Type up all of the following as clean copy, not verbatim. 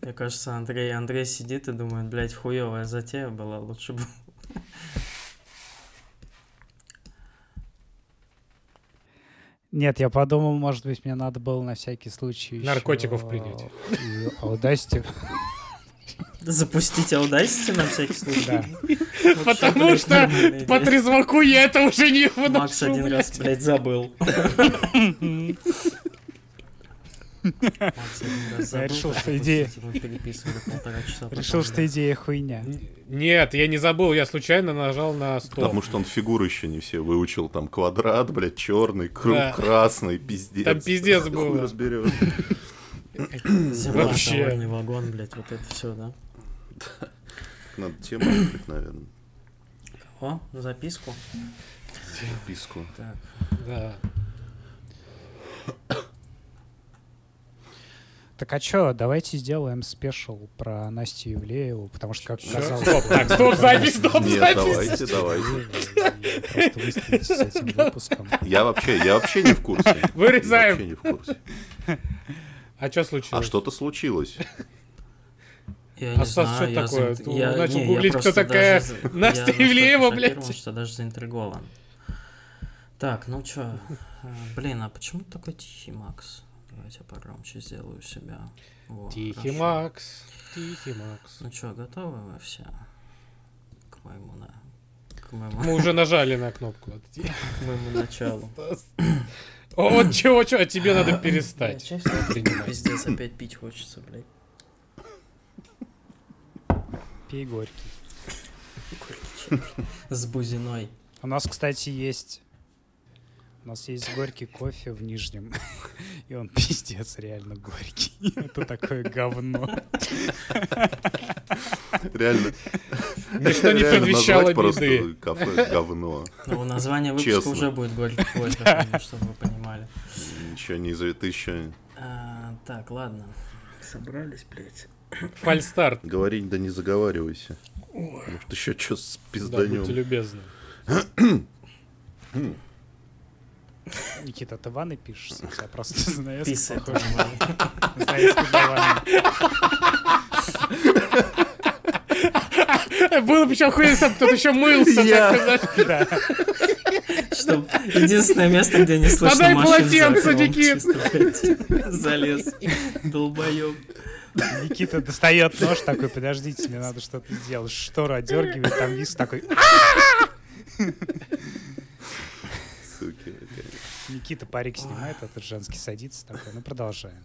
Мне кажется, Андрей сидит и думает, блядь, хуевая затея была, лучше бы... Нет, я подумал, может быть, мне надо было на всякий случай наркотиков принять. И Audacity. Запустить Audacity на всякий случай? Да. Потому что по трезваку я это уже не выношу. Макс один раз, блядь, забыл. Я решил, что идея... Решил, что идея хуйня. Нет, я не забыл, я случайно нажал на стоп. Потому что он фигуры еще не все выучил. Там квадрат, блядь, черный, круг, Да. красный, пиздец. Там пиздец Хуй было. разберешь. Вообще. Товарный вагон, блядь, вот это все, да? Надо тему открыть, наверное. О, записку. Записку. Так. Да. Так а чё, давайте сделаем спешл про Настю Ивлееву, потому что, как казалось... Стоп, запись, стоп, Нет, запись. давайте. Просто выступить с этим выпуском. Я вообще не в курсе. Вырезаем. Я вообще не в курсе. А что случилось? А что-то случилось. Я не А Стас, знаю, что такое? я Начал я гуглить, просто кто такая даже Настя я Ивлеева, настолько блядь. шокирован, что даже заинтригован. Так, ну чё, блин, а почему ты такой тихий, Макс? Давайте погромче сделаю себя. Во, Тихий хорошо. Макс, тихий Макс. Ну чё, готовы вы все к моему Мы уже нажали на кнопку. к моему началу? О, вот чего, а тебе надо Блядь, перестать. честно, пиздец, опять пить хочется, блядь. Пей горький. С бузиной. У нас, кстати, есть... У нас есть горький кофе в Нижнем. И он пиздец реально горький. Это такое говно. Реально. Ничто не реально предвещало назвать просто беды. кафе говно. Ну, название выпуска Честно. уже будет горький кофе, чтобы вы понимали. Ничего не известно. Ты еще Так, ладно. Собрались, блядь. Фальстарт. говорить, да не заговаривайся. Может, еще что с Да, будьте пизданем. любезны. Никита, ты ванной пишешься? Я просто знаю, Писает. Знаешь, когда ванной. Было бы еще охуенно, если бы кто-то еще мылся. Я. так сказать. Чтоб единственное место, где не слышно Подай машин полотенце, за окном, Никит. чисто, блядь, залез. Долбоёб. Никита достает нож такой, подождите, мне надо что-то сделать. Штору отдергивает, там вис такой. Суки, окей. Никита парик снимает, этот женский садится такой. Ну, продолжаем.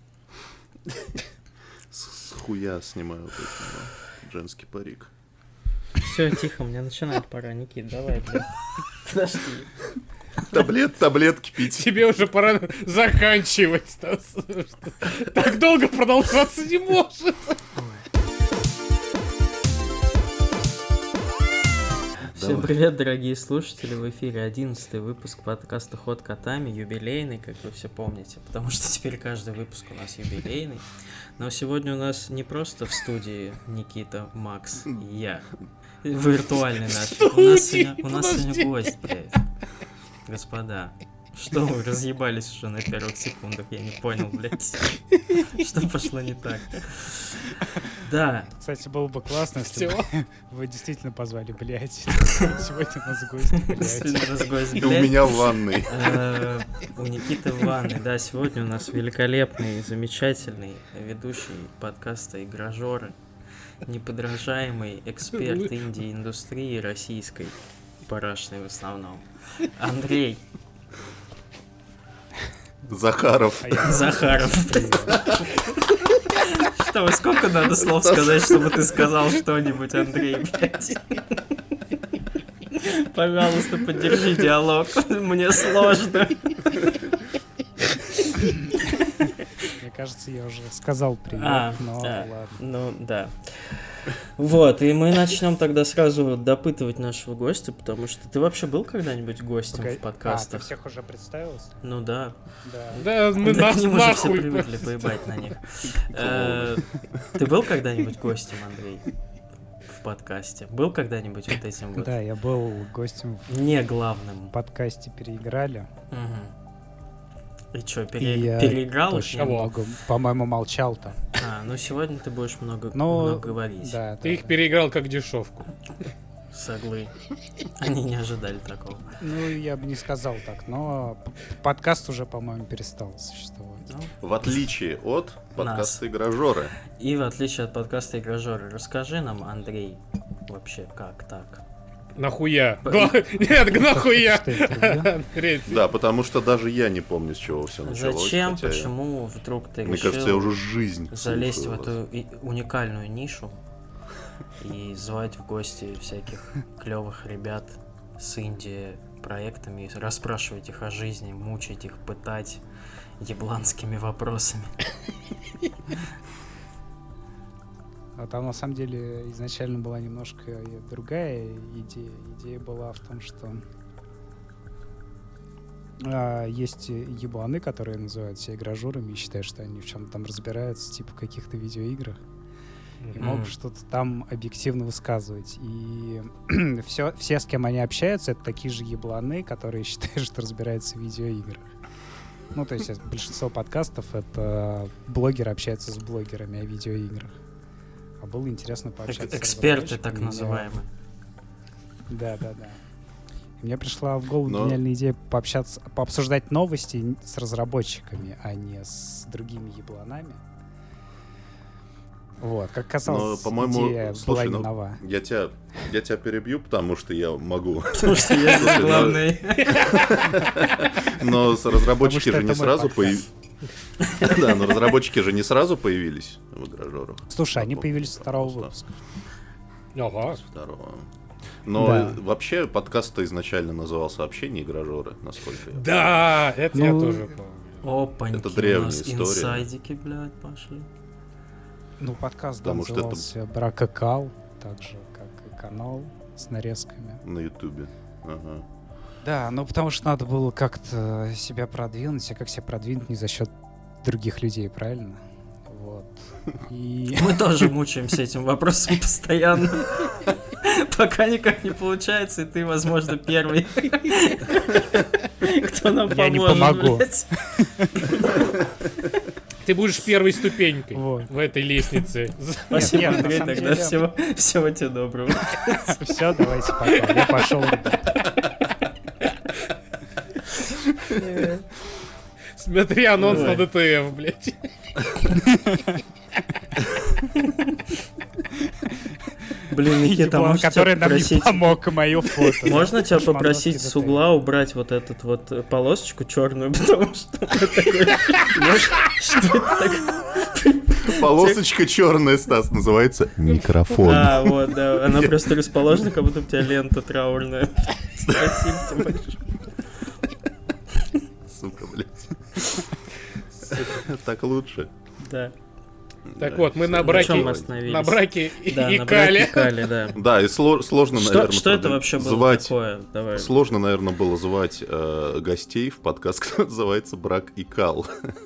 С хуя снимаю вот этот, да, женский парик. Все, тихо, мне начинать пора, Никит, давай, блядь. Подожди. Таблетки пить. Тебе уже пора заканчивать, Стас. Так долго продолжаться не может. Всем привет, дорогие слушатели, в эфире 11-й выпуск подкаста «Ход котами», юбилейный, как вы все помните, потому что теперь каждый выпуск у нас юбилейный. Но сегодня у нас не просто в студии Никита, Макс и я, виртуальный наш. У нас сегодня гость, блядь. Господа, что вы разъебались уже на первых секундах, я не понял, блядь. Что пошло не так? Да. Кстати, было бы классно, если бы Всё. вы действительно позвали, блядь. Сегодня у нас гость, блядь. Сегодня у нас гость, И у блядь. меня в ванной. У Никиты в ванной, да, сегодня у нас великолепный, замечательный ведущий подкаста «Игражоры», неподражаемый эксперт Индии, индустрии российской, парашной в основном, Андрей Захаров. А я- Захаров. Что, сколько надо слов сказать, чтобы ты сказал что-нибудь, Андрей, блядь? Пожалуйста, поддержи диалог, мне сложно. Мне кажется, я уже сказал привет, но да. ладно. Ну, да. Вот, и мы начнем тогда сразу допытывать нашего гостя, потому что ты вообще был когда-нибудь гостем в Ты подкастах? всех уже представился? Ну да. Да. Да, мы Да, к нас нему же все нахуй. привыкли поебать на них. Ты был когда-нибудь гостем, Андрей? В подкасте? Был когда-нибудь вот этим вот? Да, я был гостем Не главным. в подкасте «Переиграли». Мгм. И что, И я переиграл их? очень Нет? много, по-моему, молчал там. Ну сегодня ты будешь много Но, говорить. да, Ты их переиграл как дешевку. Соглы. Они не ожидали такого. Ну, я бы не сказал так, но подкаст уже, по-моему, перестал существовать. В отличие от подкаста «Игражоры». И в отличие от подкаста «Игражоры», расскажи нам, Андрей, вообще как так? Нахуя? Нет, нахуя? Что это, Андрей, Да, потому что даже я не помню, с чего все началось. Зачем, хотя почему вдруг ты Мне кажется, я решил уже жизнь залезть в слушаю вас. эту уникальную нишу и звать в гости всяких клевых ребят с Индии проектами, и расспрашивать их о жизни, мучить их, пытать ебланскими вопросами. А там, на самом деле, изначально была немножко другая идея. Идея была в том, что есть ебланы, которые называют себя игражурами и считают, что они в чем-то там разбираются, типа в каких-то видеоиграх. И могут что-то там объективно высказывать. И все, с кем они общаются, это такие же ебланы, которые считают, что разбираются в видеоиграх. Ну, то есть большинство подкастов — это блогеры общаются с блогерами о видеоиграх. А было интересно пообщаться с Эксперты, так разработчиками. называемые. Да. И мне пришла в голову гениальная идея пообщаться, пообсуждать новости с разработчиками, а не с другими ебланами. Вот, как казалось, Но, по-моему, идея слушай, была не нова. Я тебя перебью, потому что я могу. Потому что я здесь главный. Но разработчики же Потому не что это сразу мой появились. Да, но разработчики же не сразу появились в игражорах. Слушай, они появились со второго выпуска. Ага. Второго. Но Да. вообще подкаст-то изначально назывался вообще не «Игражоры», насколько я помню. Да, это я Ну, тоже помню. Опаньки, Это у древняя нас история. инсайдики, блядь, пошли. Ну, подкаст Потому что это- назывался «Брак и Кал», так же, как и канал с нарезками. На Ютубе. Ага. Да, ну потому что надо было как-то себя продвинуть, а как себя продвинуть не за счет других людей, правильно? Вот. И Мы тоже мучаемся этим вопросом постоянно. Пока никак не получается, и ты, возможно, первый, кто нам Я не поможет, помогу. блядь. Ты будешь первой ступенькой Вот. в этой лестнице. Спасибо, Нет, на Андрей, самом тогда деле- всего тебе доброго. Все, давайте пока. Я пошел. Смотри анонс Ой. на ДТФ, блядь. Блин, Никита, Еблан, можно который тебя нам не попросить... помог, мое фото. Можно тебя Шмандовский попросить ДТФ. с угла убрать вот эту вот полосочку черную, потому что это такое... Знаешь, что это такое? Полосочка черная, Стас, называется микрофон. А, вот, да. Она просто расположена, как будто у тебя лента траурная. Спасибо тебе большое. Сука, блядь. Так лучше. Да. Так Да, вот, мы всё. на На браке, чем мы остановились? на браке Да, и на браке Кале. Кали, да. Да, и сложно, наверное, Что это вообще было звать... такое? Давай. Сложно, наверное, было звать гостей в подкаст, который называется «Брак и Кал».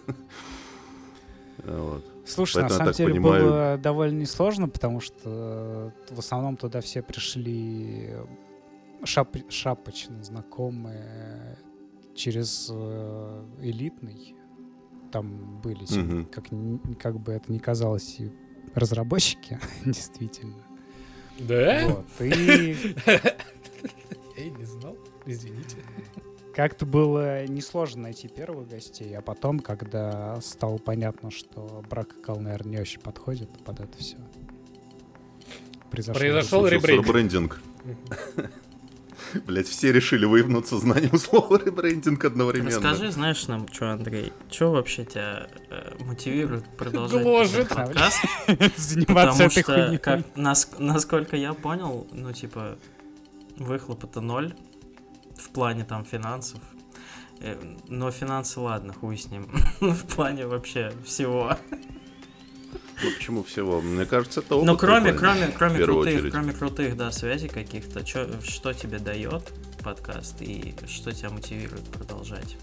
Вот. Слушай, на Поэтому, я самом так деле понимаю- было довольно несложно, потому что в основном туда все пришли шапочно знакомые через элитный. Там были, Мгм. как бы это ни казалось, и разработчики, действительно. Да? Вот. И Я не знал, извините. как-то было несложно найти первых гостей, а потом, когда стало понятно, что брак и кал, наверное, не очень подходит под это все. Произошел Случился ребрендинг. Блять, все решили выебнуться знанием слова ребрендинг одновременно. Расскажи, знаешь нам, что, Андрей, что вообще тебя мотивирует продолжать Гложет. этот подкаст? заниматься Потому этой что, хуйней. насколько я понял, ну, типа, выхлопа-то ноль в плане там финансов. Но финансы, ладно, хуй с ним. В плане вообще всего. Ну почему всего? Мне кажется, это опыт. Но кроме прикольный, в первую очередь. крутых, да, связей каких-то, что тебе дает подкаст и что тебя мотивирует продолжать?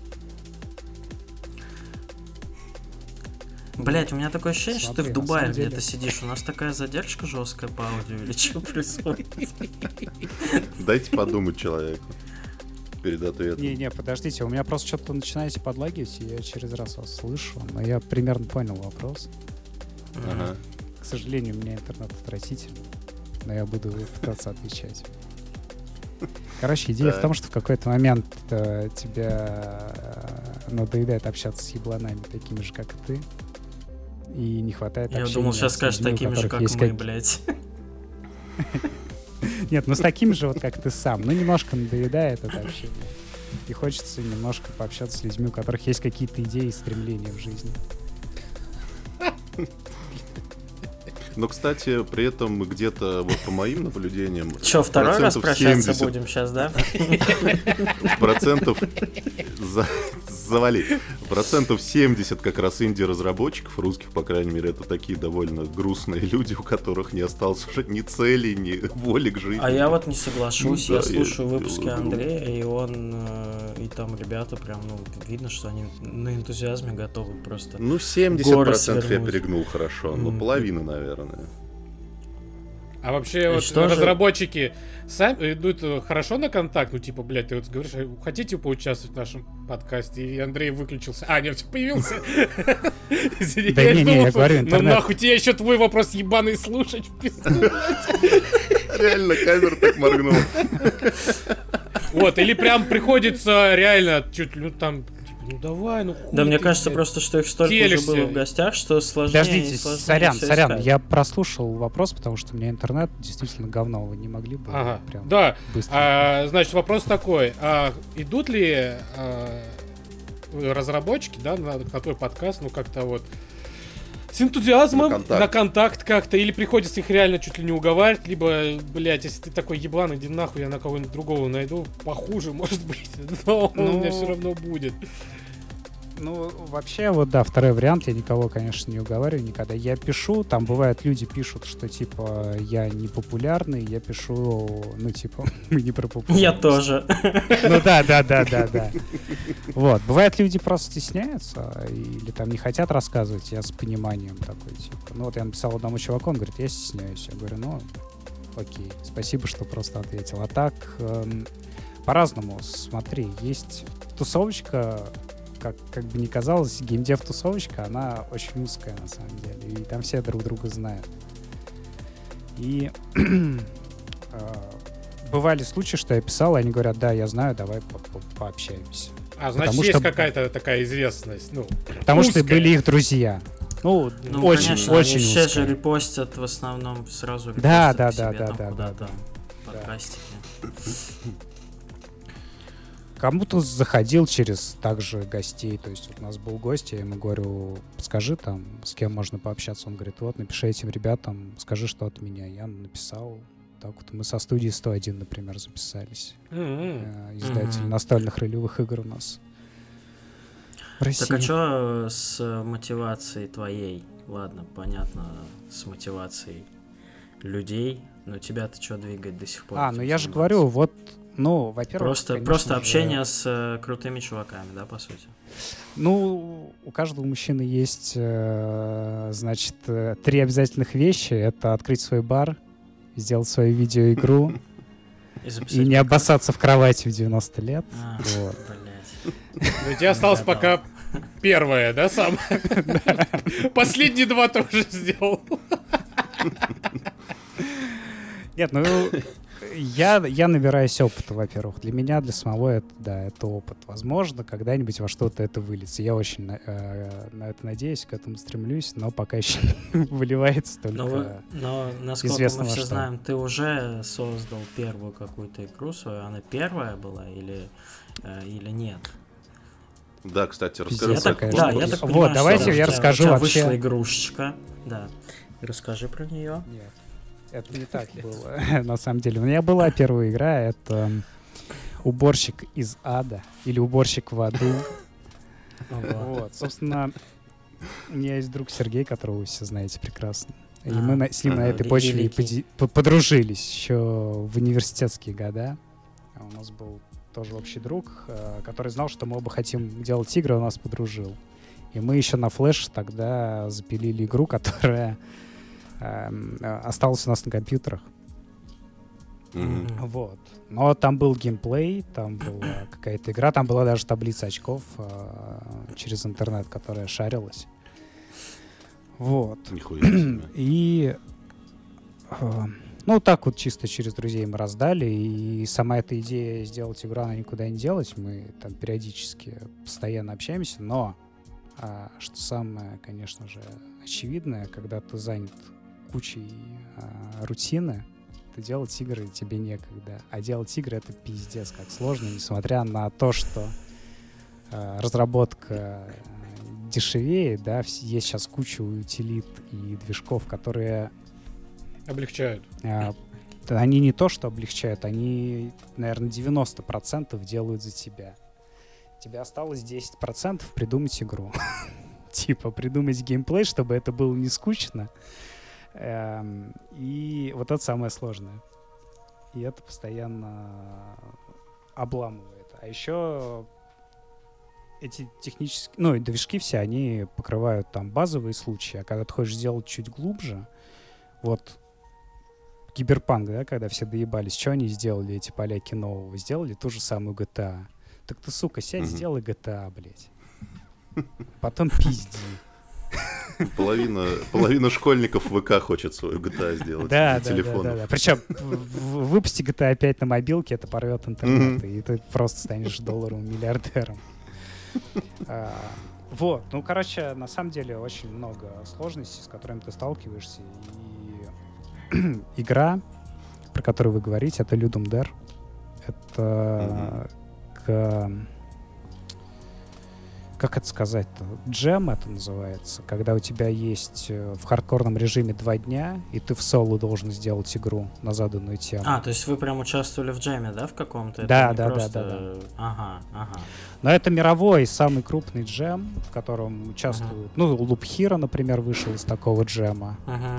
Блять, у меня такое ощущение, что ты Смотри, в на Дубае самом деле- где-то сидишь. У нас такая задержка жесткая по аудио или что происходит? Дайте подумать человеку. перед ответом. Не, подождите, у меня просто что-то начинаете подлагивать, и я через раз вас слышу, но я примерно понял вопрос. Ага. К сожалению, у меня интернет отвратительный, но я буду пытаться отвечать. Короче, идея в том, что в какой-то момент тебя надоедает общаться с ебланами такими же, как и ты, и не хватает общения. Я думал, сейчас скажешь такими же, как мы, блядь. Нет, ну с такими же, вот как ты сам. Ну, немножко надоедает это общение. И хочется немножко пообщаться с людьми, у которых есть какие-то идеи и стремления в жизни. Но, кстати, при этом где-то, вот по моим наблюдениям... Че, второй раз прощаться 70... будем сейчас, да? Процентов... Завали. Процентов 70 как раз инди-разработчиков, русских, по крайней мере, это такие довольно грустные люди, у которых не осталось уже ни цели, ни воли к жизни. А я вот не соглашусь, я слушаю выпуски Андрея, и он, и там ребята прям, ну, видно, что они на энтузиазме готовы просто. Ну, 70% я перегнул хорошо, ну, половина, наверное. А вообще, вот разработчики сами идут хорошо на контакт? Ну, типа, блядь, ты вот говоришь, хотите поучаствовать в нашем подкасте? И Андрей выключился. А, нет, появился. Извини, да не, я говорю, интернет. Ну нахуй, тебе еще твой вопрос ебаный слушать в пизду. Реально, камера так моргнула. Вот, или прям приходится реально чуть ли там... Ну давай, ну хуй. Да, мне кажется, просто, что их столько уже было в гостях, что сложнее. Подождите, сорян, я прослушал вопрос, потому что у меня интернет действительно говно, вы не могли бы прям быстро. Значит, вопрос такой. Идут ли разработчики, да, на твой подкаст, ну как-то вот с энтузиазмом на контакт как-то, или приходится их реально чуть ли не уговаривать, либо, блядь, если ты такой еблан, иди нахуй, я на кого-нибудь другого найду, похуже, может быть, но у меня все равно будет. Ну, вообще, вот да, второй вариант, я никого, конечно, не уговариваю никогда. Я пишу, там бывает, люди пишут, что, типа, я не популярный, я пишу, ну, типа, мы не про популярность. Я тоже. Ну, да. Вот, бывает, люди просто стесняются или там не хотят рассказывать, я с пониманием такой, типа, ну, вот я написал одному чуваку, он говорит, я стесняюсь. Я говорю, ну, окей, спасибо, что просто ответил. А так, по-разному, смотри, есть тусовочка, как бы ни казалось, геймдев-тусовочка, она очень узкая, на самом деле. И там все друг друга знают. И бывали случаи, что я писал, и они говорят, да, я знаю, давай пообщаемся. Значит, есть какая-то такая известность. Ну, потому что были их друзья. Ну, очень, конечно, очень все узкая. же репостят в основном сразу да. подкастики. Кому-то заходил через также гостей, то есть вот у нас был гость, я ему говорю, скажи там, с кем можно пообщаться, он говорит, вот, напиши этим ребятам, скажи, что от меня. Я написал, так вот, мы со студии 101, например, записались. Издатель настольных ролевых игр у нас в России. Так а что с мотивацией твоей? Ладно, понятно, с мотивацией людей, но тебя-то что двигает до сих пор? Ну я же говорю, вот, ну, во-первых... Просто общение с крутыми чуваками, да, по сути? Ну, у каждого мужчины есть, значит, 3 обязательных вещи. Это открыть свой бар, сделать свою видеоигру и не обоссаться в кровати в 90 лет. Вот. У тебя осталось пока первое, да, сам? Последние 2 тоже сделал. Нет, ну... Я набираюсь опыта, во-первых. Для меня, для самого, это опыт. Возможно, когда-нибудь во что-то это выльется. Я очень на это надеюсь, к этому стремлюсь, но пока еще выливается только но насколько мы все знаем, ты уже создал первую какую-то игру свою. Она первая была или нет? Да, кстати, расскажи. Я так понимаю, вот, давайте я расскажу вообще. Вышла игрушечка, да. Расскажи про нее. Нет. Это не так было, на самом деле. У меня была первая игра, это «Уборщик из ада» или «Уборщик в аду». Вот, собственно, у меня есть друг Сергей, которого вы все знаете прекрасно. И мы с ним на этой почве подружились еще в университетские года. У нас был тоже общий друг, который знал, что мы оба хотим делать игры, он нас подружил. И мы еще на флеш тогда запилили игру, которая... осталось у нас на компьютерах. Вот. Но там был геймплей, там была какая-то игра, там была даже таблица очков через интернет, которая шарилась. Вот. Нихуя себе. И ну, так вот чисто через друзей мы раздали, и сама эта идея сделать игру, она никуда не делась. Мы там периодически постоянно общаемся, но что самое, конечно же, очевидное, когда ты занят кучей рутины, ты делать игры тебе некогда. А делать игры — это пиздец как сложно, несмотря на то, что разработка дешевеет, да, есть сейчас куча утилит и движков, которые облегчают. Они не то, что облегчают, они, наверное, 90% делают за тебя. Тебе осталось 10% придумать игру. Типа придумать геймплей, чтобы это было не скучно. И вот это самое сложное. И это постоянно обламывает. А еще эти технические, ну, и движки все, они покрывают там базовые случаи. А когда ты хочешь сделать чуть глубже, вот Киберпанк, да, когда все доебались, что они сделали, эти поляки нового? Сделали ту же самую GTA. Так ты, сука, сядь, сделай GTA, блядь. Потом пизди. Половина школьников в ВК хочет свою GTA сделать на телефонах. Да. Причем выпусти GTA 5 на мобилке, это порвет интернет, и ты просто станешь долларовым миллиардером. Вот, ну, короче, на самом деле очень много сложностей, с которыми ты сталкиваешься, и игра, про которую вы говорите, это Ludum Dare. Это как это сказать-то? Джем это называется, когда у тебя есть в хардкорном режиме 2 дня, и ты в соло должен сделать игру на заданную тему. То есть вы прям участвовали в джеме, да, в каком-то? Да. Ага. Но это мировой самый крупный джем, в котором участвуют... Ну, Loop Hero, например, вышел из такого джема.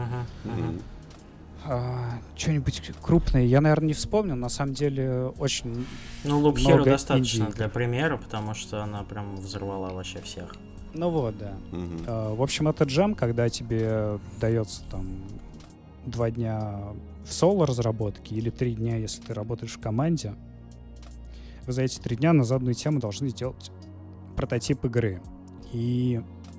Что-нибудь крупное я, наверное, не вспомнил. На самом деле очень Loop Hero много достаточно инди. Для примера, потому что она прям взорвала вообще всех. Ну вот, да. В общем, это джем, когда тебе дается там 2 дня в соло разработке или 3 дня, если ты работаешь в команде. Вы за эти 3 дня на заданную тему должны сделать прототип игры. И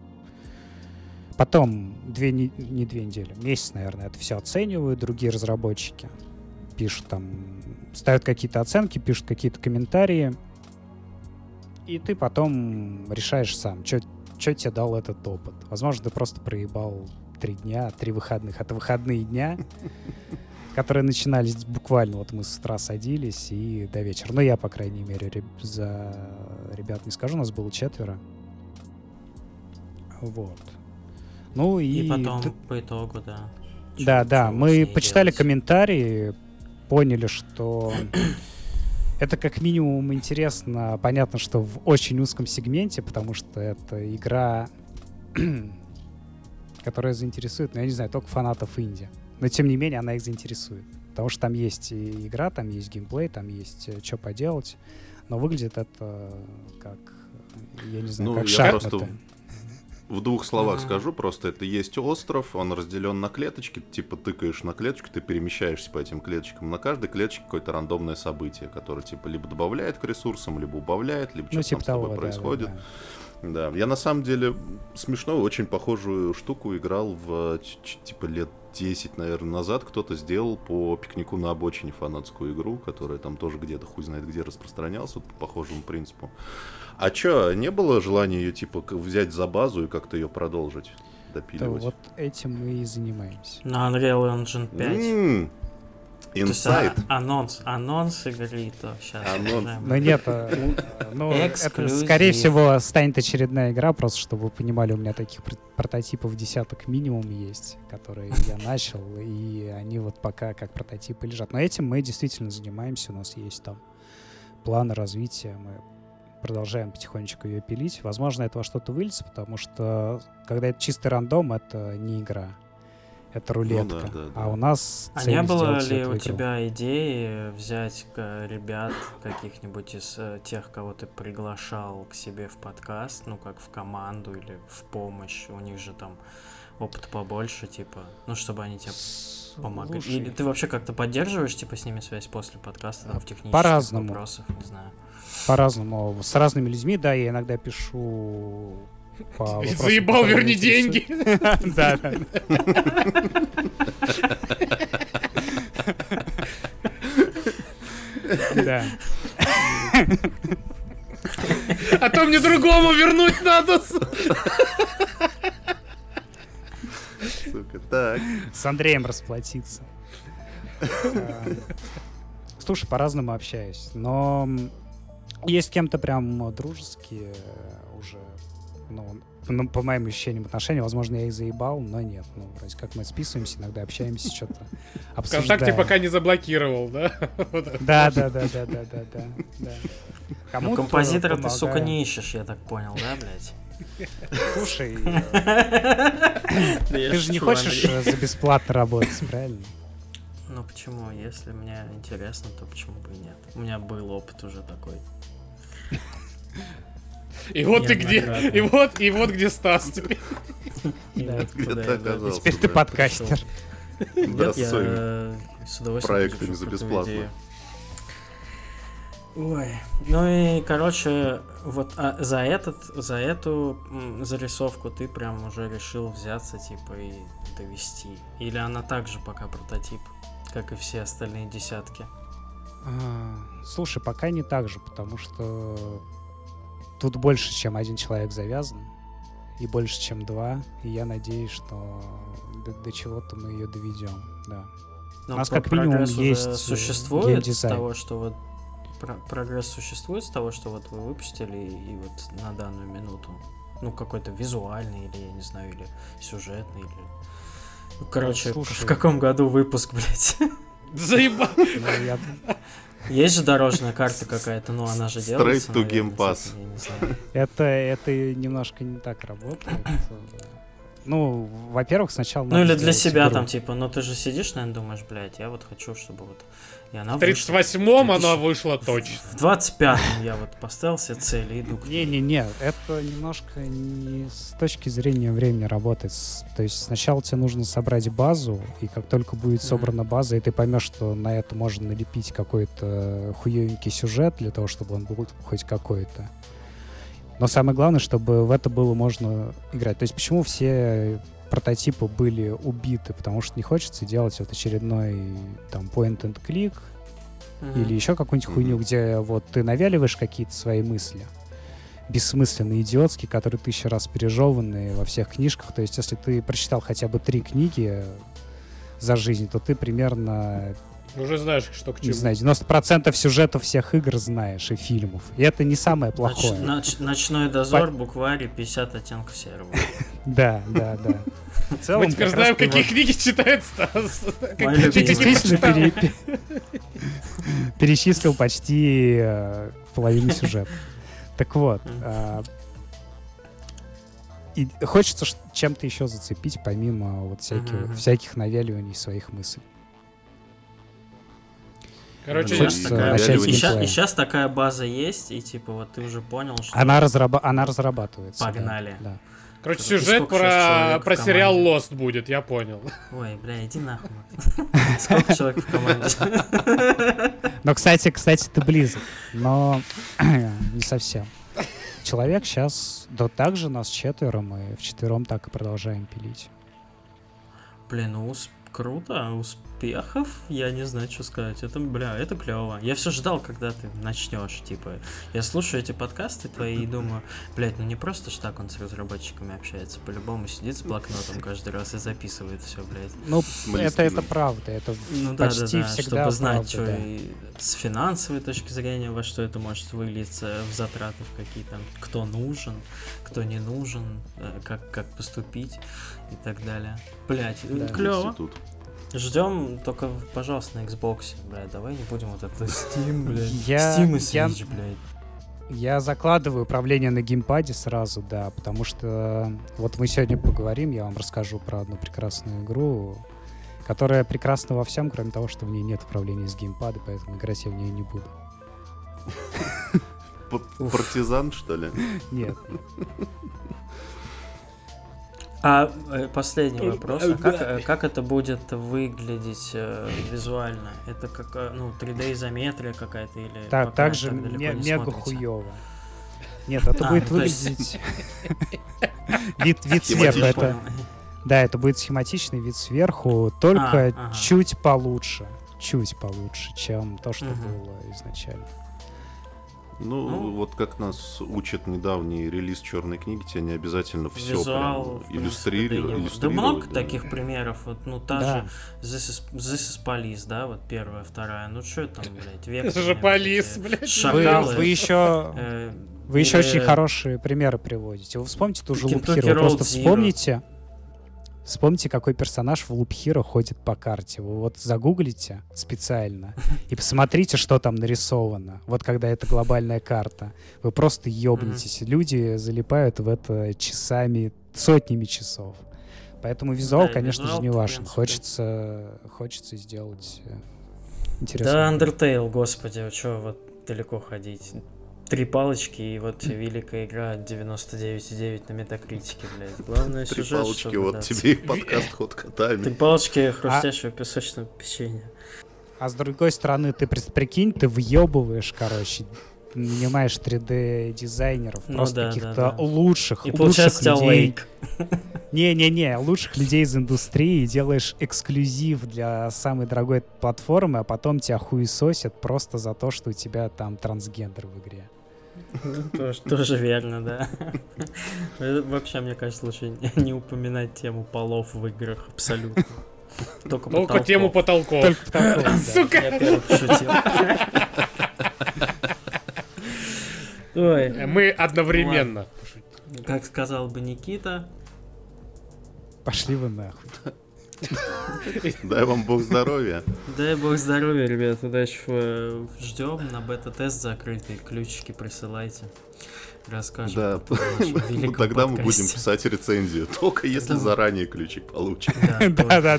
потом не 2 недели, месяц, наверное, это все оценивают другие разработчики. Пишут там, ставят какие-то оценки, пишут какие-то комментарии. И ты потом решаешь сам, что тебе дал этот опыт. Возможно, ты просто проебал 3 дня, 3 выходных. Это выходные дня, которые начинались буквально, вот мы с утра садились и до вечера. Ну, я, по крайней мере, за ребят не скажу, нас было 4. Вот. Ну и потом по итогу, да. Да, мы почитали комментарии, поняли, что это как минимум интересно. Понятно, что в очень узком сегменте, потому что это игра, которая заинтересует, я не знаю, только фанатов инди. Но тем не менее она их заинтересует. Потому что там есть и игра, там есть геймплей, там есть что поделать. Но выглядит это как, я не знаю, как шахматы. В 2 словах скажу, просто это есть остров, он разделен на клеточки, типа тыкаешь на клеточку, ты перемещаешься по этим клеточкам, на каждой клеточке какое-то рандомное событие, которое типа либо добавляет к ресурсам, либо убавляет, либо что-то типа там с тобой происходит. Да, я на самом деле смешную, очень похожую штуку играл в типа лет 10, наверное, назад. Кто-то сделал по пикнику на обочине фанатскую игру, которая там тоже где-то хуй знает где распространялась, вот по похожему принципу. А чё, не было желания ее типа взять за базу и как-то ее продолжить, допиливать? Да, вот этим мы и занимаемся. На Unreal Engine 5. Инсайд. Анонс игры, то сейчас. Но нет, это, скорее всего, станет очередная игра, просто чтобы вы понимали, у меня таких прототипов десяток минимум есть, которые я начал, и они вот пока как прототипы лежат. Но этим мы действительно занимаемся, у нас есть там планы развития, мы продолжаем потихонечку ее пилить. Возможно, это во что-то выльется, потому что когда это чистый рандом, это не игра. Это рулетка. Да. А у нас А не было ли у тебя идеи взять ребят каких-нибудь из тех, кого ты приглашал к себе в подкаст, ну, как в команду или в помощь? У них же там опыт побольше, типа, ну, чтобы они тебя помогать? Или ты вообще как-то поддерживаешь, типа, с ними связь после подкаста, там, в технических по-разному. вопросах, не знаю? По-разному. С разными людьми, да, я иногда пишу по вопросам... Заебал, верни деньги! Да. Да. А то мне другому вернуть надо. Сука, так. С Андреем расплатиться. Слушай, по-разному общаюсь, но есть с кем-то прям дружеские уже, ну, по моим ощущениям отношения. Возможно, я их заебал, но нет. Ну, вроде как мы списываемся, иногда общаемся, что-то обсуждаем. ВКонтакте пока не заблокировал, да? Да. Ну, композитора ты, сука, не ищешь, я так понял, да, блядь? Слушай, ты же не хочешь за бесплатно работать, правильно? Ну почему? Если мне интересно, то почему бы и нет? У меня был опыт уже такой. И вот ты где, и вот где Стас теперь. Теперь ты подкастер. Нет, я с удовольствием проектами за бесплатно. Ой, ну и, короче, вот за эту зарисовку ты прям уже решил взяться, типа, и довести? Или она также пока прототип, как и все остальные десятки? Слушай, пока не так же, потому что тут больше, чем один человек завязан, и больше, чем два, и я надеюсь, что до чего-то мы ее доведем, да. Но у нас как минимум есть существует с того, что вот прогресс существует с того, что вот вы выпустили и вот на данную минуту, ну какой-то визуальный или, я не знаю, или сюжетный, или... Ну, короче, в каком году выпуск, блядь? Заебал! Есть же дорожная карта какая-то, но она же делается. Straight to Game Pass. Это немножко не так работает. Ну, во-первых, сначала... Ну, или для себя игру. Там, типа, ну ты же сидишь, наверное, думаешь, блядь, я вот хочу, чтобы вот... И она в 38-м она вышла точно. В 25-м я вот поставил себе цель и иду. Не-не-не, это немножко не с точки зрения времени работает. То есть сначала тебе нужно собрать базу, и как только будет собрана база, и ты поймешь, что на это можно налепить какой-то хуёвенький сюжет для того, чтобы он был хоть какой-то. Но самое главное, чтобы в это было можно играть. То есть почему все прототипы были убиты? Потому что не хочется делать вот очередной там point and click или еще какую-нибудь хуйню, где вот ты навяливаешь какие-то свои мысли бессмысленные, идиотские, которые 1000 раз пережеванные во всех книжках. То есть если ты прочитал хотя бы 3 книги за жизнь, то ты примерно... Уже знаешь, что к чему. Не знаю, 90% сюжетов всех игр знаешь и фильмов. И это не самое плохое. Ночной дозор, букварь, 50 оттенков серого. Да. Мы теперь знаем, какие книги читает Стас. Ты действительно перечислил почти половину сюжета. Так вот. И хочется чем-то еще зацепить, помимо вот всяких навяливаний своих мыслей. Короче, и сейчас такая база есть, и типа вот ты уже понял, что... Она разрабатывается. Погнали. Да. Короче, сюжет про сериал Lost будет, я понял. Ой, бля, иди нахуй. Сколько человек в команде? Ну, кстати, ты близок, но не совсем. Человек сейчас, да так же нас 4, мы вчетвером так и продолжаем пилить. Блин, ну круто, успехов, я не знаю, что сказать. Это клево. Я все ждал, когда ты начнешь, типа. Я слушаю эти подкасты твои и думаю, блядь, ну не просто ж так он с разработчиками общается, по-любому сидит с блокнотом каждый раз и записывает все, блядь. Ну, это правда, это почти всегда чтобы знать, правда, что и с финансовой точки зрения, во что это может вылиться, в затраты в какие там, кто нужен, кто не нужен, как поступить и так далее. Блядь, клево. Ждем только, пожалуйста, на Xbox, блядь, давай не будем вот это Steam, блядь. Steam и Switch, блядь. Я закладываю управление на геймпаде сразу, да, потому что вот мы сегодня поговорим, я вам расскажу про одну прекрасную игру, которая прекрасна во всем, кроме того, что в ней нет управления с геймпада, поэтому играть я в нее не буду. Партизан, что ли? Нет. Последний вопрос. Как это будет выглядеть визуально? Это как 3D-изометрия какая-то или... Так же мега хуёво. Нет, это будет выглядеть... Вид сверху. Да, это будет схематичный вид сверху, только чуть получше, чем то, что было изначально. Вот как нас учит недавний релиз «Черной книги», тебе не обязательно все прям иллюстрировать. Да много таких примеров. Та же This is Police, да, вот первая, вторая. Что там, блядь, век. Это же Police, блядь. Шакалы. Вы еще очень хорошие примеры приводите. Вы вспомните ту же Loop Hero. Вы просто вспомните, какой персонаж в Loop Hero ходит по карте. Вы вот загуглите специально и посмотрите, что там нарисовано. Вот когда это глобальная карта. Вы просто ёбнетесь. Люди залипают в это часами, сотнями часов. Поэтому визуал, конечно же, не важен. Хочется сделать интересно. Да, Undertale, господи, что вот далеко ходить. 3 палочки, и вот великая игра 99,9 на метакритике, блядь. Главное сюжет. 3 палочки, вот тебе и подкаст «Ход котами». 3 палочки хрустящего песочного печенья. А с другой стороны, ты прикинь, ты въебываешь, нанимаешь 3D-дизайнеров, просто каких-то лучших людей. Не-не-не, лучших людей из индустрии, делаешь эксклюзив для самой дорогой платформы, а потом тебя хуесосят просто за то, что у тебя там трансгендер в игре. Тоже верно, да. Вообще, мне кажется, лучше не упоминать тему полов в играх абсолютно. Только тему потолков. Только потолков, сука! Я первый пошутил. Ой. Мы одновременно. Как сказал бы Никита. Пошли вы нахуй. Дай вам бог здоровья. Дай бог здоровья, ребята. Удачи. Ждем на бета-тест закрытый. Ключики присылайте. Расскажем. Да, тогда мы будем писать рецензию. Только если заранее ключик получим. Да.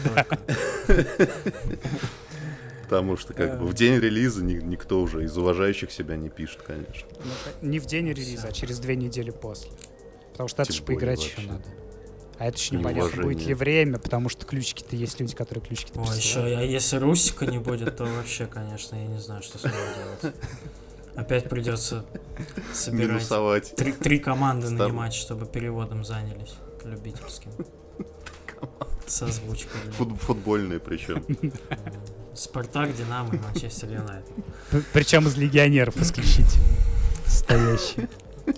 Потому что в день релиза никто уже из уважающих себя не пишет, конечно. Не в день релиза, а через 2 недели после. Потому что это же поиграть еще надо. А это еще непонятно, будет ли время, потому что ключики-то есть люди, которые ключики-то присылают. Еще, а если Русика не будет, то вообще, конечно, я не знаю, что с ним делать. Опять придется собирать 3 команды нанимать, чтобы переводом занялись любительским. С озвучкой. Футбольные причем. Спартак, Динамо и Манчестер Юнайтед. Причем из легионеров исключительно. Стоящие.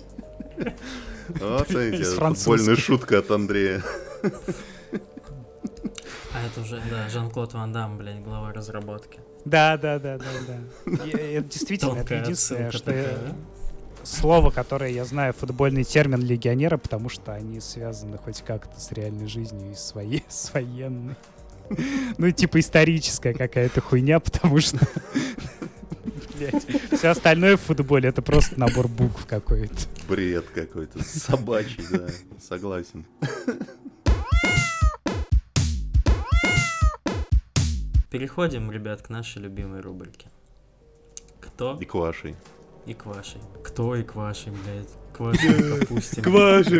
Вот, смотрите, футбольная шутка от Андрея. А это уже, да, Жан-Клод Ван Дамм, блядь, глава разработки. Да. Это действительно, это единственное, слово, которое я знаю, футбольный термин легионера, потому что они связаны хоть как-то с реальной жизнью и с военной. Типа историческая какая-то хуйня, потому что все остальное в футболе это просто набор букв какой-то. Бред какой-то, собачий, да, согласен. Переходим, ребят, к нашей любимой рубрике. Кто? И к вашей. И к вашей. Кто и к вашей, блядь? К вашей капусте. К вашей,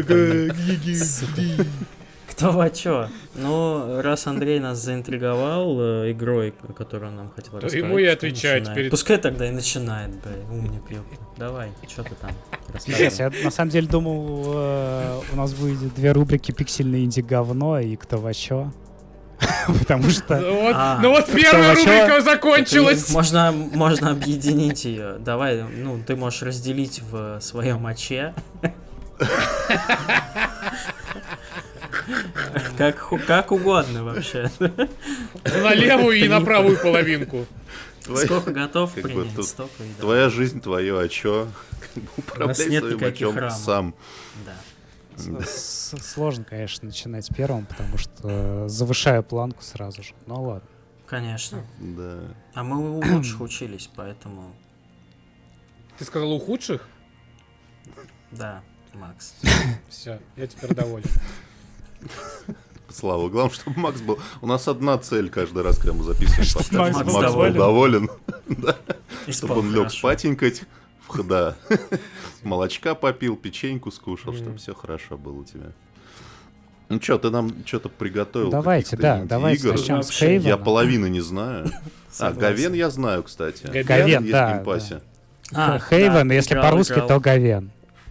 Кто во чё? Раз Андрей нас заинтриговал игрой, которую он нам хотел рассказать. Ему и отвечать перед... Пускай тогда и начинает, блядь, умник, ёпта. Давай, что ты там рассказывай. Я на самом деле думал, у нас будет 2 рубрики «Пиксельное инди-говно» и «Кто во чё». Потому что... Вот первая рубрика закончилась! Можно объединить ее. Давай, ты можешь разделить в своем моче. Как угодно вообще. На левую и на правую половинку. Сколько готов принять, столько и твоя жизнь, твое, а чё? Управляй своим очом сам. Да. Сложно, конечно, начинать первым, потому что завышаю планку сразу же. Ну ладно. Конечно. Да. А мы у лучших учились, поэтому... Ты сказал у худших? Да, Макс. Все, я теперь доволен. Слава, главное, чтобы Макс был... У нас одна цель каждый раз, когда мы записываем подкаст. Макс был доволен. И чтобы он лег спатенькать. Да. Молочка попил, печеньку скушал, чтобы все хорошо было у тебя. Ну что, ты нам что-то приготовил? Давайте, да, давайте начнем с Хейвена. Я половину не знаю. Гавен я знаю, кстати. Гавен, да. Хейвен, если по-русски, то Гавен.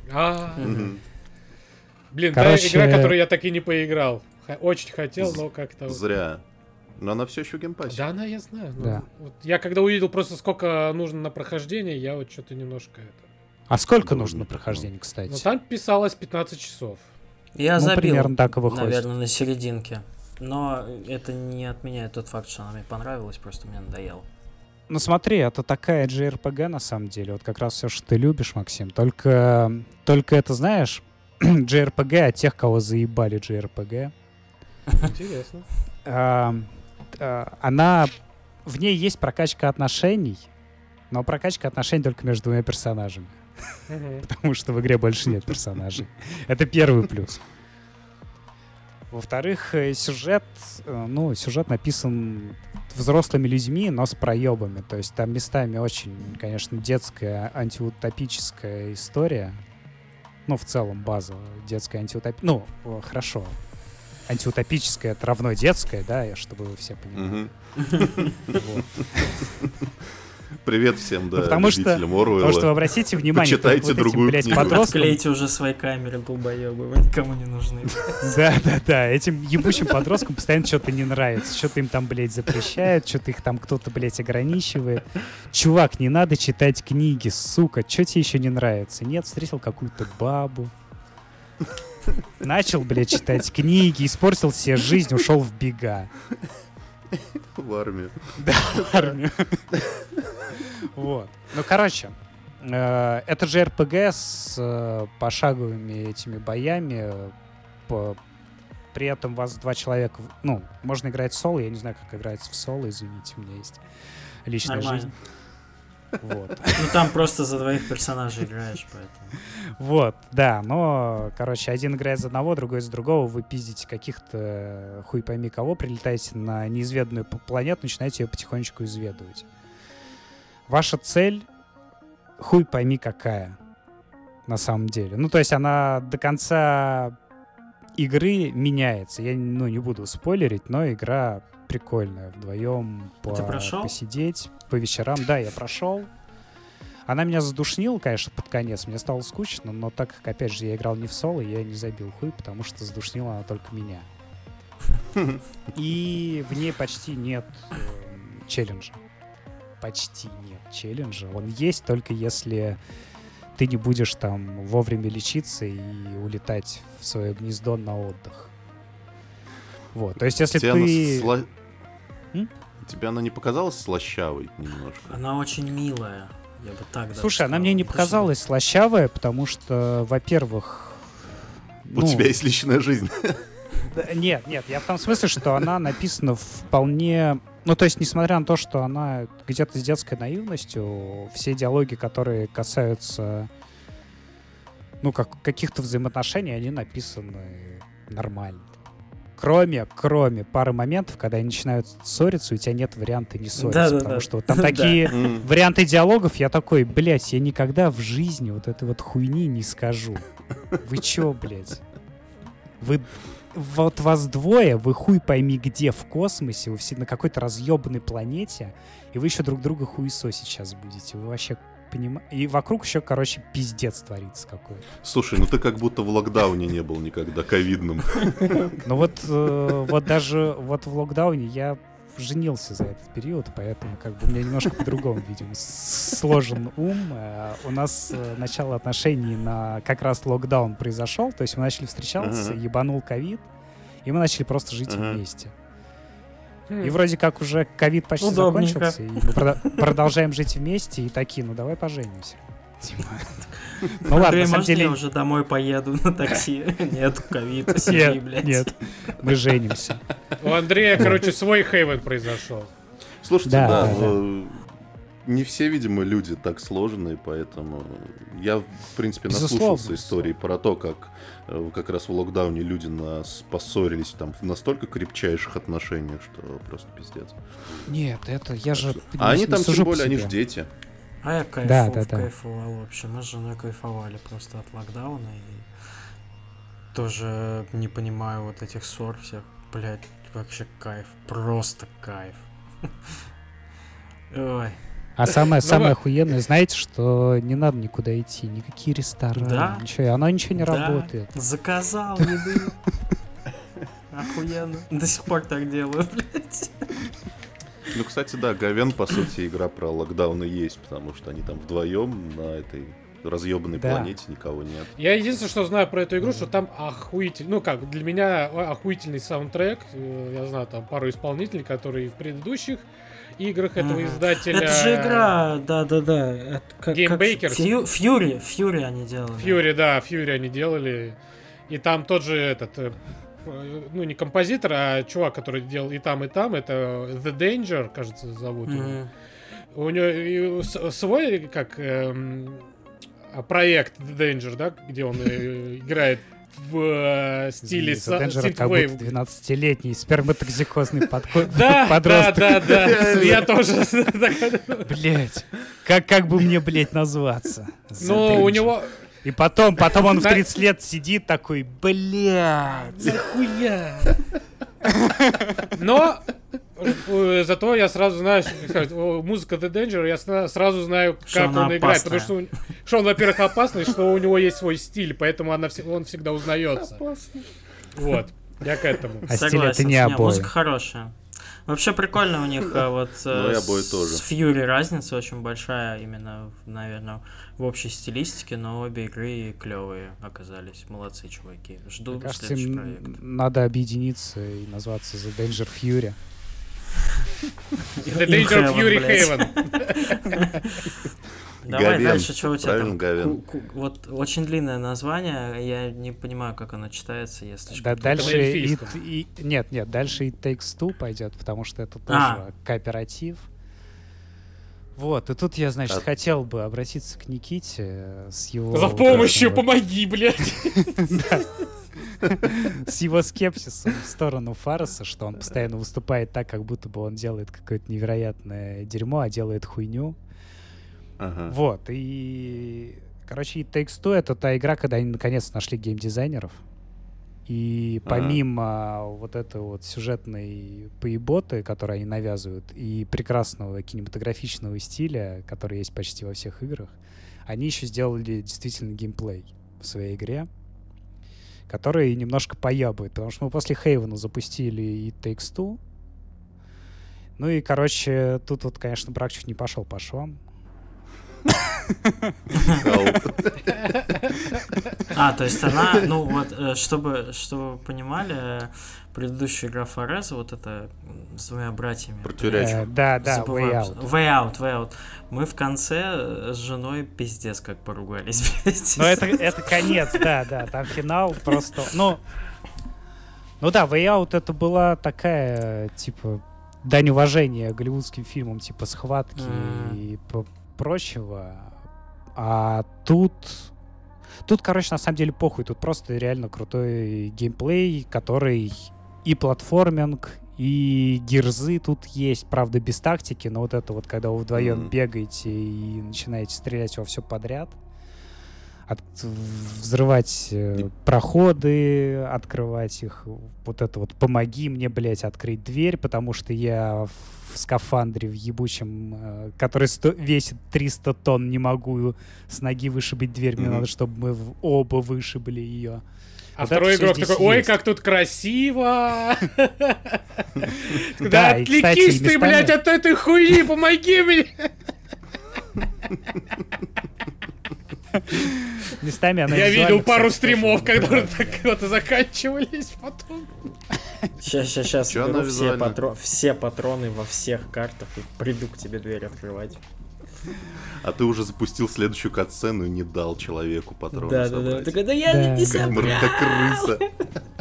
Блин, та игра, которую я так и не поиграл. Очень хотел, но как-то... Зря. Но она все еще в геймпассе. Да, я знаю. Да. Вот я когда увидел просто сколько нужно на прохождение, я вот что-то немножко это... А сколько нужно на прохождение, кстати? Ну там писалось 15 часов. Я забил, примерно так и выходит. наверное, на серединке. Но это не отменяет тот факт, что она мне понравилась, просто мне надоело. Ну смотри, это такая JRPG на самом деле. Вот как раз все, что ты любишь, Максим. Только это, знаешь, JRPG от тех, кого заебали JRPG. Интересно. В ней есть прокачка отношений, но прокачка отношений только между двумя персонажами. Потому что в игре больше нет персонажей. Это первый плюс. Во-вторых, сюжет написан взрослыми людьми, но с проебами. То есть там местами очень, конечно, детская антиутопическая история. Ну, в целом, база детская антиутопическая. Ну, хорошо. Антиутопическая — это равно детская, да, чтобы вы все понимали. Привет всем, да, потому что вы обратите внимание, почитайте вот другую этим, блядь, подросткам... Отклейте уже свои камеры, долбоебы, вы никому не нужны. Да, этим ебучим подросткам постоянно что-то не нравится, что-то им там, блядь, запрещают, что-то их там кто-то, блядь, ограничивает. Чувак, не надо читать книги, сука, что тебе еще не нравится? Нет, встретил какую-то бабу. Начал, блядь, читать книги, испортил себе жизнь, ушел в бега. В армию. Да, в армию. Вот. Ну, короче, это же РПГ с пошаговыми этими боями. При этом вас два человека... Ну, можно играть в соло. Я не знаю, как играется в соло, извините, у меня есть личная жизнь. Вот. Ну, там просто за двоих персонажей играешь, поэтому... Вот, да, но, короче, один играет за одного, другой за другого, вы пиздите каких-то хуй пойми кого, прилетаете на неизведанную планету, начинаете ее потихонечку изведывать. Ваша цель хуй пойми какая, на самом деле. Ну, то есть она до конца игры меняется. Я, не буду спойлерить, но игра прикольная. Вдвоем посидеть по вечерам. Да, я прошел. Она меня задушнила, конечно, под конец. Мне стало скучно, но так как, опять же, я играл не в соло, я не забил хуй, потому что задушнила она только меня. И в ней почти нет челленджа. Почти нет челленджа. Он есть только если ты не будешь там вовремя лечиться и улетать в свое гнездо на отдых. Вот, то есть если ты... Тебе она не показалась слащавой немножко? Она очень милая. Я бы так Слушай, она мне не показалась слащавая, потому что, во-первых... У тебя есть личная жизнь. Нет, я в том смысле, что она написана вполне... Ну, то есть, несмотря на то, что она где-то с детской наивностью, все диалоги, которые касаются, каких-то взаимоотношений, они написаны нормально. Кроме пары моментов, когда они начинают ссориться, у тебя нет варианта не ссориться. Потому что вот там такие варианты диалогов, я такой, блядь, я никогда в жизни вот этой вот хуйни не скажу. Вы чё, блядь? Вот вас двое, вы хуй пойми где в космосе, вы все на какой-то разъебанной планете, и вы еще друг друга хуесосить сейчас будете. Вы вообще понимаете? И вокруг еще, пиздец творится какой-то. Слушай, ты как будто в локдауне не был никогда ковидным. Ну вот даже в локдауне я женился за этот период, поэтому у меня немножко по-другому, видимо, сложен ум. У нас начало отношений как раз локдаун произошел, то есть мы начали встречаться, ебанул ковид, и мы начали просто жить вместе. И вроде как уже ковид почти закончился, и мы продолжаем жить вместе, и такие, давай поженимся. Ну ладно, на самом деле... я уже домой поеду на такси? Нет, ковид, сиди, блядь. Нет, мы женимся. У Андрея, свой Хейвен произошел. Слушайте, не все, видимо, люди так сложные, поэтому я, в принципе, наслушался истории про то, как раз в локдауне люди поссорились там в настолько крепчайших отношениях, что просто пиздец. Нет, это я же... А они там, тем более, они же дети. А я кайфовал вообще. Мы с женой кайфовали просто от локдауна. тоже не понимаю вот этих ссор всех. Блять, вообще кайф. Просто кайф. Ой. А самое охуенное, знаете, что не надо никуда идти, никакие рестораны, Да? ничего, оно ничего не работает. Заказал еды. Охуенно. До сих пор так делаю, блядь. Ну, кстати, да, Говен, по сути, игра про локдаун и есть, потому что они там вдвоем на этой разъебанной планете, никого нет. Я единственное, что знаю про эту игру, что там охуительный, ну как, для меня охуительный саундтрек. Я знаю там пару исполнителей, которые в предыдущих играх этого издателя... Это же игра, да-да-да. Game Bakers. Fury они делали. Fury они делали. И там тот же этот... Ну, не композитор, а чувак, который делал и там, это The Danger, кажется, зовут его. У него свой, как... проект The Danger, да, где он играет в стиле Danger как будто 12-летний сперматоксикозный подросток. Да, я тоже. Блять, как бы мне, блять, назваться? Ну, у него... И потом он в 30 лет сидит такой, блять, нахуя? Но зато я сразу знаю, музыка The Danger, я сразу знаю, как он играет. Потому что он, во-первых, опасный, что у него есть свой стиль, поэтому он всегда узнается. Вот, я к этому. А стиль это не обои. Музыка хорошая. Вообще прикольно у них вот с Fury разница очень большая именно, наверное, в общей стилистике, но обе игры клевые оказались. Молодцы, чуваки. Жду следующий проект. Надо объединиться и назваться The Danger Fury. The Danger Fury Haven. Давай дальше, что у тебя там? Вот очень длинное название, я не понимаю, как оно читается, если что. Да, дальше Нет, дальше It Takes Two пойдет, потому что это тоже кооператив. Вот, и тут я, значит, хотел бы обратиться к Никите с его... За помощью, помоги, блядь! С его скепсисом в сторону Фареса, что он постоянно выступает так, как будто бы он делает какое-то невероятное дерьмо, а делает хуйню. Вот, и... Короче, It Takes Two — это та игра, когда они наконец нашли геймдизайнеров. И помимо вот этой вот сюжетной поеботы, которую они навязывают, и прекрасного кинематографичного стиля, который есть почти во всех играх, они еще сделали действительно геймплей в своей игре, который немножко поябывает, потому что мы после Хейвена запустили It Takes Two. Ну и, короче, тут вот, конечно, брак чуть не пошел по швам. То есть она, ну вот, чтобы вы понимали, предыдущая игра Фореза, вот это с двумя братьями. Про тюрячку. Да, Way Out. Мы в конце с женой пиздец как поругались. Ну это конец, да, там финал просто, ну да, Way Out это была такая, типа, дань уважения голливудским фильмам, типа «Схватки» и прочего. А тут, короче, на самом деле похуй. Тут просто реально крутой геймплей, который и платформинг, и гирзы тут есть. Правда, без тактики, но вот это вот, когда вы вдвоем бегаете и начинаете стрелять во все подряд, взрывать проходы, открывать их. Вот это вот «помоги мне, блядь, открыть дверь», потому что я в скафандре в ебучем, который весит 300 тонн, не могу с ноги вышибить дверь. Мне надо, чтобы мы оба вышибли ее. А вот второй игрок такой: ой, как тут красиво! Да отвлекись ты, блядь, от этой хуйни, помоги мне! Местами она я видел пару стримов, когда так вот заканчивались потом. Сейчас беру все патроны во всех картах и приду к тебе дверь открывать. А ты уже запустил следующую катсцену и не дал человеку патроны собрать. Да. Так я не собрал. Как крыса.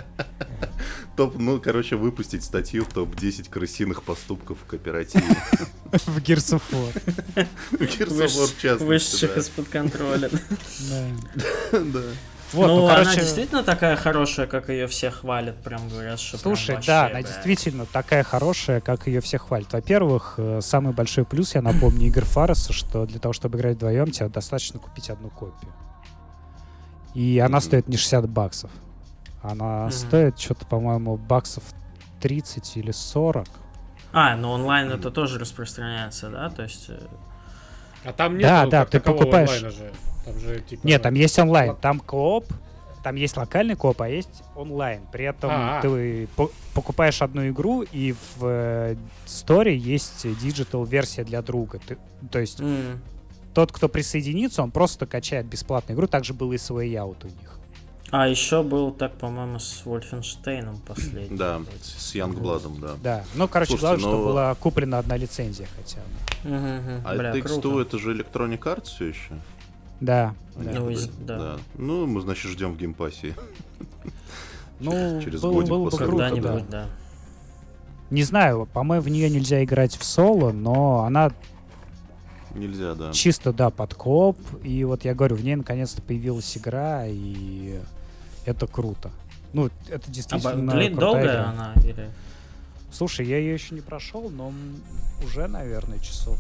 Короче, выпустить статью топ-10 крысиных поступков в кооперативе. В Gears of War. В Gears of War, в частности, вышедших из-под контроля. Да. Вот, ну, она действительно такая хорошая, как ее все хвалят, прям говорят, что слушай, да, она действительно такая хорошая, как ее все хвалят. Во-первых, самый большой плюс, я напомню, игр Фареса, что для того, чтобы играть вдвоем, тебе достаточно купить одну копию. И она стоит не $60. Она стоит что-то, по-моему, баксов 30 или 40. Но онлайн это тоже распространяется, да? То есть... А там нет ты покупаешь... онлайна же. Там же, типа... Нет, там есть онлайн, там кооп, там есть локальный кооп, а есть онлайн. При этом ты покупаешь одну игру, и в сторе есть диджитал-версия для друга. То есть тот, кто присоединится, он просто качает бесплатную игру. Так же было и с Way Out у них. А еще был так, по-моему, с Wolfenstein'ом последний. Да, с Youngblood'ом, да. Да, главное, что была куплена одна лицензия хотя бы. А это X2, это же Electronic Arts все еще? Да. Да. Ну, мы, значит, ждем в геймпассе. Ну, через годик было бы круто, да. Не знаю, по-моему, в нее нельзя играть в соло, но она... Нельзя, да. Чисто, да, под кооп. И вот я говорю, в ней наконец-то появилась игра, и это круто. Ну, это действительно крутая долгая игра. она или... Слушай, я ее еще не прошел, но уже, наверное, часов...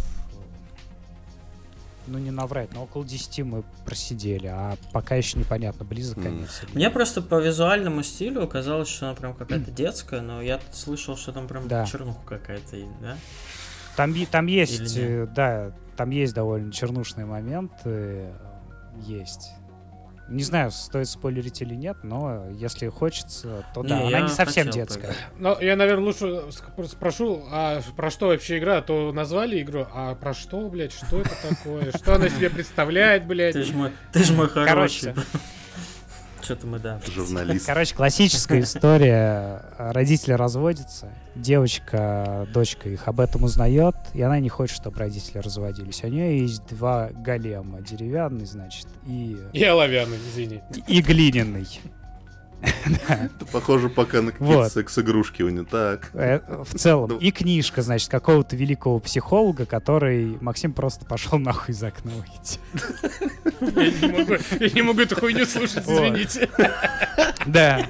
Ну, не наврать, но около 10 мы просидели, а пока еще непонятно, близок конец. Мне просто по визуальному стилю казалось, что она прям какая-то детская, но я слышал, что там прям чернуха какая-то есть, да? Там есть, да, там есть довольно чернушные моменты, есть. Не знаю, стоит спойлерить или нет, но если хочется, то да, она не совсем детская. Ну, я, наверное, лучше спрошу, а про что вообще игра? А то назвали игру, а про что, блядь, что это такое? Что она себе представляет, блядь? Ты ж мой хороший. Что-то мы, да. Журналист. Короче, классическая история. Родители разводятся, девочка, дочка их об этом узнает, и она не хочет, чтобы родители разводились. У нее есть 2 голема. Деревянный, значит, и оловянный, извини. И глиняный. Это похоже пока на какие-то секс-игрушки у нее. Так. В целом. И книжка, значит, какого-то великого психолога, который Максим просто пошел нахуй из окна выйти. Я не могу эту хуйню слушать, извините. Да.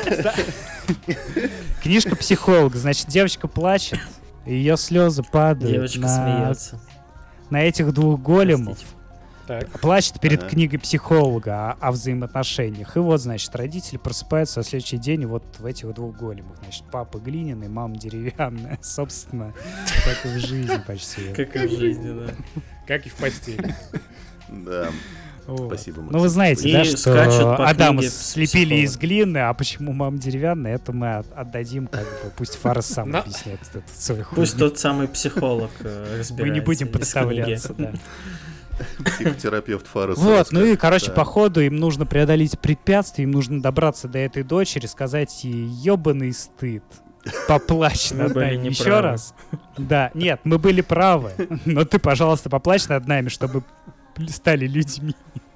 Книжка психолога. Значит, девочка плачет, ее слезы падают. Девочка смеется. На этих 2 големов. Так. Плачет перед книгой психолога о взаимоотношениях. И вот, значит, родители просыпаются на следующий день вот в этих 2 големах. Значит, папа глиняный, мама деревянная. Собственно, как и в жизни почти. Как и в жизни, да. Как и в постели. Да. Спасибо, Максим. Ну, вы знаете, да, что Адама слепили из глины, а почему мама деревянная, это мы отдадим, как бы, пусть Фарес сам объясняет этот свой хуй. Пусть тот самый психолог разбирается. Мы не будем подставляться, да. Психотерапевт Фарес. Вот, ну и, короче, по ходу им нужно преодолеть препятствия, им нужно добраться до этой дочери, сказать ей ёбаный стыд. Поплачь над нами еще раз. Да, нет, мы были правы, но ты, пожалуйста, поплачь над нами, чтобы стали людьми.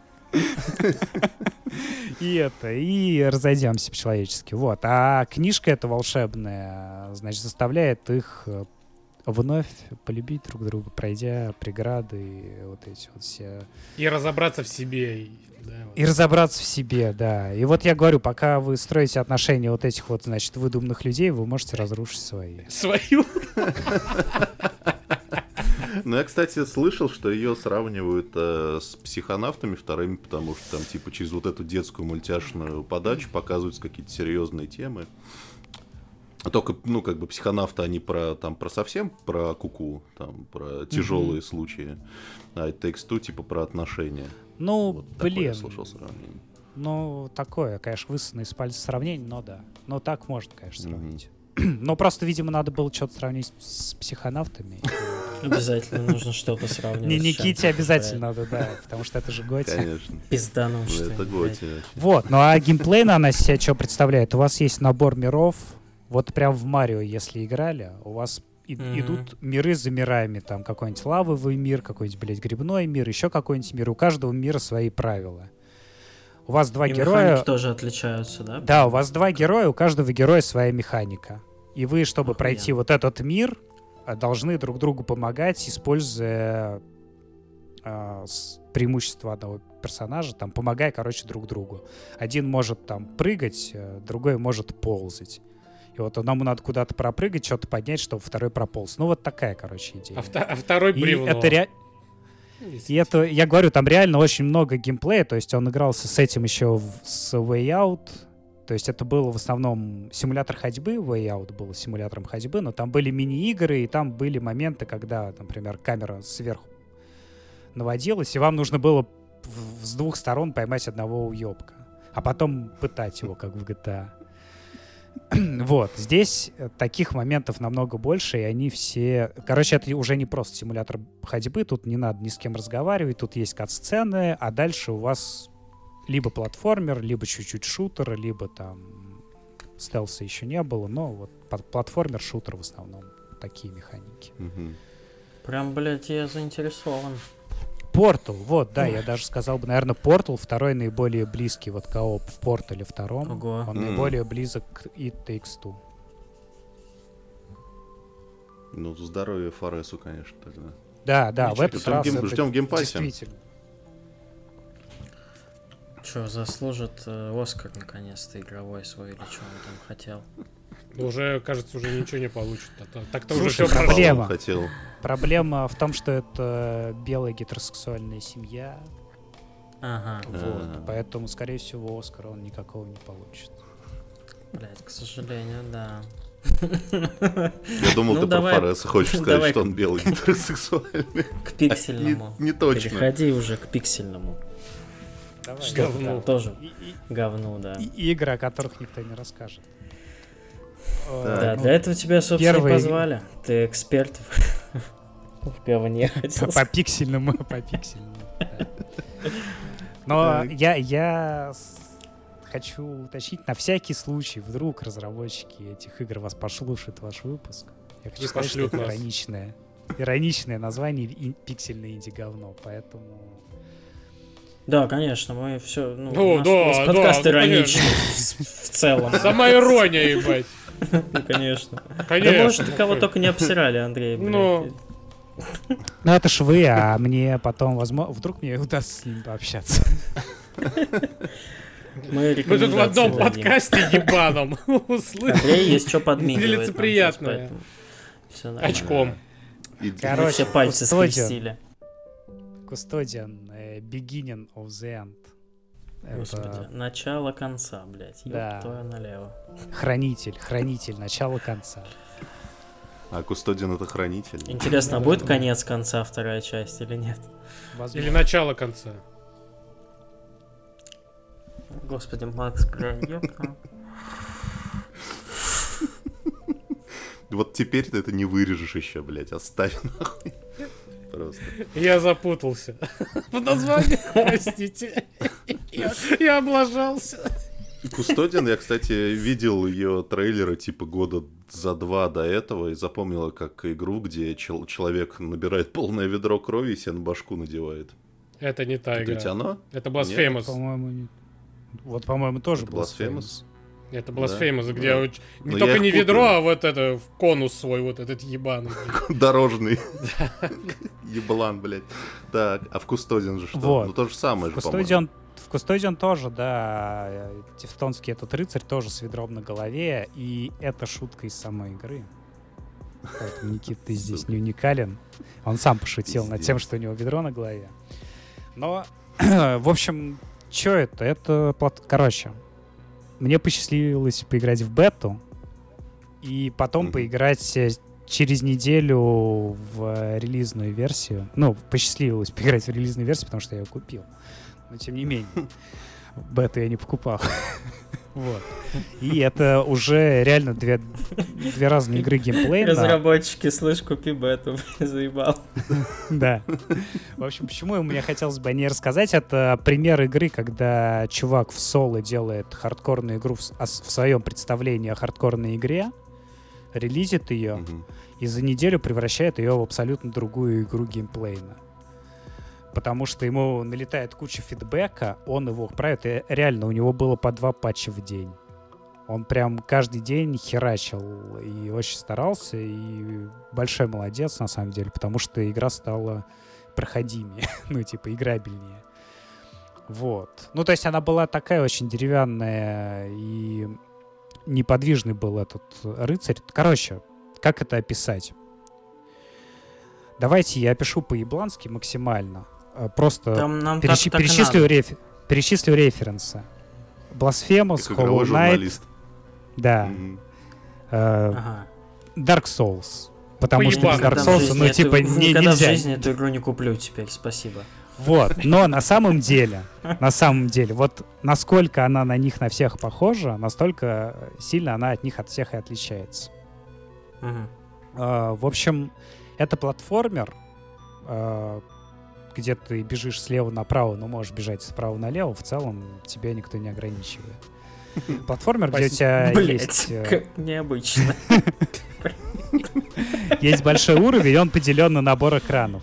И разойдемся по-человечески. Вот. А книжка эта волшебная, значит, заставляет их вновь полюбить друг друга, пройдя преграды и вот эти вот все... И разобраться в себе. И разобраться в себе, да. И вот я говорю, пока вы строите отношения вот этих вот, значит, выдуманных людей, вы можете разрушить свои. Свою? Ну, я, кстати, слышал, что ее сравнивают с психонавтами вторыми, потому что там, типа, через вот эту детскую мультяшную подачу показываются какие-то серьезные темы. Только, ну, как бы психонавты, они про совсем, про куку, там, про тяжелые случаи. А это X2, типа, про отношения. Ну, вот блин. Я слышал сравнение. Ну, такое, конечно, высосанное из пальца сравнение, но да. Но так можно, конечно, сравнить. Но просто, видимо, надо было что-то сравнить с психонавтами. Обязательно нужно что-то сравнивать. Не Никите обязательно надо, да, потому что это же Готи. Конечно. Пизданом, что это Готи. Вот, ну а геймплейно она себя что представляет? У вас есть набор миров, вот прям в Марио, если играли, у вас идут миры за мирами, там какой-нибудь лавовый мир, какой-нибудь, блядь, грибной мир, еще какой-нибудь мир. У каждого мира свои правила. У вас 2 героя... Механики тоже отличаются, да? Да, у вас 2 героя, у каждого героя своя механика. И вы, чтобы пройти вот этот мир, должны друг другу помогать, используя преимущество одного персонажа, там, помогая, короче, друг другу. Один может там прыгать, другой может ползать. И вот одному надо куда-то пропрыгать, что-то поднять, чтобы второй прополз. Ну, вот такая, короче, идея. А второй бревно. И это, я говорю, там реально очень много геймплея, то есть он игрался с этим еще с Way Out, То есть это был в основном симулятор ходьбы, Way Out был симулятором ходьбы, но там были мини-игры, и там были моменты, когда, например, камера сверху наводилась, и вам нужно было с двух сторон поймать одного уёбка, а потом пытать его, как в GTA. Вот, здесь таких моментов намного больше, и они все... Короче, это уже не просто симулятор ходьбы, тут не надо ни с кем разговаривать, тут есть кат-сцены, а дальше у вас либо платформер, либо чуть-чуть шутер, либо там стелса еще не было, но вот платформер-шутер в основном, такие механики. Прям, блядь, я заинтересован. Portal, вот, да, я даже сказал бы, наверное, Portal второй наиболее близкий, вот кооп в Portal втором, Ого. он наиболее близок к It Takes Two. Ну, здоровье Форесу, конечно, тогда. Да, в этот раз ждем геймпассе. Действительно. Че, заслужит Оскар наконец-то игровой свой, или что он там хотел? Уже, кажется, уже ничего не получит. Так-то Слушай, уже все проблема. Хотел. Проблема в том, что это белая гетеросексуальная семья. Ага. Вот, поэтому, скорее всего, Оскара он никакого не получит. Блять, к сожалению, да. Я думал, ты про Фореса хочешь сказать, что он белый гетеросексуальный. К пиксельному. Не точно. Переходи уже к пиксельному. Давай. Говно. Тоже говно, да. И игры, о которых никто не расскажет. Да, для этого тебя, собственно, и позвали. Ты эксперт в говне. По пиксельному. Но я хочу уточнить, на всякий случай, вдруг разработчики этих игр вас пошлушают ваш выпуск. Я хочу сказать, что это ироничное название пиксельное инди-говно, поэтому... Да, конечно, мы все... у нас подкаст ироничный в целом. Сама ирония, ебать. Ну, конечно. Конечно. Да, может, кого только не обсирали, Андрей. Ну, это ж вы, а мне потом, возможно, вдруг мне удастся с ним пообщаться. Мы тут в одном подкасте ебаном услышали. Андрей есть что подмигивать. Нелицеприятное. Очком. Короче, все пальцы скрестили. Custodian, beginning of the end. Господи, начало конца, блядь. Да. Ёб твою налево. Хранитель, начало конца. А Кустодиан — это хранитель. Интересно, будет конец конца вторая часть или нет? Возможно. Или начало конца. Господи, Макс, блядь, ёпта. Вот теперь ты это не вырежешь еще, блядь, оставь нахуй. Просто. Я запутался в названии, простите. Я облажался. Кустодиан, я, кстати, видел ее трейлеры типа года за 2 до этого и запомнила как игру, где человек набирает полное ведро крови и себе на башку надевает. Это не та игра. Это оно? Это Blasphemous. По-моему, нет. Вот, по-моему, тоже Blasphemous. Это Blasphemous, где Но не только не путаю. ведро, а вот это конус свой, вот этот ебаный. Дорожный. Еблан, блядь. Так, а в Кустодиан же что? Вот. Ну то же самое же, по-моему. В Custodian тоже, да, тевтонский этот рыцарь тоже с ведром на голове, и это шутка из самой игры. Поэтому, Никита, ты здесь не уникален. Он сам пошутил над тем, что у него ведро на голове. Но, в общем, что это? Это, короче, мне посчастливилось поиграть в бету, и потом поиграть через неделю в релизную версию. Ну, посчастливилось поиграть в релизную версию, потому что я ее купил. Но тем не менее, бету я не покупал. Вот. И это уже реально две разные игры геймплейно. Разработчики, слышь, купи бету, заебал. Да. В общем, почему мне хотелось бы о ней рассказать, это пример игры, когда чувак в соло делает хардкорную игру в своем представлении о хардкорной игре, релизит ее, и за неделю превращает ее в абсолютно другую игру геймплейно. Потому что ему налетает куча фидбэка, он его правит, и реально у него было по 2 патча в день. Он прям каждый день херачил и очень старался, и большой молодец на самом деле, потому что игра стала проходимее, ну типа играбельнее. Вот. Ну то есть она была такая очень деревянная, и неподвижный был этот рыцарь. Короче, как это описать? Давайте я опишу по-еблански максимально. Просто перечислю референсы. Blasphemous, Hollow Knight. Да. Dark Souls. Потому что без Dark Souls, ну, типа, нельзя. Никогда в жизни эту игру не куплю теперь, спасибо. Вот, но на самом деле, вот насколько она на них на всех похожа, настолько сильно она от них от всех и отличается. В общем, это платформер, где ты бежишь слева направо, но можешь бежать справа налево, в целом тебя никто не ограничивает. Платформер, где у тебя есть... Как необычно. Есть большой уровень, и он поделен на набор экранов.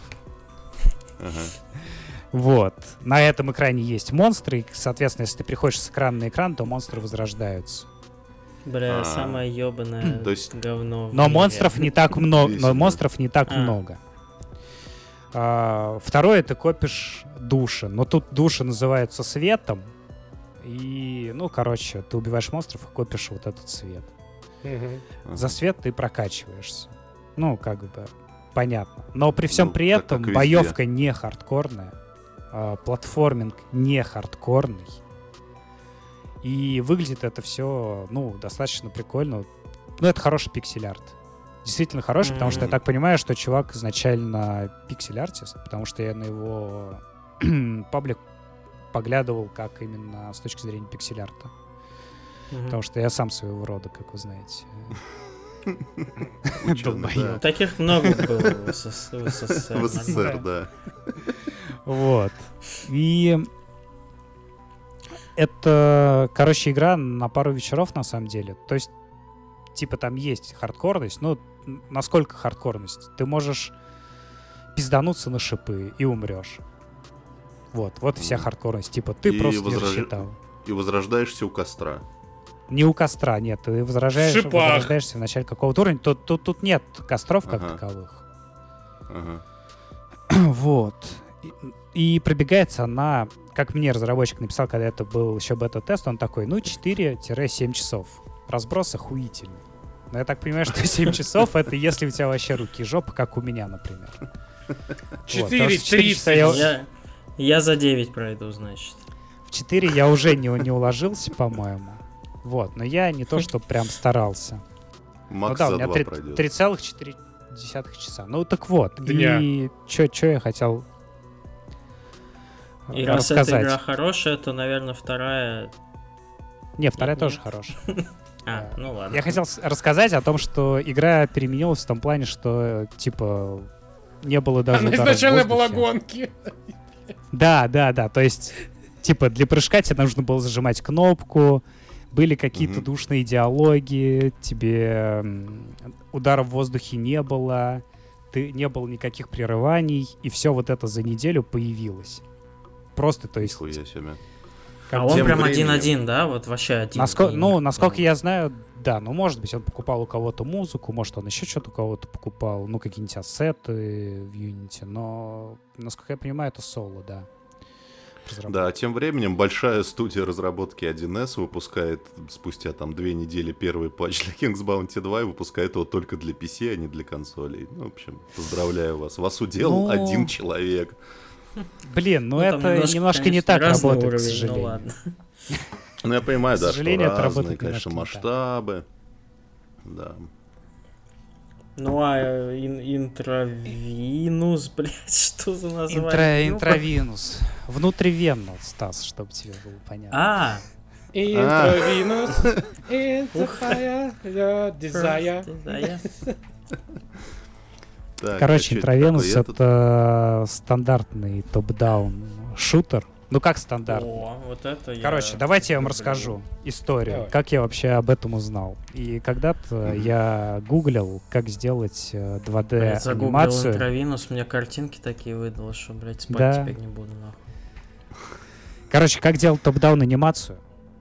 Вот. На этом экране есть монстры, и, соответственно, если ты приходишь с экрана на экран, то монстры возрождаются. Бля, самое ёбаное говно. Но монстров не так много. Второе, ты копишь души. Но тут души называются светом. И, ну, короче, ты убиваешь монстров и копишь вот этот свет. За свет ты прокачиваешься. Ну, как бы, понятно. Но при всем при этом боевка не хардкорная. Платформинг не хардкорный. И выглядит это все, ну, достаточно прикольно. Ну, это хороший пиксель-арт. Действительно хороший, потому что я так понимаю, что чувак изначально пиксель-артист, потому что я на его паблик поглядывал как именно с точки зрения пиксель-арта. Потому что я сам своего рода, как вы знаете. Таких много было в СССР. В СССР, да. Вот. И это, короче, игра на пару вечеров, на самом деле. То есть, типа, там есть хардкорность. Ну, насколько хардкорность? Ты можешь пиздануться на шипы и умрешь. Вот вся хардкорность. Типа, ты просто не рассчитал. И возрождаешься у костра. Не у костра, нет. Ты возрождаешься в начале какого-то уровня. Тут нет костров как таковых. Вот. И пробегается она, как мне разработчик написал, когда это был еще бета-тест, он такой, 4-7 часов. Разброс охуительный. Но я так понимаю, что 7 часов — это если у тебя вообще руки и жопа, как у меня, например. 4:30. Я за 9 пройду, значит. В 4 я уже не уложился, по-моему. Вот, но я не то, что прям старался. Макс за 2 пройдет. У меня 3,4 часа. Ну так вот, и что я хотел и раз эта игра хорошая, то, наверное, вторая... Не, вторая тоже хорошая. Ну ладно. Я хотел рассказать о том, что игра переменилась в том плане, что, типа, не было даже ударов в воздухе. Изначально была гонки. Да. То есть, типа, для прыжка тебе нужно было зажимать кнопку, были какие-то душные диалоги, тебе ударов в воздухе не было, не было никаких прерываний, и все вот это за неделю появилось. Просто, то есть... Нихуя себе. Он прям 1-1, да? Вот вообще один. Насколько я знаю, да. Ну, может быть, он покупал у кого-то музыку, может, он еще что-то у кого-то покупал, ну, какие-нибудь ассеты в Unity, но, насколько я понимаю, это соло, да. Да, тем временем большая студия разработки 1С выпускает спустя там 2 недели первый патч для King's Bounty 2 и выпускает его только для PC, а не для консолей. Ну, в общем, поздравляю вас. Вас уделал один человек. Блин, это немножко не так работает, уровень, к сожалению. Ну ладно. Ну, я понимаю, да, что разные, работает, конечно, масштабы. Да. Ну, а интравинус, блядь, что за название? Интравинус. Внутривенно, Стас, чтобы тебе было понятно. Интравинус, it's a fire, your desire. Так, короче, Интравенус — это стандартный топ-даун шутер. Ну как стандарт? Вот это короче, давайте я вам расскажу историю, как я вообще об этом узнал. И когда-то я гуглил, как сделать 2D-анимацию. Загуглил Интравинус, мне картинки такие выдало, что, блядь, спать теперь не буду, нахуй. Короче, как делать топ-даун-анимацию?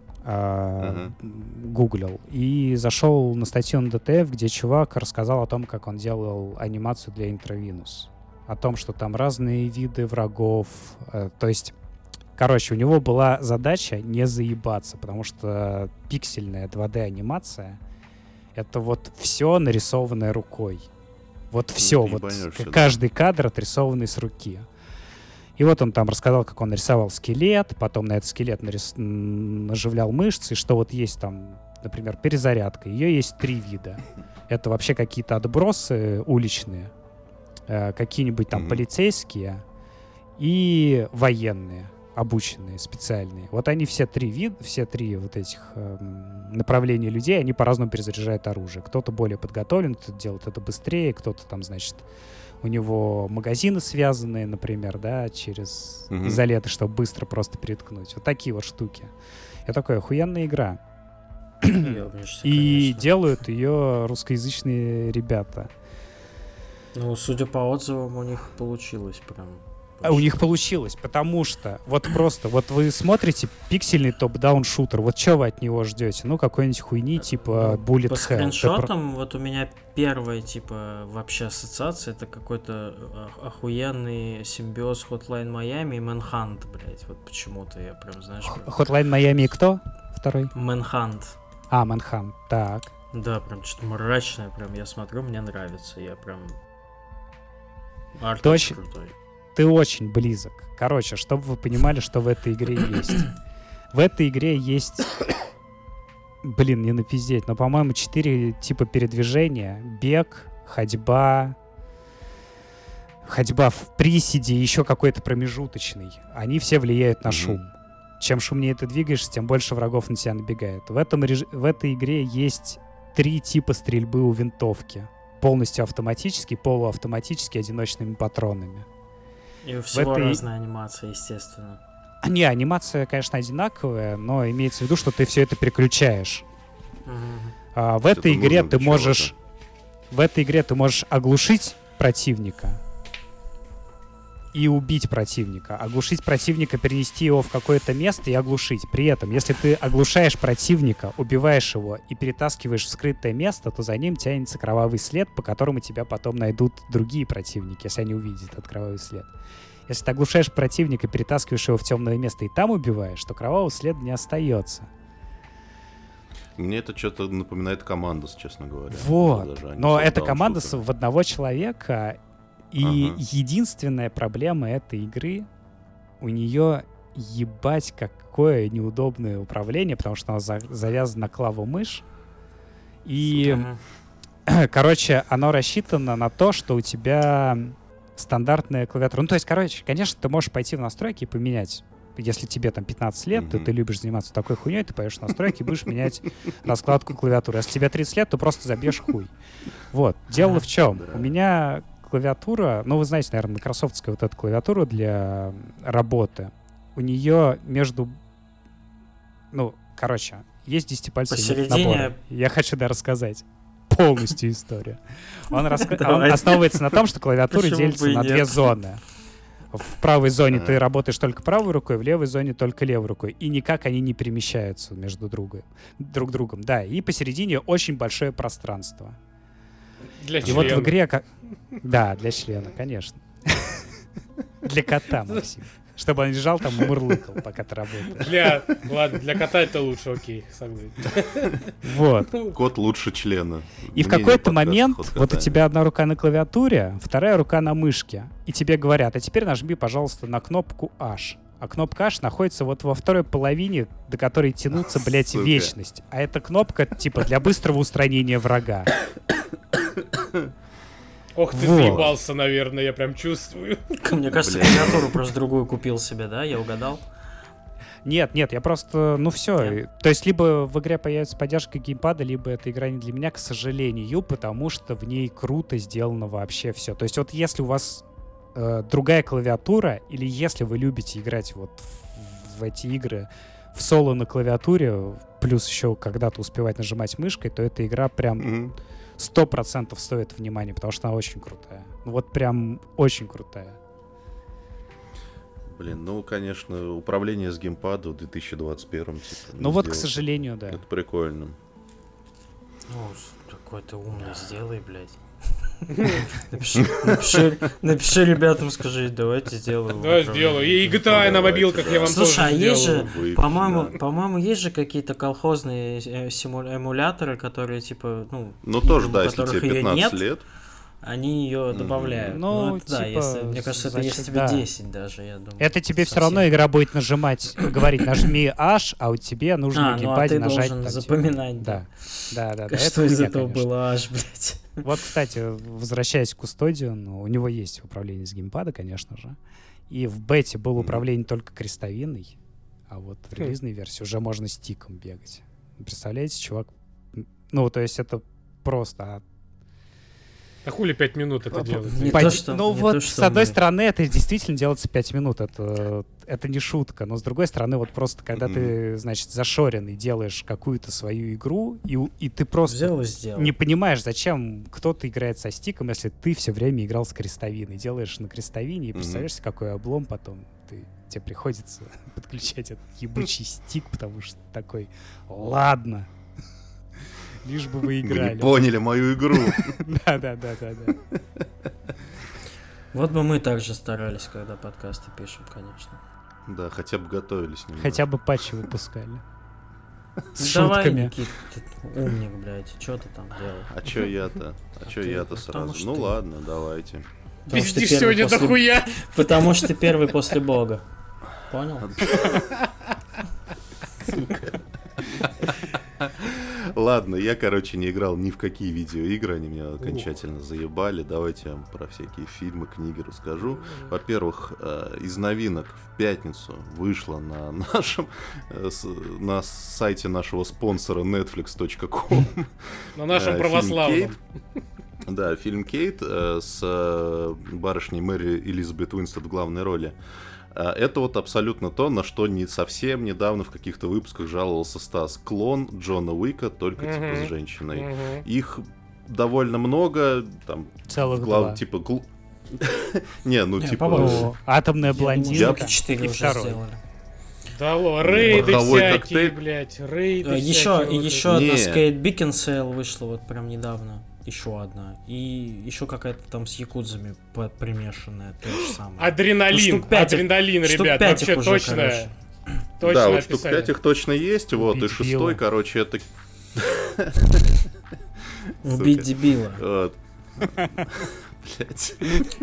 Гуглил и зашел на статью на DTF, где чувак рассказал о том, как он делал анимацию для Интравинус. О том, что там разные виды врагов. То есть, короче, у него была задача не заебаться, потому что пиксельная 2D-анимация — это вот все нарисованное рукой. Вот все, вот каждый кадр отрисованный с руки. И И вот он там рассказал, как он нарисовал скелет, потом на этот скелет наживлял мышцы, что вот есть там, например, перезарядка. Ее есть 3 вида. Это вообще какие-то отбросы уличные, какие-нибудь там полицейские и военные, обученные, специальные. Вот они все 3 вот этих направления людей, они по-разному перезаряжают оружие. Кто-то более подготовлен, кто-то делает это быстрее, кто-то там, значит, у него магазины связанные, например, да, через изоленты, чтобы быстро просто переткнуть. Вот такие вот штуки. Это такая охуенная игра. И делают ее русскоязычные ребята. Ну, судя по отзывам, у них получилось прям. У них получилось, потому что вот просто, вот вы смотрите пиксельный топ-даун шутер, вот что вы от него ждете? Ну, какой-нибудь хуйни типа Bullet Hell. По скриншотам, вот у меня первая, типа, вообще ассоциация, это какой-то охуенный симбиоз Hotline Miami и Manhunt, блять, вот почему-то я прям, знаешь... Hotline Miami кто? Второй? Manhunt. Manhunt, так. Да, прям что-то мрачное, прям я смотрю, мне нравится, я прям... Арт очень крутой. Ты очень близок. Короче, чтобы вы понимали, что в этой игре есть. В этой игре есть... Блин, не напиздеть, но, по-моему, 4 типа передвижения. Бег, ходьба в приседе, еще какой-то промежуточный. Они все влияют на шум. Чем шумнее ты двигаешься, тем больше врагов на тебя набегает. В этой игре есть 3 типа стрельбы у винтовки. Полностью автоматический, полуавтоматический, одиночными патронами. И у всего разная анимация, естественно. Не, анимация, конечно, одинаковая, но имеется в виду, что ты все это переключаешь. В этой игре ты можешь оглушить противника и убить противника. Оглушить противника, перенести его в какое-то место и оглушить. При этом, если ты оглушаешь противника, убиваешь его и перетаскиваешь в скрытое место, то за ним тянется кровавый след, по которому тебя потом найдут другие противники, если они увидят этот кровавый след. Если ты оглушаешь противника, перетаскиваешь его в темное место и там убиваешь, то кровавого следа не остается. Мне это что-то напоминает Командос, честно говоря. Вот. Но это Командос в одного человека. И единственная проблема этой игры, у нее ебать какое неудобное управление, потому что она завязана на клаву мышь. И, короче, оно рассчитано на то, что у тебя стандартная клавиатура. Ну, то есть, короче, конечно, ты можешь пойти в настройки и поменять. Если тебе там 15 лет, то ты любишь заниматься такой хуйней, ты пойдешь в настройки и будешь менять раскладку клавиатуры. Если тебе 30 лет, то просто забьешь хуй. Вот. Дело в чем? У меня клавиатура, ну, вы знаете, наверное, майкрософтская вот эта клавиатура для работы. У нее между... Ну, короче, есть 10-пальцевый набор. Я хочу, рассказать полностью историю. Он основывается на том, что клавиатура делится на 2 зоны. В правой зоне ты работаешь только правой рукой, в левой зоне только левой рукой. И никак они не перемещаются между друг другом. Да, и посередине очень большое пространство. Для члена. Вот в игре... Да, для члена, конечно. Для кота, Максим. Чтобы он лежал там и мурлыкал, пока ты работаешь. Ладно, для кота это лучше, окей, согласен. Вот. Кот лучше члена. И в какой-то момент вот у тебя одна рука на клавиатуре, вторая рука на мышке. И тебе говорят, а теперь нажми, пожалуйста, на кнопку H. А кнопка H находится вот во второй половине, до которой тянутся, блядь, вечность. А эта кнопка, типа, для быстрого устранения врага. Ох, ты заебался, наверное, я прям чувствую. Мне кажется, клавиатуру просто другую купил себе, да? Я угадал? Нет, я просто, ну все. То есть либо в игре появится поддержка геймпада, либо эта игра не для меня, к сожалению, потому что в ней круто сделано вообще все. То есть вот если у вас другая клавиатура, или если вы любите играть вот в эти игры в соло на клавиатуре, плюс еще когда-то успевать нажимать мышкой, то эта игра прям 100% стоит внимания, потому что она очень крутая. Ну вот прям очень крутая. Блин, ну, конечно, управление с геймпада в 2021 типа, ну вот, к сожалению, да. Это прикольно. Ну, какой ты умный, сделай, блядь. Напиши ребятам, скажи, давайте сделаем. Давай сделаю. И GTA на мобилках я вам тоже сделаю. Слушай, а есть же, по-моему, есть же какие-то колхозные эмуляторы, которые, типа, ну тоже, да, если тебе 15 лет. они ее добавляют. Ну, это, да, если, мне кажется, это если тебе 10 даже, я думаю. Это тебе все равно игра будет нажимать, говорить, нажми H, а у тебе нужно на геймпаде нажать. Ты должен запоминать. Да. Что из этого было H, блядь? Вот, кстати, возвращаясь к Кустодиану, у него есть управление с геймпада, конечно же. И в бете было управление только крестовиной, а вот в релизной версии уже можно стиком бегать. Представляете, чувак? Ну, то есть это просто... А хули 5 минут это делать? С одной стороны, это действительно делается 5 минут. Это не шутка. Но с другой стороны, вот просто когда ты, значит, зашоренный делаешь какую-то свою игру, и ты просто не понимаешь, зачем кто-то играет со стиком, если ты все время играл с крестовиной. Делаешь на крестовине, и представляешь, какой облом потом тебе приходится подключать этот ебучий стик, потому что такой, ладно. Лишь бы вы играли. Вы не поняли мою игру. Да. Вот бы мы так же старались, когда подкасты пишем, конечно. Да, хотя бы готовились немного. Хотя бы патчи выпускали. С давай, шутками. Никит, ты умник, блядь. Что ты там делаешь? А чё я-то сразу? Ну ладно, давайте. Пиздишь сегодня дохуя. Потому что ты первый после Бога. Понял? Сука. Ладно, я, не играл ни в какие видеоигры, они меня окончательно заебали. Давайте я вам про всякие фильмы, книги расскажу. Во-первых, из новинок в пятницу вышло на сайте нашего спонсора netflix.com. На нашем православном. Да, фильм «Кейт» с барышней Мэри Элизабет Уинстед в главной роли. Это вот абсолютно то, на что не совсем недавно в каких-то выпусках жаловался Стас. Клон Джона Уика, только типа с женщиной. Их довольно много. Там, целых два. Типа... Не, ну типа... Атомная блондинка. 4 уже сделали. Да, рейды всякие, блядь. Рейды Еще одна с Кейт Бекинсейл вышла вот прям недавно. Еще одна. И еще какая-то там с якудзами примешанная, то же самое. Адреналин, ребят, вообще уже, точно. Да, вот штук 5 их точно есть, вот, и 6-й, это... Убить дебила. Вот. Блять.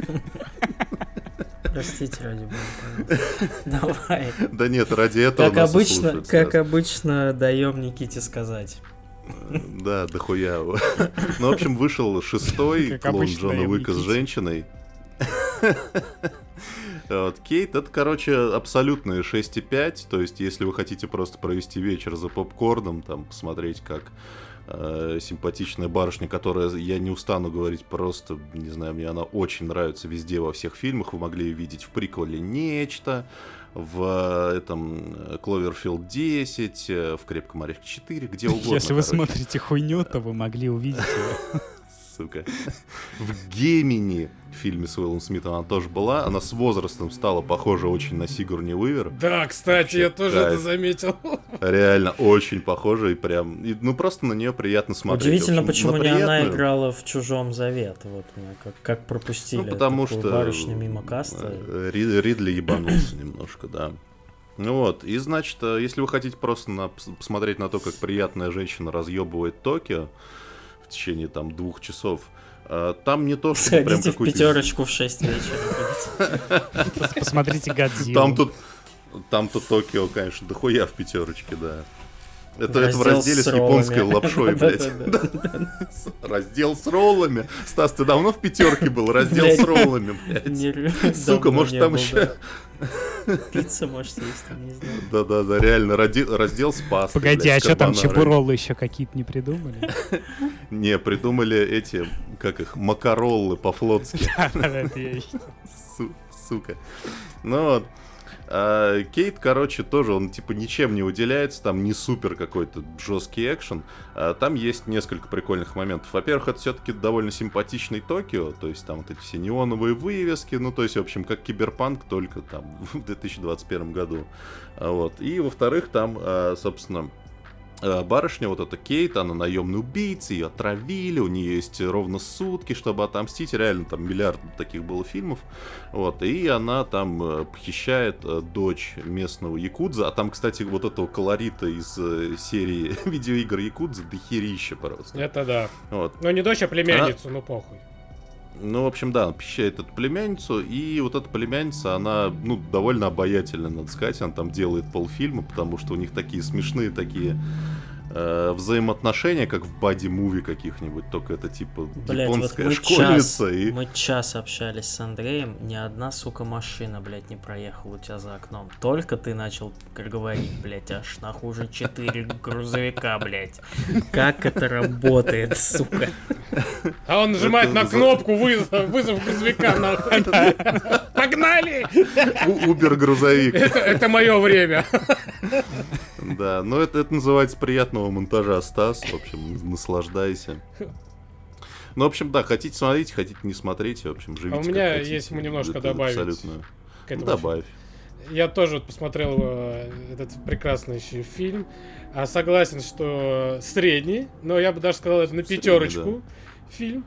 Простите, ради бога. Давай. Да нет, ради этого нас и слушают. Как обычно, даем Никите сказать. Да, дохуя. Ну, в общем, вышел 6-й клон Джона Уика с женщиной. Вот, Кейт, это, абсолютные 6,5. То есть, если вы хотите просто провести вечер за попкорном, там, посмотреть, как симпатичная барышня, которая, я не устану говорить, просто, не знаю, мне она очень нравится везде, во всех фильмах. Вы могли ее видеть в приквеле «Нечто», в этом Cloverfield 10, в Крепком орешке 4, где угодно. Если вы смотрите хуйню, то вы могли увидеть ее. Сука. В «Гемини» в фильме с Уиллом Смитом она тоже была. Она с возрастом стала похожа очень на Сигурни Уивер. Да, кстати, я тоже это заметил. Реально очень похожа и прям... Ну, просто на нее приятно смотреть. Удивительно, почему не она играла в «Чужом завет». Вот мне как пропустили потому что барышню мимо каста. Ридли ебанулся немножко, да. Ну вот, и значит, если вы хотите просто посмотреть на то, как приятная женщина разъебывает Токио в течение там 2 часов, там не то, что прям какую-то... в 5 в 6 вечера. Посмотрите «Годзиллу». Там-то Токио, конечно, дохуя в 5, да. Это в разделе с японской лапшой, блядь. Раздел с роллами. Стас, ты давно в 5 был? Раздел с роллами, блядь. Сука, может там еще... Пицца, может, есть, там, не знаю. Да, реально, раздел с пастой. Погоди, а что там, чебуроллы еще какие-то не придумали? Не, придумали эти, как их, макароллы по-флотски. Сука. Ну вот. Кейт, тоже он типа ничем не уделяется, там не супер какой-то жесткий экшен. Там есть несколько прикольных моментов. Во-первых, это все-таки довольно симпатичный Токио, то есть там вот эти все неоновые вывески, ну то есть, в общем, как киберпанк, только там в 2021 году. Вот. И во-вторых, там, собственно, барышня, вот эта Кейт, она наемный убийца, ее отравили, у нее есть ровно сутки, чтобы отомстить, реально там миллиард таких было фильмов, вот, и она там похищает дочь местного якудза, а там, кстати, вот этого колорита из серии видеоигр якудза дохерища просто. Это да. Вот. Ну не дочь, а племянницу, ну похуй. Ну, в общем, да, он похищает эту племянницу, и вот эта племянница, она, ну, довольно обаятельная, надо сказать, она там делает полфильма, потому что у них такие смешные такие взаимоотношения, как в бади-муви каких-нибудь, только это типа японская вот школьница. Мы час общались с Андреем, ни одна, сука, машина, блядь, не проехала у тебя за окном. Только ты начал говорить, блядь, аж нахуй уже 4 грузовика, блядь. Как это работает, сука? А он нажимает на кнопку вызов грузовика, нахуй. Погнали! Убер-грузовик. Это мое время. Да, но это называется приятного монтажа, Стас. В общем, наслаждайся. Ну, в общем, да, хотите смотрите, хотите не смотрите, в общем, живите. А у меня есть немножко добавить. Абсолютно. Ну, добавь. Я тоже вот посмотрел этот прекрасный еще фильм. Согласен, что средний, но я бы даже сказал, это на пятерочку фильм.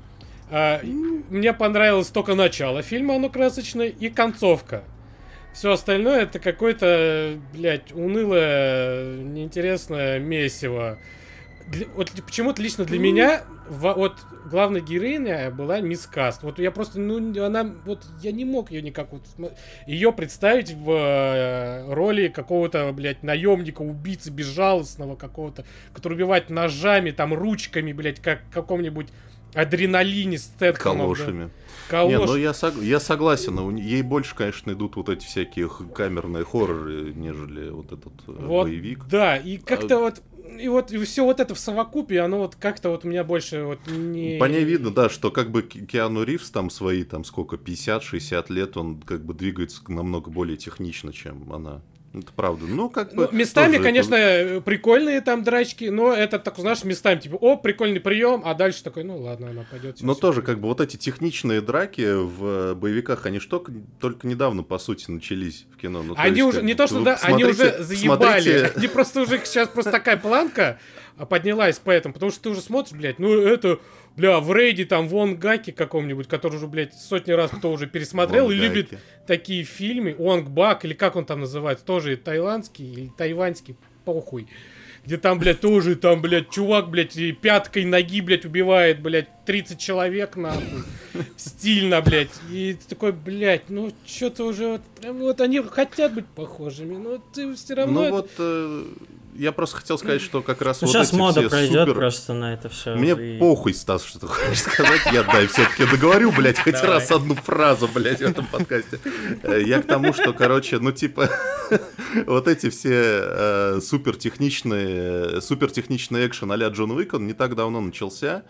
Мне понравилось только начало фильма, оно красочное, и концовка. Все остальное это какое-то, блядь, унылое, неинтересное месиво. Вот почему-то лично для меня вот главная героиня была мискаст. Вот я просто, она, вот я не мог ее никак вот ее представить в роли какого-то, блядь, наемника, убийцы безжалостного какого-то, который убивает ножами, там, ручками, блядь, как в каком-нибудь Адреналине с Стэтхэмом. Калошами. Не, ну я согласен, ей больше, конечно, идут вот эти всякие камерные хорроры, нежели вот этот вот, боевик. Да, и как-то вот, и все вот это в совокупе, оно вот как-то вот у меня больше вот не... По ней видно, да, что как бы Киану Ривз там свои, там сколько, 50-60 лет, он как бы двигается намного более технично, чем она. Это правда. Ну, как бы... местами, конечно, прикольные там драчки, но это, так, знаешь, местами, типа, о, прикольный прием, а дальше такой, ну ладно, она пойдет. Но тоже, как бы, вот эти техничные драки в боевиках, они только недавно, по сути, начались в кино. Ну, они уже, не то, что, да, они уже заебали. Они просто уже, сейчас просто такая планка поднялась поэтому, потому что ты уже смотришь, блядь, ну это... Бля, в рейде там Вон Гаки каком-нибудь, который уже, блядь, сотни раз кто уже пересмотрел и любит такие фильмы. Онг Бак, или как он там называется, тоже тайландский или тайваньский, похуй. Где там, блядь, тоже там, блядь, чувак, блядь, пяткой ноги, блядь, убивает, блядь, 30 человек, нахуй. Стильно, блядь. И ты такой, блядь, ну что-то уже вот, прям вот они хотят быть похожими, но ты все равно... Ну вот... Я просто хотел сказать, что как раз вот сейчас эти мода все пройдет супер... просто на это все. Мне похуй, Стас, что ты хочешь сказать. Я, да, все-таки договорю, блядь, хоть раз одну фразу, блядь, в этом подкасте. Я к тому, что, короче, ну, типа, вот эти все супертехничные экшен а-ля Джон Уик, он не так давно начался.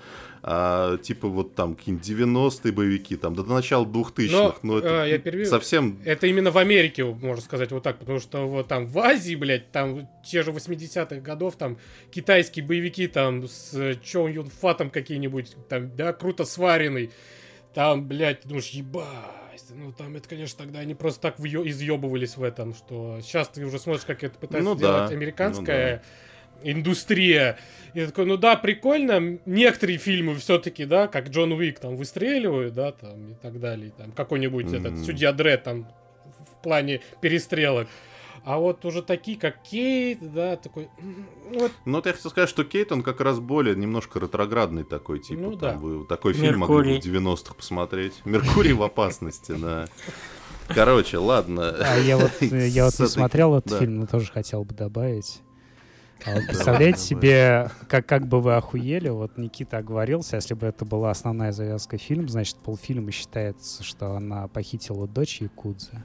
Типа вот там какие-нибудь 90-е боевики, там до начала 2000-х. Но это я перебью. совсем... Это именно в Америке, можно сказать, вот так, потому что вот там в Азии, блядь, там те же 80-х годов, там китайские боевики, там с Чон Юн Фатом какие-нибудь, там, да, круто сваренный, там, блядь, думаешь, ебать. Ну, там это, конечно, тогда они просто так изъебывались в этом, что сейчас ты уже смотришь, как это пытается делать американская индустрия. И такой, ну да, прикольно. Некоторые фильмы все-таки, да, как Джон Уик там выстреливают, да, там и так далее. Там какой-нибудь этот Судья Дред там в плане перестрелок. А вот уже такие, как Кейт, да, такой... Вот. Ну, вот я хотел сказать, что Кейт, он как раз более немножко ретроградный такой, типа, ну, там, да. вы такой фильм могли в 90-х посмотреть. Меркурий в опасности, да. Короче, ладно. Я вот не смотрел этот фильм, но тоже хотел бы добавить. Представляете себе, как бы вы охуели, вот Никита оговорился, если бы это была основная завязка фильма, значит, полфильма считается, что она похитила дочь якудзы.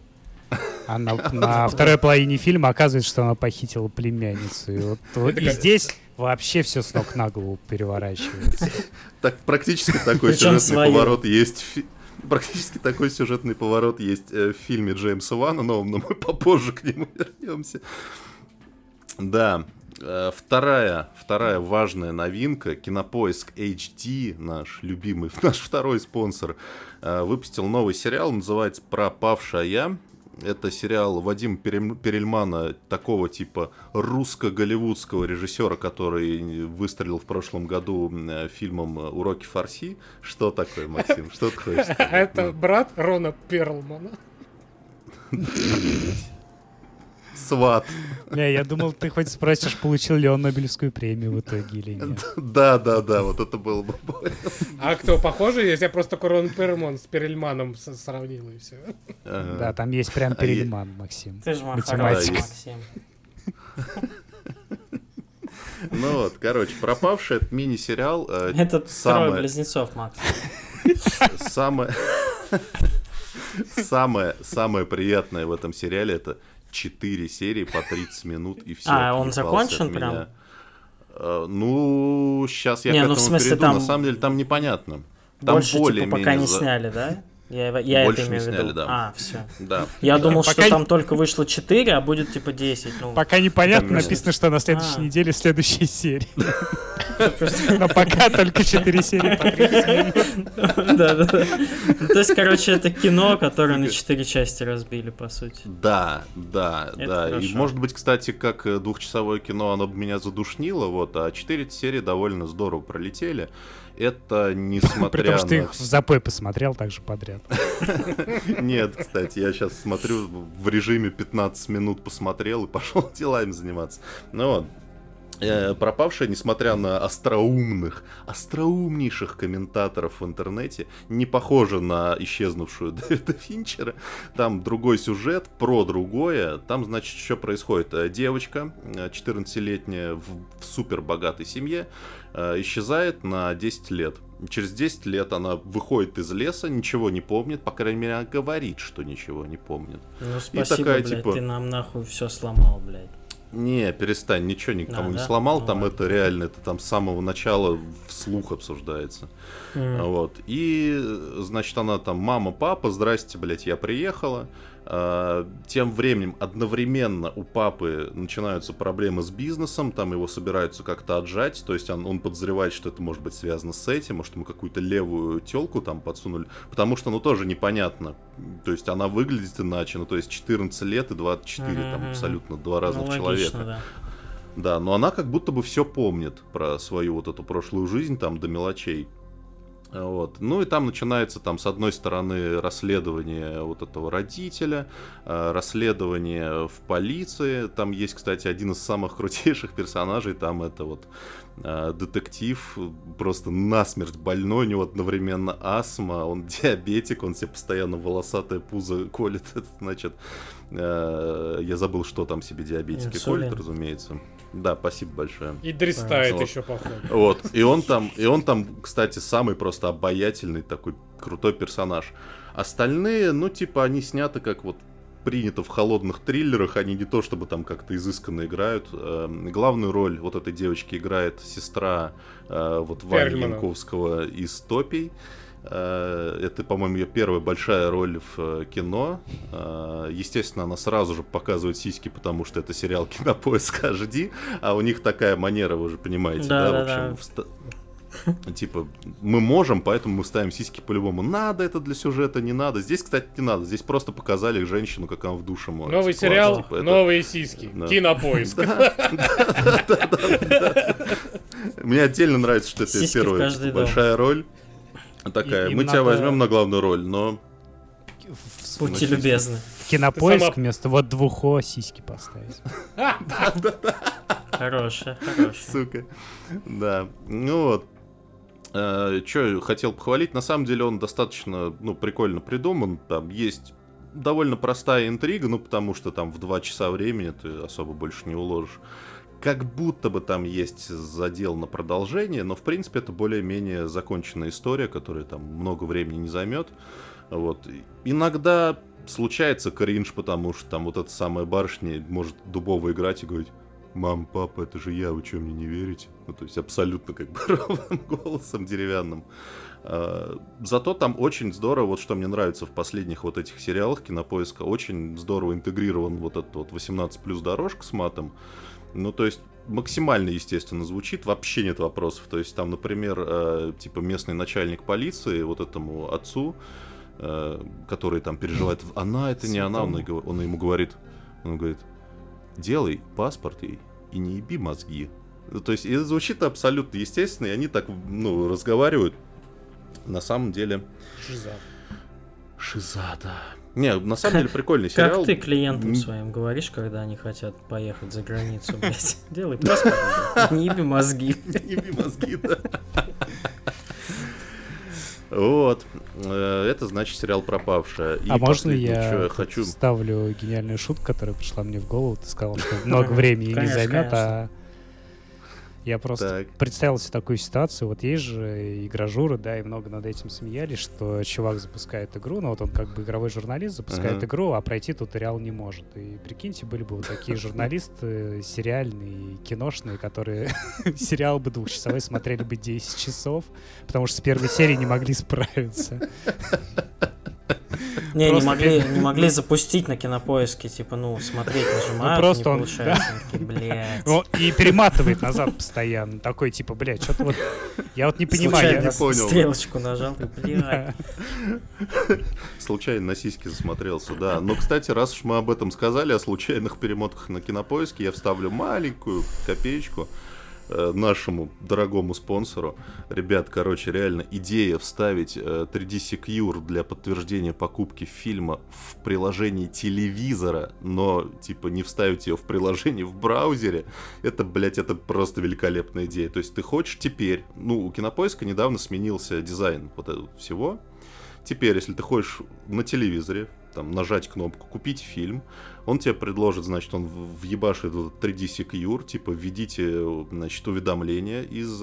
А на второй половине фильма оказывается, что она похитила племянницу. И здесь вообще все с ног на голову переворачивается. Так, практически такой сюжетный поворот есть. Практически такой сюжетный поворот есть в фильме Джеймса Вана новом, но мы попозже к нему вернемся. Да. Вторая важная новинка, Кинопоиск HD, наш любимый, наш второй спонсор, выпустил новый сериал, называется «Пропавшая я». Это сериал Вадима Перельмана, такого типа русско-голливудского режиссера, который выстрелил в прошлом году фильмом «Уроки фарси». Что такое, Максим? Что ты хочешь сказать? Это брат Рона Перлмана. Сват. Я думал, ты хоть спросишь, получил ли он Нобелевскую премию в итоге или нет. Да, вот это было бы. А кто, похоже? Я просто Корон Пермон с Перельманом сравнил, и все. Да, там есть прям Перельман, Максим. Ты же хороший, Максим. Ну вот, короче, «Пропавший» — это мини-сериал. Это трое близнецов, Макс. Самое приятное в этом сериале — это 4 серии по 30 минут, и все. А, он закончен прям? Ну, сейчас я к этому перейду. Там... На самом деле там непонятно. Там больше, типа, пока не сняли, да? Я больше это не имею в виду. сняли, да. А, все. Да. Я думал, что там только вышло 4, а будет типа 10. Пока непонятно, написано, что на следующей неделе следующая серия. Но пока только 4 серии по 30 минут. Да. То есть, короче, это кино, которое на 4 части разбили, по сути. Да. И может быть, кстати, как двухчасовое кино, оно бы меня задушнило, вот, а 4 серии довольно здорово пролетели. Это несмотря на... Потому что ты их в запой посмотрел так же подряд. Нет, кстати, я сейчас смотрю в режиме 15 минут посмотрел и пошел делами заниматься. Ну вот. «Пропавшая», несмотря на остроумнейших комментаторов в интернете, не похожа на исчезнувшую Дэвида Финчера. Там другой сюжет, про другое. Там, значит, что происходит? Девочка, 14-летняя, в супер богатой семье, исчезает на 10 лет. Через 10 лет она выходит из леса, ничего не помнит, по крайней мере, она говорит, что ничего не помнит. Ну, спасибо, такая, блядь, типа... ты нам нахуй все сломал, блядь. Не, перестань, ничего никому не сломал, там это реально, это там с самого начала вслух обсуждается. Вот. И, значит, она там: мама, папа, здрасте, блядь, я приехала. Тем временем одновременно у папы начинаются проблемы с бизнесом, там его собираются как-то отжать, то есть он подозревает, что это может быть связано с этим, может ему какую-то левую тёлку там подсунули, потому что, ну, тоже непонятно, то есть она выглядит иначе, ну, то есть 14 лет и 24, там абсолютно два разных человека. Да, но она как будто бы все помнит про свою вот эту прошлую жизнь, там, до мелочей. Вот. Ну и там начинается, там, с одной стороны, расследование вот этого родителя, расследование в полиции. Там есть, кстати, один из самых крутейших персонажей, там это вот детектив, просто насмерть больной, у него одновременно астма, он диабетик, он себе постоянно волосатое пузо колет, значит, я забыл, что там себе диабетики колет, разумеется. Да, спасибо большое. И дристает еще, походу. Вот, и он там, кстати, самый просто обаятельный такой крутой персонаж. Остальные, ну, типа, они сняты как вот принято в холодных триллерах, они не то чтобы там как-то изысканно играют. Главную роль вот этой девочки играет сестра вот Вани Янковского из «Топий». Это, по-моему, ее первая большая роль в кино. Естественно, она сразу же показывает сиськи, потому что это сериал «Кинопоиск HD», а у них такая манера, вы же понимаете, да? В общем, типа, мы можем, поэтому мы ставим сиськи по-любому. Надо это для сюжета, не надо. Здесь, кстати, не надо. Здесь просто показали женщину, как она в душе может. Новый сериал, типа, новые сиськи. Да. Кинопоиск. Мне отдельно нравится, что это первая большая роль. Такая, мы тебя возьмем на главную роль, но... Будьте любезны. В Кинопоиск вместо вот 2 сиськи поставить. Хорошая. Сука. Да. Ну вот. Что хотел похвалить, на самом деле он достаточно, ну, прикольно придуман. Там есть довольно простая интрига, ну, потому что там в 2 часа времени ты особо больше не уложишь. Как будто бы там есть задел на продолжение, но в принципе это более-менее законченная история, которая там много времени не займет. Вот. Иногда случается кринж, потому что там вот эта самая барышня может дубово играть и говорить: мам, папа, это же я, вы что, мне не верите? Ну, то есть абсолютно как бы ровным голосом деревянным. Зато там очень здорово, вот что мне нравится в последних вот этих сериалах Кинопоиска, очень здорово интегрирован вот эта вот 18+ дорожка с матом. Ну, то есть максимально естественно звучит, вообще нет вопросов. То есть там, например, типа местный начальник полиции вот этому отцу, который там переживает, она это не она, он ему говорит, делай паспорт ей и не еби мозги. То есть это звучит абсолютно естественно, и они так, ну, разговаривают. На самом деле... Шиза, да. Не, на самом деле прикольный сериал. Как ты клиентам своим говоришь, когда они хотят поехать за границу, блядь? Делай паспорт, не еби мозги. Не еби мозги, да. Вот. Это значит сериал «Пропавшая». А можно я ставлю гениальную шутку, которая пришла мне в голову? Ты сказал, что много времени не займет, а я просто представил себе такую ситуацию. Вот есть же игражуры, да, и много над этим смеялись, что чувак запускает игру, но вот он как бы игровой журналист запускает игру, а пройти туториал не может. И прикиньте, были бы вот такие журналисты сериальные, киношные, которые сериал бы 2-часовой смотрели бы 10 часов, потому что с первой серии не могли справиться. Не, не могли запустить на Кинопоиске, типа, смотреть нажимают, просто не получается. Блядь. И перематывает назад постоянно. Такой, типа, блядь, что-то вот... Я вот не понимаю. Я стрелочку нажал, блядь. Случайно на сиськи засмотрелся, да. Но, кстати, раз уж мы об этом сказали, о случайных перемотках на Кинопоиске, я вставлю маленькую копеечку нашему дорогому спонсору. Ребят, короче, реально идея вставить 3D Secure для подтверждения покупки фильма в приложении телевизора, но, типа, не вставить ее в приложение в браузере, это, блядь, это просто великолепная идея. То есть ты хочешь теперь... у Кинопоиска недавно сменился дизайн вот этого всего. Теперь, если ты хочешь на телевизоре, там, нажать кнопку «Купить фильм», он тебе предложит, значит, он въебашит 3D Secure, типа, введите, значит, уведомления из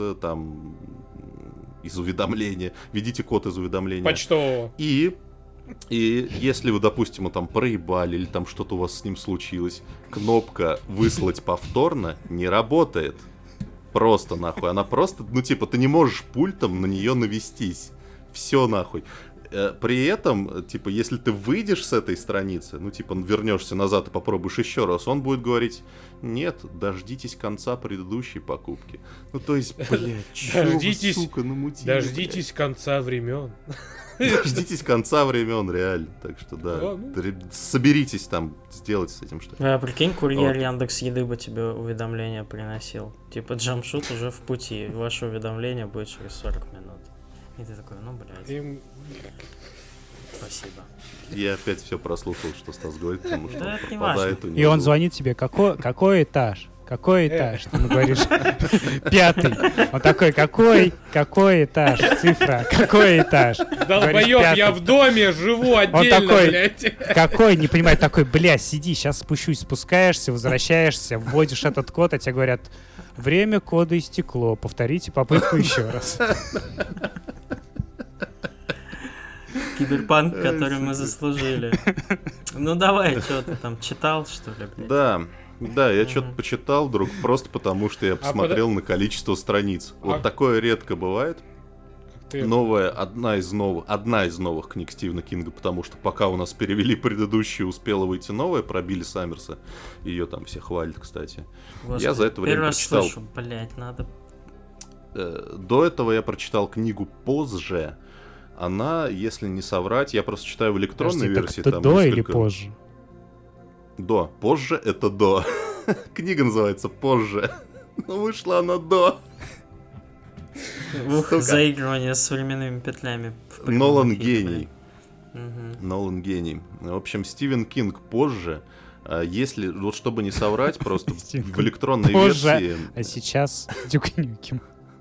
уведомления, введите код из уведомления. Почтового. И если вы, допустим, там проебали или там что-то у вас с ним случилось, кнопка «Выслать повторно» не работает. Просто нахуй. Она просто, ты не можешь пультом на нее навестись. Все нахуй. При этом, типа, если ты выйдешь с этой страницы, вернешься назад и попробуешь еще раз, он будет говорить: нет, дождитесь конца предыдущей покупки. То есть, блядь, чё вы, сука, намутили? Дождитесь конца времен. Дождитесь конца времен, реально. Так что, да, соберитесь там, сделайте с этим что-то. Прикинь, курьер Яндекс.Еды бы тебе уведомление приносил. Типа, джампшут уже в пути, ваше уведомление будет через 40 минут. И ты такой, блядь. Спасибо. Я опять все прослушал, что Стас говорит, потому что он пропадает у него. И он звонит тебе: какой этаж? Какой этаж? Ты ему говоришь: 5-й. Он такой: какой этаж? Цифра, какой этаж? Долбоёб, я в доме живу отдельно, он такой, блядь. Какой, не понимает, такой: бля, сиди, сейчас спущусь. Спускаешься, возвращаешься, вводишь этот код, а тебе говорят: время кода истекло, повторите попытку еще раз. Киберпанк, который мы заслужили. Давай, что ты там читал, что ли, блядь? Да, я что-то почитал, друг, просто потому что я посмотрел на количество страниц. Вот такое редко бывает. Новая, одна из новых книг Стивена Кинга, потому что пока у нас перевели предыдущую, успела выйти новая про Билли Саммерса. Ее там все хвалят, кстати. Господи, я за это время прочитал. Слышу, блядь, надо... До этого я прочитал книгу позже. Она, если не соврать, я просто читаю в электронной версии. Это там до или позже? До. Позже — это до. Книга называется «Позже». Но вышла она до. Заигрывание с временными петлями. Нолан гений. Нолан гений. В общем, Стивен Кинг «Позже». Если, вот чтобы не соврать, просто в электронной версии... А сейчас Дюк Нюкем.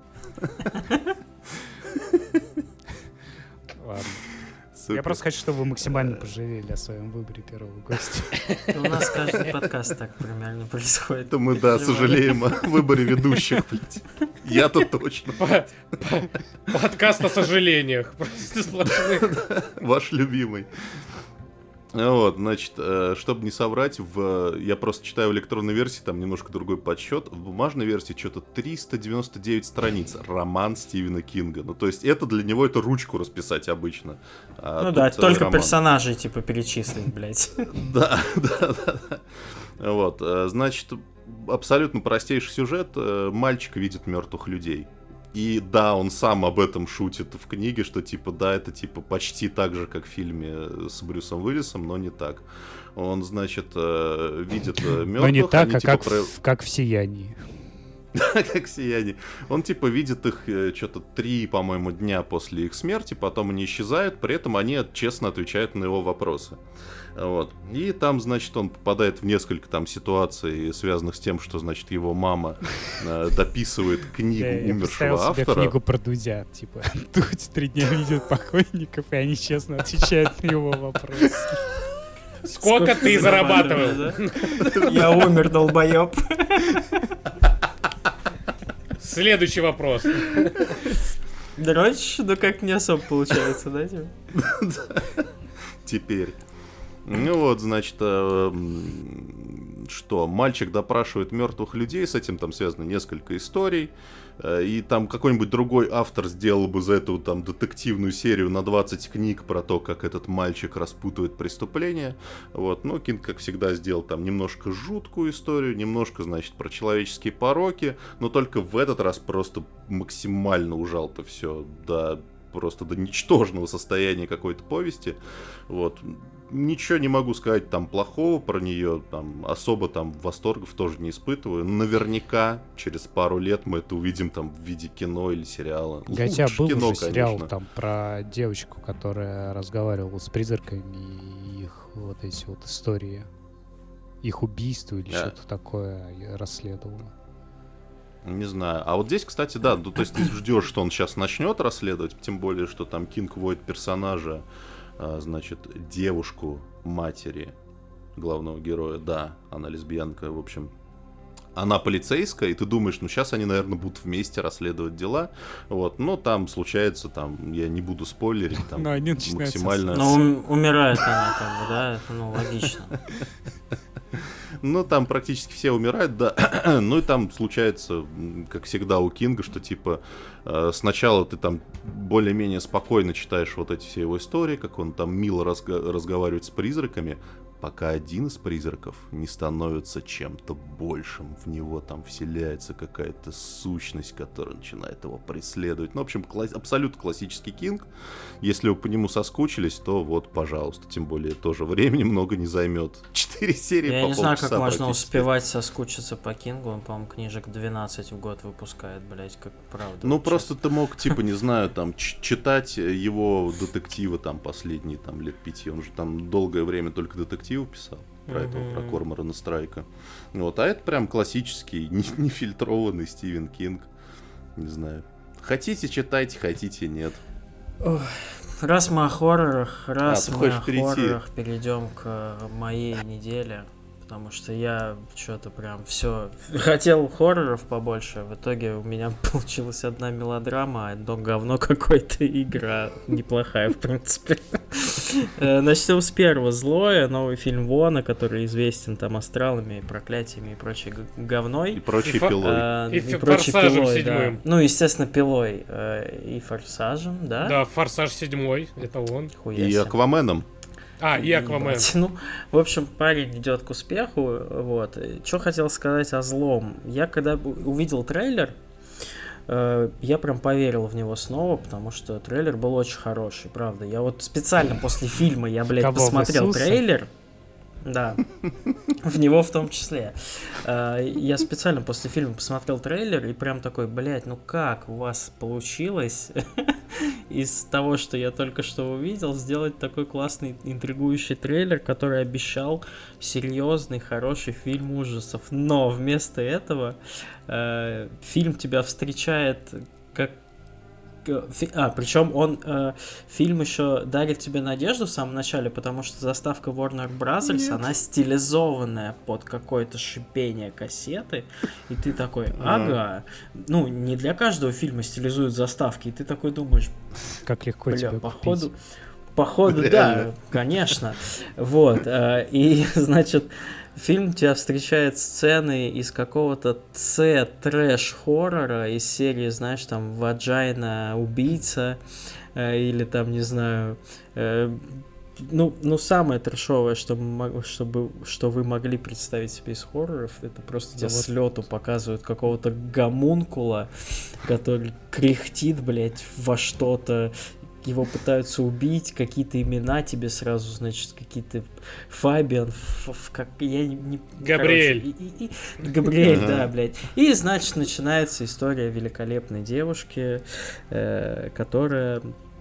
Ладно. Супер. Я просто хочу, чтобы вы максимально пожалели о своем выборе первого гостя. У нас каждый подкаст так примерно происходит. Это мы, да, сожалеем о выборе ведущих, блядь. Я-то точно. Подкаст о сожалениях. Ваш любимый. Вот, значит, чтобы не соврать, я просто читаю в электронной версии, там немножко другой подсчет. В бумажной версии что-то 399 страниц. Роман Стивена Кинга. То есть это для него это ручку расписать обычно. Только роман. Персонажей типа перечислить, блядь. Да. Вот, значит, абсолютно простейший сюжет. Мальчик видит мертвых людей. И да, он сам об этом шутит в книге, что типа, да, это типа почти так же, как в фильме с Брюсом Уиллисом, но не так. Он, значит, видит мертвых. Но не так, а типа как в «Сиянии». Как «Сияние». Он типа видит их что-то 3, по-моему, дня после их смерти, потом они исчезают, при этом они честно отвечают на его вопросы. Вот. И там, значит, он попадает в несколько там ситуаций, связанных с тем, что, значит, его мама дописывает книгу умершего автора. Я книгу про Дудя, типа, Дудь 3 дня видит покойников, и они честно отвечают на его вопросы. Сколько ты зарабатывал? Я умер, долбоеб. Следующий вопрос. Дрочишь, ну как не особо получается, да, типа? Теперь. Ну вот, значит, что? Мальчик допрашивает мертвых людей, с этим там связано несколько историй. И там какой-нибудь другой автор сделал бы за эту там детективную серию на 20 книг про то, как этот мальчик распутывает преступления. Вот. Но Кинг, как всегда, сделал там немножко жуткую историю, немножко, значит, про человеческие пороки, но только в этот раз просто максимально ужал-то все просто до ничтожного состояния какой-то повести. Вот. Ничего не могу сказать там плохого про нее, там особо там восторгов тоже не испытываю. Наверняка через пару лет мы это увидим там в виде кино или сериала. Хотя был кино, уже сериал конечно. Там про девочку, которая разговаривала с призраками, и их вот эти вот истории, их убийства или что-то такое расследовала. Не знаю. А вот здесь, кстати, да, то есть ты ждешь, что он сейчас начнет расследовать, тем более, что там Кинг вводит персонажа, значит, девушку матери главного героя. Да, она лесбиянка, в общем. Она полицейская, и ты думаешь, ну сейчас они, наверное, будут вместе расследовать дела. Вот, но там случается, там, я не буду спойлерить, там максимально... Ну, умирает она, как бы, да, это, ну, логично. Ну, там практически все умирают, да. Ну, и там случается, как всегда у Кинга, что, типа, сначала ты там более-менее спокойно читаешь вот эти все его истории, как он там мило разговаривает с призраками, пока один из призраков не становится чем-то большим. В него там вселяется какая-то сущность, которая начинает его преследовать. Ну, в общем, абсолютно классический Кинг. Если вы по нему соскучились, то вот, пожалуйста. Тем более, тоже времени много не займет. 4 серии по полчаса. Я не знаю, как можно успевать соскучиться по Кингу. Он, по-моему, книжек 12 в год выпускает, блять, как правда. Ну, просто ты мог, типа, не знаю, там, читать его детективы там последние там лет 5. Он же там долгое время только детективы писал про этого, про Корморана Страйка. Вот, а это прям классический, нефильтрованный Стивен Кинг. Не знаю. Хотите, читайте, хотите, нет. Раз мы о хоррорах, перейдем к моей неделе. Потому что я что-то прям все хотел хорроров побольше. В итоге у меня получилась одна мелодрама, одно говно какое-то, игра неплохая, в принципе. Начнем с первого. «Злое», новый фильм Вона, который известен там астралами, проклятиями и прочей говной. И прочей пилой. И «Форсажем» 7. Ну, естественно, пилой и «Форсажем», да? Да, «Форсаж» 7, это он. И «Акваменом». И «Аквамен». Ну, в общем, парень идет к успеху. Вот. Что хотел сказать о «Злом». Я когда увидел трейлер, я прям поверил в него снова, потому что трейлер был очень хороший, правда. Я вот специально после фильма, посмотрел трейлер. Да, в него в том числе. Я специально после фильма посмотрел трейлер и прям такой, блядь, ну как у вас получилось из того, что я только что увидел, сделать такой классный, интригующий трейлер, который обещал серьезный, хороший фильм ужасов. Но вместо этого фильм тебя встречает как... причем фильм еще дарит тебе надежду в самом начале, потому что заставка Warner Brothers, она стилизованная под какое-то шипение кассеты, и ты такой, ага, ну, не для каждого фильма стилизуют заставки, и ты такой думаешь, как легко тебе походу, да, конечно, вот, и, значит, фильм тебя встречает сцены из какого-то трэш-хоррора из серии, знаешь, там, «Ваджайна убийца», или там, не знаю, ну, самое трэшовое, что вы могли представить себе из хорроров, это просто тебя с лету показывают какого-то гомункула, который кряхтит, блядь, во что-то, его пытаются убить, какие-то имена тебе сразу, значит, какие-то Фабиан, как я не... Габриэль. Габриэль, да, блядь. И, значит, начинается история великолепной девушки, которая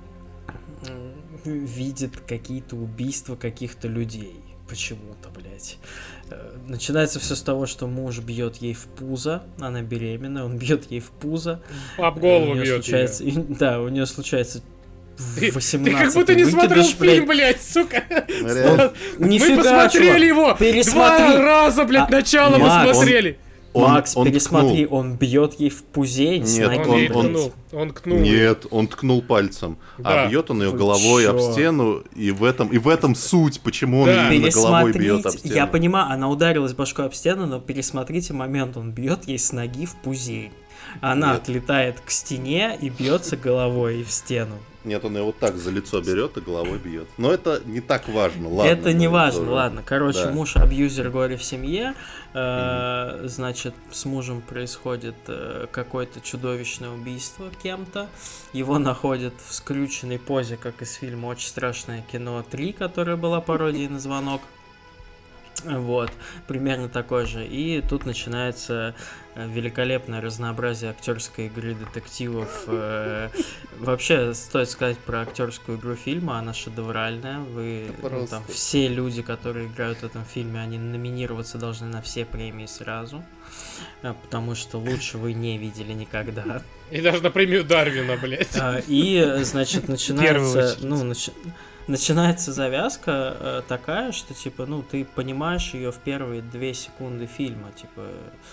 видит какие-то убийства каких-то людей. Почему-то, блядь. Начинается все с того, что муж бьет ей в пузо, она беременна, он бьет ей в пузо. Об голову бьет ее. Да, у нее случается 18. Ты как будто не смотрел фильм, блядь, сука. Мы посмотрели его. 2 раза, блядь, начало мы смотрели. Макс, пересмотри, он бьет ей в пузе. Нет, он ткнул. Нет, он ткнул пальцем. Да. А бьет он ее головой об стену, и в этом суть, почему он именно головой бьет об стену. Я понимаю, она ударилась башкой об стену, но пересмотрите момент, он бьет ей с ноги в пузырь. Она отлетает к стене и бьется головой в стену. Нет, он ее вот так за лицо берет и головой бьет. Но это не так важно, ладно. Это не важно, ладно. Короче, муж абьюзер, горе в семье. Значит, с мужем происходит какое-то чудовищное убийство кем-то. Его находят в скрюченной позе, как из фильма «Очень страшное кино 3», которая была пародией на «Звонок». Вот, примерно такой же. И тут начинается великолепное разнообразие актерской игры детективов. Вообще, стоит сказать про актерскую игру фильма, она шедевральная. Там, все люди, которые играют в этом фильме, они номинироваться должны на все премии сразу, потому что лучше вы не видели никогда. И даже на премию Дарвина, блядь. И, значит, начинается... Начинается завязка такая, что, типа, ты понимаешь ее в первые 2 секунды фильма, типа,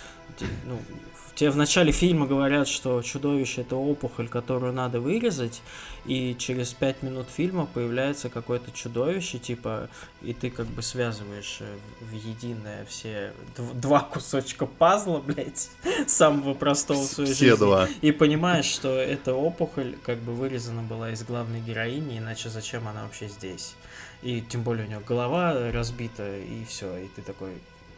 тебе в начале фильма говорят, что чудовище — это опухоль, которую надо вырезать, и через 5 минут фильма появляется какое-то чудовище, типа, и ты как бы связываешь в единое все 2 кусочка пазла, блядь, самого простого в своей жизни. 2. И понимаешь, что эта опухоль как бы вырезана была из главной героини, иначе зачем она вообще здесь? И тем более у нее голова разбита, и все, и ты такой,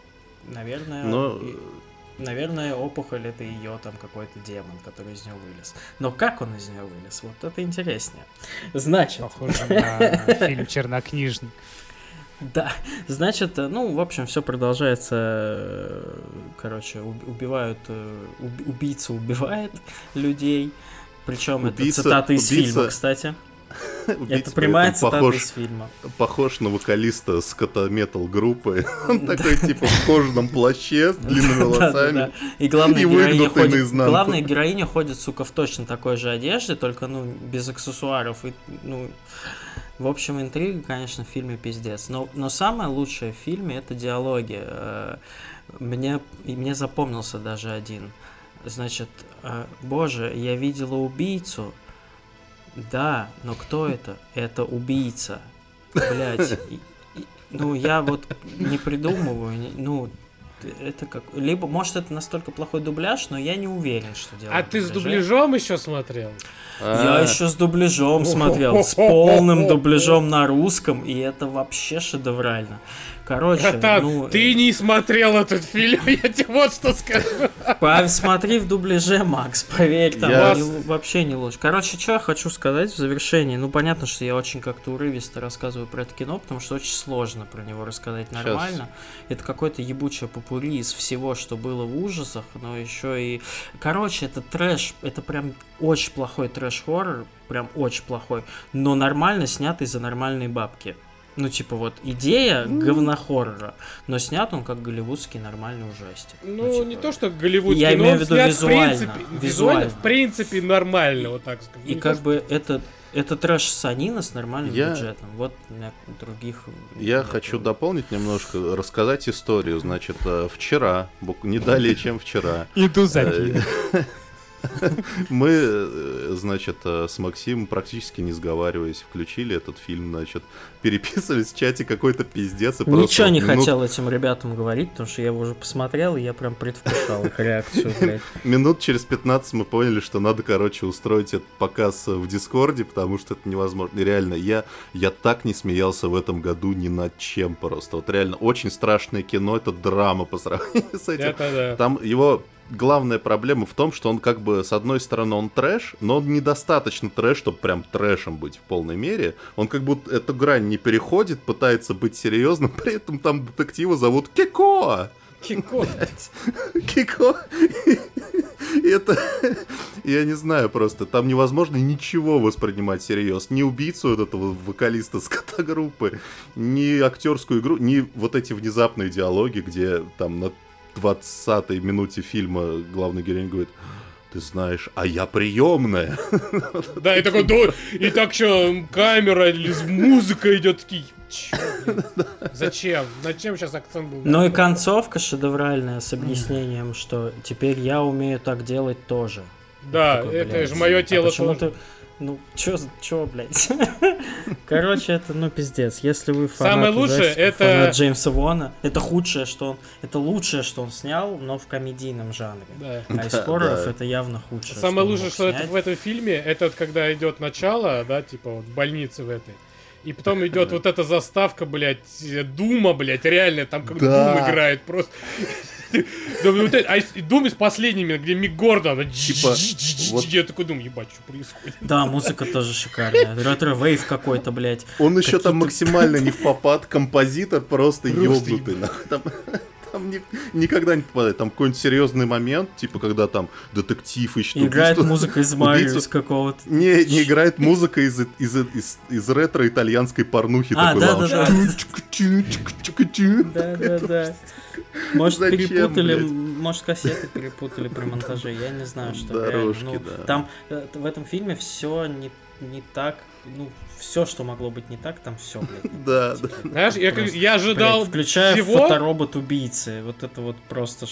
наверное, опухоль — это ее там какой-то демон, который из нее вылез. Но как он из нее вылез? Вот это интереснее. Значит... Похоже на фильм «Чернокнижник». Да, значит, в общем, все продолжается. Короче, убийца убивает людей. Причем это цитата из фильма, кстати. Это прямая цитата из фильма. Похож на вокалиста скота-метал группы. Он такой, типа, в кожаном плаще с длинными волосами. И главная героиня ходит, сука, в точно такой же одежде, только, без аксессуаров. В общем, интрига, конечно, в фильме пиздец. Но самое лучшее в фильме — это диалоги. Мне запомнился даже один. Значит, боже, я видела убийцу. Да, но кто это? Это убийца. Блять. Я вот не придумываю. Это как... Либо, может, это настолько плохой дубляж, но я не уверен, что дело. А ты с дубляжом еще смотрел? Я еще с дубляжом смотрел. С полным дубляжом на русском, и это вообще шедеврально. Короче, ты не смотрел этот фильм, я тебе вот что скажу. Смотри в дубляже, Макс, поверь, там вообще не лучше. Короче, что я хочу сказать в завершении. Понятно, что я очень как-то урывисто рассказываю про это кино, потому что очень сложно про него рассказать нормально. Это какое-то ебучее попурри из всего, что было в ужасах, но еще и... Короче, это трэш, это прям очень плохой трэш-хоррор, прям очень плохой, но нормально снятый за нормальные бабки. Идея говнохоррора, но снят он как голливудский нормальный ужастик. Не то, что голливудский, я имею в виду визуально, в принципе, нормально, вот так скажем. И как бы это трэш-санина с нормальным бюджетом. Вот других... Я хочу дополнить немножко, рассказать историю. Значит, вчера, не далее, чем вчера... Иду за ним. Мы, значит, с Максимом практически не сговариваясь включили этот фильм, значит, переписывались в чате какой-то пиздец. И ничего не хотел этим ребятам говорить, потому что я его уже посмотрел, и я прям предвкушал их реакцию, блядь. Минут через 15 мы поняли, что надо, устроить этот показ в Дискорде, потому что это невозможно. И реально, я так не смеялся в этом году ни над чем просто. Вот реально, очень страшное кино, это драма по сравнению с этим. Это да. Там его... главная проблема в том, что он как бы, с одной стороны, он трэш, но он недостаточно трэш, чтобы прям трэшем быть в полной мере. Он как будто эту грань не переходит, пытается быть серьезным, при этом там детектива зовут Кико. Кико. Кико. Это, я не знаю просто, там невозможно ничего воспринимать всерьез. Ни убийцу вот этого вокалиста скотогруппы, ни актерскую игру, ни вот эти внезапные диалоги, где там на 20-й минуте фильма главный герой говорит: ты знаешь, а я приемная. Да, и такой, да, и так что камера или музыка идет, такие... Зачем? Зачем сейчас акцент был? Ну и концовка шедевральная с объяснением, что теперь я умею так делать тоже. Да, такой, это же мое тело тоже. Ну, чё, блядь? Короче, это, пиздец. Если вы самое лучшее это Джеймса Вона, это худшее, что он... Это лучшее, что он снял, но в комедийном жанре. Да. А из хорроров это явно худшее. Самое лучшее, что это в этом фильме, это когда идет начало, да, типа вот в больнице в этой. И потом идет вот эта заставка, блядь, Дума, блядь, реально, там как Дум играет просто. А Дум с последними, где Мик Гордон, я такой думаю, ебать, что происходит. Да, музыка тоже шикарная. Ретро-вейв какой-то, блядь. Он еще там максимально не в попад, композитор просто ёбнутый. Там никогда не попадает. Там какой-нибудь серьезный момент, типа когда там детектив ищет убийство. Играет музыка из Мариус какого-то. Не играет музыка из ретро-итальянской порнухи. Да. Может, перепутали, может, кассеты перепутали при монтаже, я не знаю, что дорожки, реально. Там в этом фильме все не так, все, что могло быть не так, там все, блядь. Да. Знаешь, я ожидал включая всего... фоторобот-убийцы, вот это вот просто...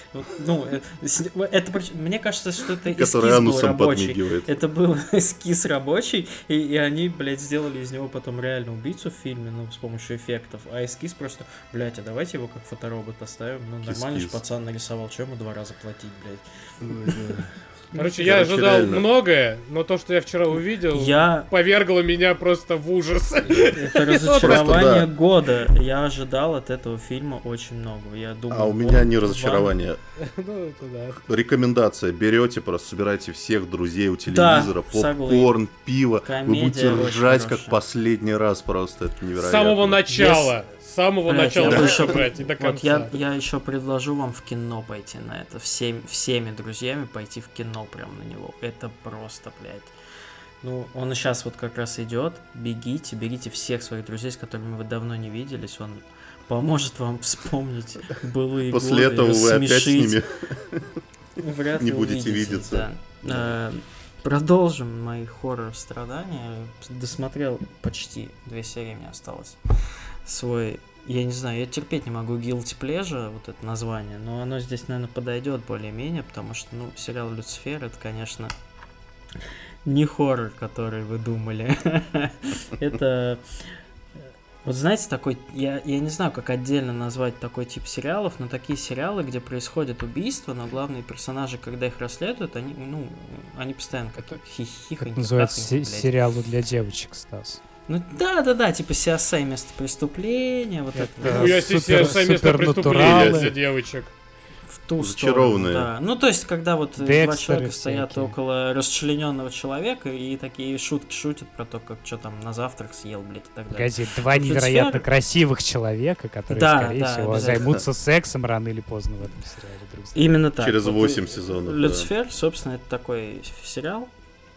это, мне кажется, что это эскиз был рабочий. Это был эскиз рабочий, и они, блядь, сделали из него потом реально убийцу в фильме, с помощью эффектов, а эскиз просто, блядь, а давайте его как фоторобот оставим, нормально же пацан нарисовал, что ему 2 раза платить, блядь. Короче, я ожидал многое, но то, что я вчера увидел, повергло меня просто в ужас. Это разочарование года. Я ожидал от этого фильма очень много. Я думаю, а у меня не разочарование. Рекомендация. Берете, просто собираете всех друзей у телевизора, попкорн, пиво. Вы будете ржать как последний раз, просто это невероятно. С самого начала. С самого начала брать и до конца. Вот я еще предложу вам в кино пойти на это. Всеми друзьями пойти в кино прям на него. Это просто, блядь. Он сейчас вот как раз идет. Берите всех своих друзей, с которыми вы давно не виделись. Он поможет вам вспомнить былые годы. После этого вы опять с ними вряд не ли будете видеться. Да. Продолжим мои хоррор-страдания. Досмотрел почти 2 серии, мне осталось. Я не знаю, я терпеть не могу Guilty Pleasure, вот это название, но оно здесь, наверное, подойдет более-менее, потому что, сериал Люцифер, это, конечно, не хоррор, который вы думали. Это, вот знаете, такой, я не знаю, как отдельно назвать такой тип сериалов, но такие сериалы, где происходит убийство, но главные персонажи, когда их расследуют, они постоянно как хихихоньки. Это называется сериалы для девочек, Стас. Да, типа CSI место преступления, вот это. Я CSI место преступления для девочек. В ту сторону, да. То есть, когда вот два человека стоят около расчлененного человека и такие шутки шутят про то, как что там на завтрак съел, блядь, и так далее. Погоди, 2 невероятно красивых человека, которые, скорее всего, займутся сексом рано или поздно в этом сериале. Именно так. Через 8 сезонов. Люцифер, собственно, это такой сериал.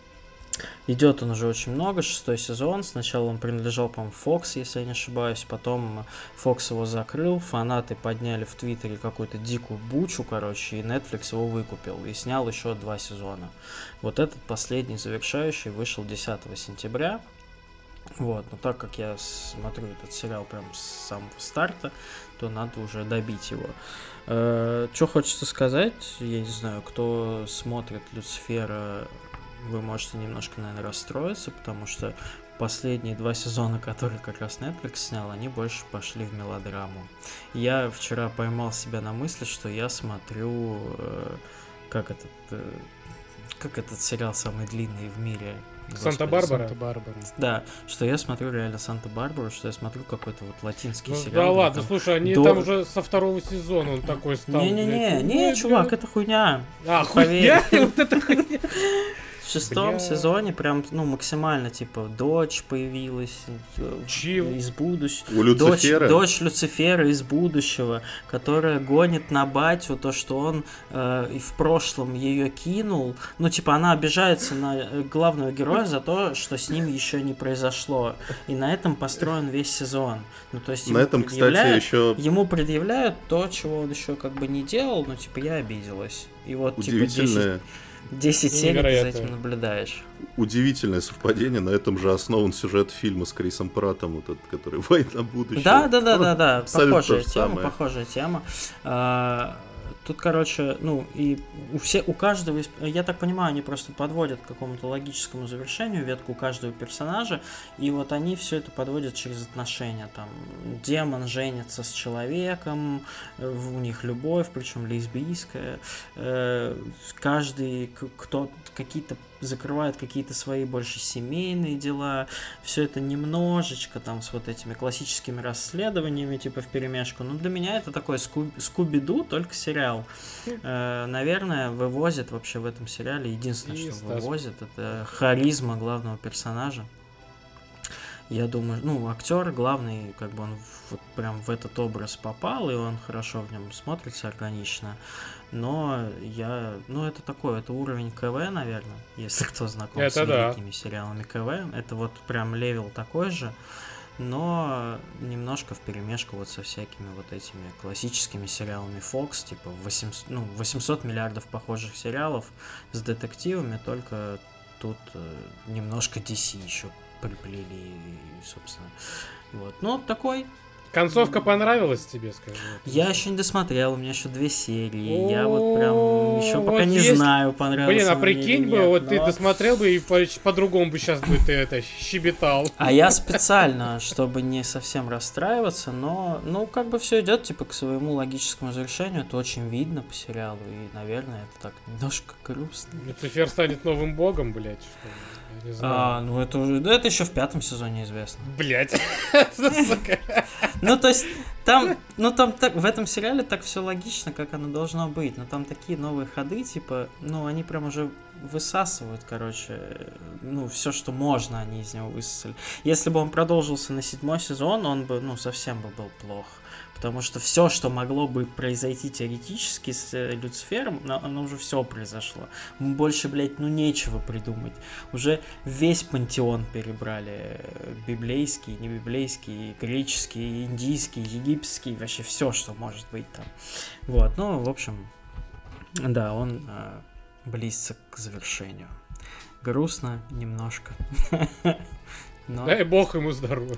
Идет он уже очень много, 6-й сезон. Сначала он принадлежал, по-моему, Fox, если я не ошибаюсь. Потом Fox его закрыл. Фанаты подняли в Твиттере какую-то дикую бучу, короче, и Netflix его выкупил. И снял еще 2 сезона. Вот этот последний, завершающий, вышел 10 сентября. Вот, но так как я смотрю этот сериал прям с самого старта, то надо уже добить его. Что хочется сказать, я не знаю, кто смотрит Люцифера, вы можете немножко, наверное, расстроиться, потому что последние 2 сезона, которые как раз Netflix снял, они больше пошли в мелодраму. Я вчера поймал себя на мысли, что я смотрю, как этот сериал самый длинный в мире, Санта-Барбара? Санта-Барбара. Да, что я смотрю реально Санта-Барбару, что я смотрю какой-то вот латинский сериал. Да ладно, слушай, они там уже со 2-го сезона он такой стал. Не, чувак, это хуйня. Хуйня? Вот это хуйня. В 6-м сезоне прям, максимально, типа, дочь появилась из будущего. У Люцифера? Дочь Люцифера из будущего, которая гонит на батю то, что он в прошлом ее кинул. Она обижается на главного героя за то, что с ним еще не произошло. И на этом построен весь сезон. То есть на этом, кстати, еще... Ему предъявляют то, чего он еще как бы не делал, я обиделась. И вот, удивительное... 10 серий ты за этим наблюдаешь. Удивительное совпадение. На этом же основан сюжет фильма с Крисом Праттом, вот этот, который «Война будущего». Да. Похожая тема. Тут, короче, и у каждого, я так понимаю, они просто подводят к какому-то логическому завершению ветку каждого персонажа, и вот они все это подводят через отношения. Там демон женится с человеком, у них любовь, причем лесбийская. Каждый какие-то закрывает какие-то свои больше семейные дела. Все это немножечко там с вот этими классическими расследованиями типа вперемешку. Для меня это такой Скуби-Ду, только сериал. Наверное, вывозит вообще в этом сериале, единственное, что вывозит, это харизма главного персонажа. Я думаю, актер главный, как бы он вот прям в этот образ попал, и он хорошо в нем смотрится органично. Но это такой, это уровень КВ, наверное, если кто знаком с великими сериалами КВ. Это вот прям левел такой же, но немножко вперемешку вот со всякими вот этими классическими сериалами Fox, типа 800 миллиардов похожих сериалов с детективами, только тут немножко DC еще приплели, собственно. Вот. Такой. Концовка понравилась тебе, скажи? Я еще не досмотрел, у меня еще 2 серии. Я вот прям еще пока не знаю, понравилось. Блин, а прикинь бы, ты досмотрел бы и по-другому бы сейчас бы ты это щебетал. А я специально, чтобы не совсем расстраиваться, но как бы все идет типа к своему логическому завершению. Это очень видно по сериалу, и, наверное, это так немножко грустно. Люцифер станет новым богом, блядь, что ли? Не знаю. Это еще в 5-м сезоне известно. Блять. То есть, там в этом сериале так все логично, как оно должно быть. Но там такие новые ходы, типа, они прям уже высасывают, короче, все, что можно, они из него высосали. Если бы он продолжился на 7-й сезон, он бы, совсем бы был плох. Потому что все, что могло бы произойти теоретически с Люцифером, оно уже все произошло. Больше, блядь, нечего придумать. Уже весь пантеон перебрали. Библейский, небиблейский, греческий, индийский, египетский. Вообще все, что может быть там. Вот, в общем, да, он близится к завершению. Грустно немножко. Но... Дай бог ему здоровья.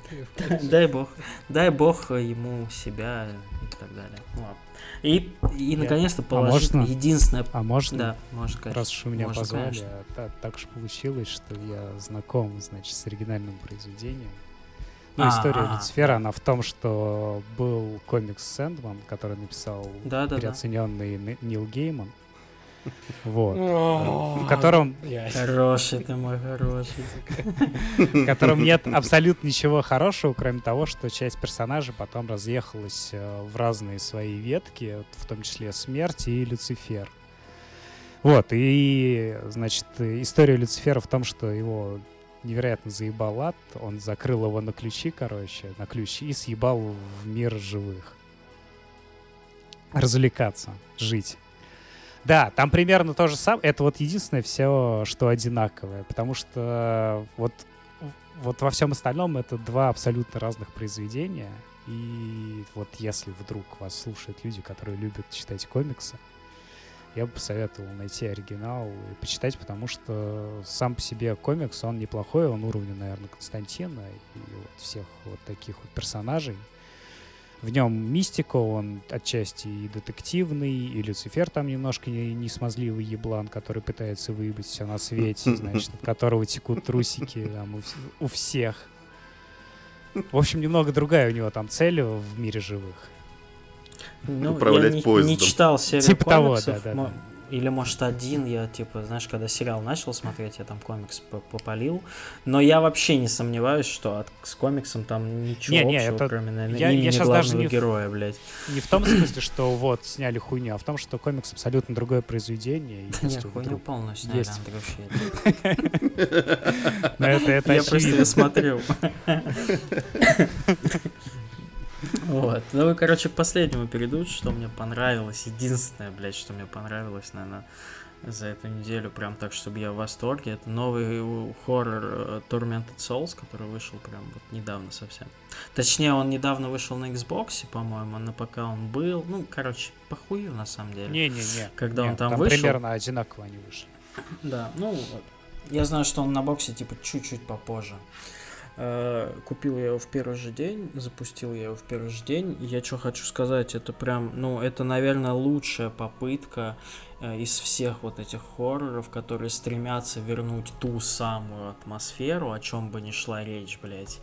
Дай бог ему себя и так далее. И наконец-то положительно. Единственное... А можно? Да, можно, конечно. Раз уж меня позвали, так уж получилось, что я знаком, с оригинальным произведением. История Люцифера, она в том, что был комикс «Сэндман», который написал переоцененный Нил Гейман. Вот. В котором... Хороший ты мой, хороший. В котором нет абсолютно ничего хорошего, кроме того, что часть персонажей потом разъехалась в разные свои ветки, в том числе Смерть и Люцифер. Вот, и, история Люцифера в том, что его невероятно заебал ад, он закрыл его на ключи, и съебал в мир живых. Развлекаться, жить. Да, там примерно то же самое. Это вот единственное все, что одинаковое. Потому что вот во всем остальном это 2 абсолютно разных произведения. И вот если вдруг вас слушают люди, которые любят читать комиксы, я бы посоветовал найти оригинал и почитать, потому что сам по себе комикс, он неплохой, он уровня, наверное, Константина и вот всех вот таких вот персонажей. В нем мистика, он отчасти и детективный, и Люцифер там немножко не смазливый еблан, который пытается выебать все на свете, от которого текут трусики там, у всех. В общем, немного другая у него там цель в мире живых. Управлять поездом. Не читал серию типа комиксов. Того, да. или, может, один, я, типа, знаешь, когда сериал начал смотреть, я там комикс попалил, но я вообще не сомневаюсь, что с комиксом там ничего общего, это... кроме, наверное, имени главного героя, блядь. Не в том смысле, что вот, сняли хуйню, а в том, что комикс абсолютно другое произведение. Не, хуйню полную сняли, Андрей, вообще. Я просто ее смотрел. Вот. Ну, короче, к последнему перейду, что мне понравилось. Единственное, блядь, что мне понравилось, наверное, за эту неделю, прям так, чтобы я в восторге, это новый хоррор Tormented Souls, который вышел прям вот недавно совсем. Точнее, он недавно вышел на Xbox, по-моему, на ПК он был. Ну, короче, похую на самом деле. Не-не-не. Когда он там вышел. Примерно одинаково они вышли. Да, ну, я знаю, что он на боксе, типа, чуть-чуть попозже. Купил я его в первый же день, запустил я его в первый же день. И я что хочу сказать, это прям, ну, это, наверное, лучшая попытка из всех вот этих хорроров, которые стремятся вернуть ту самую атмосферу, о чем бы ни шла речь, блядь.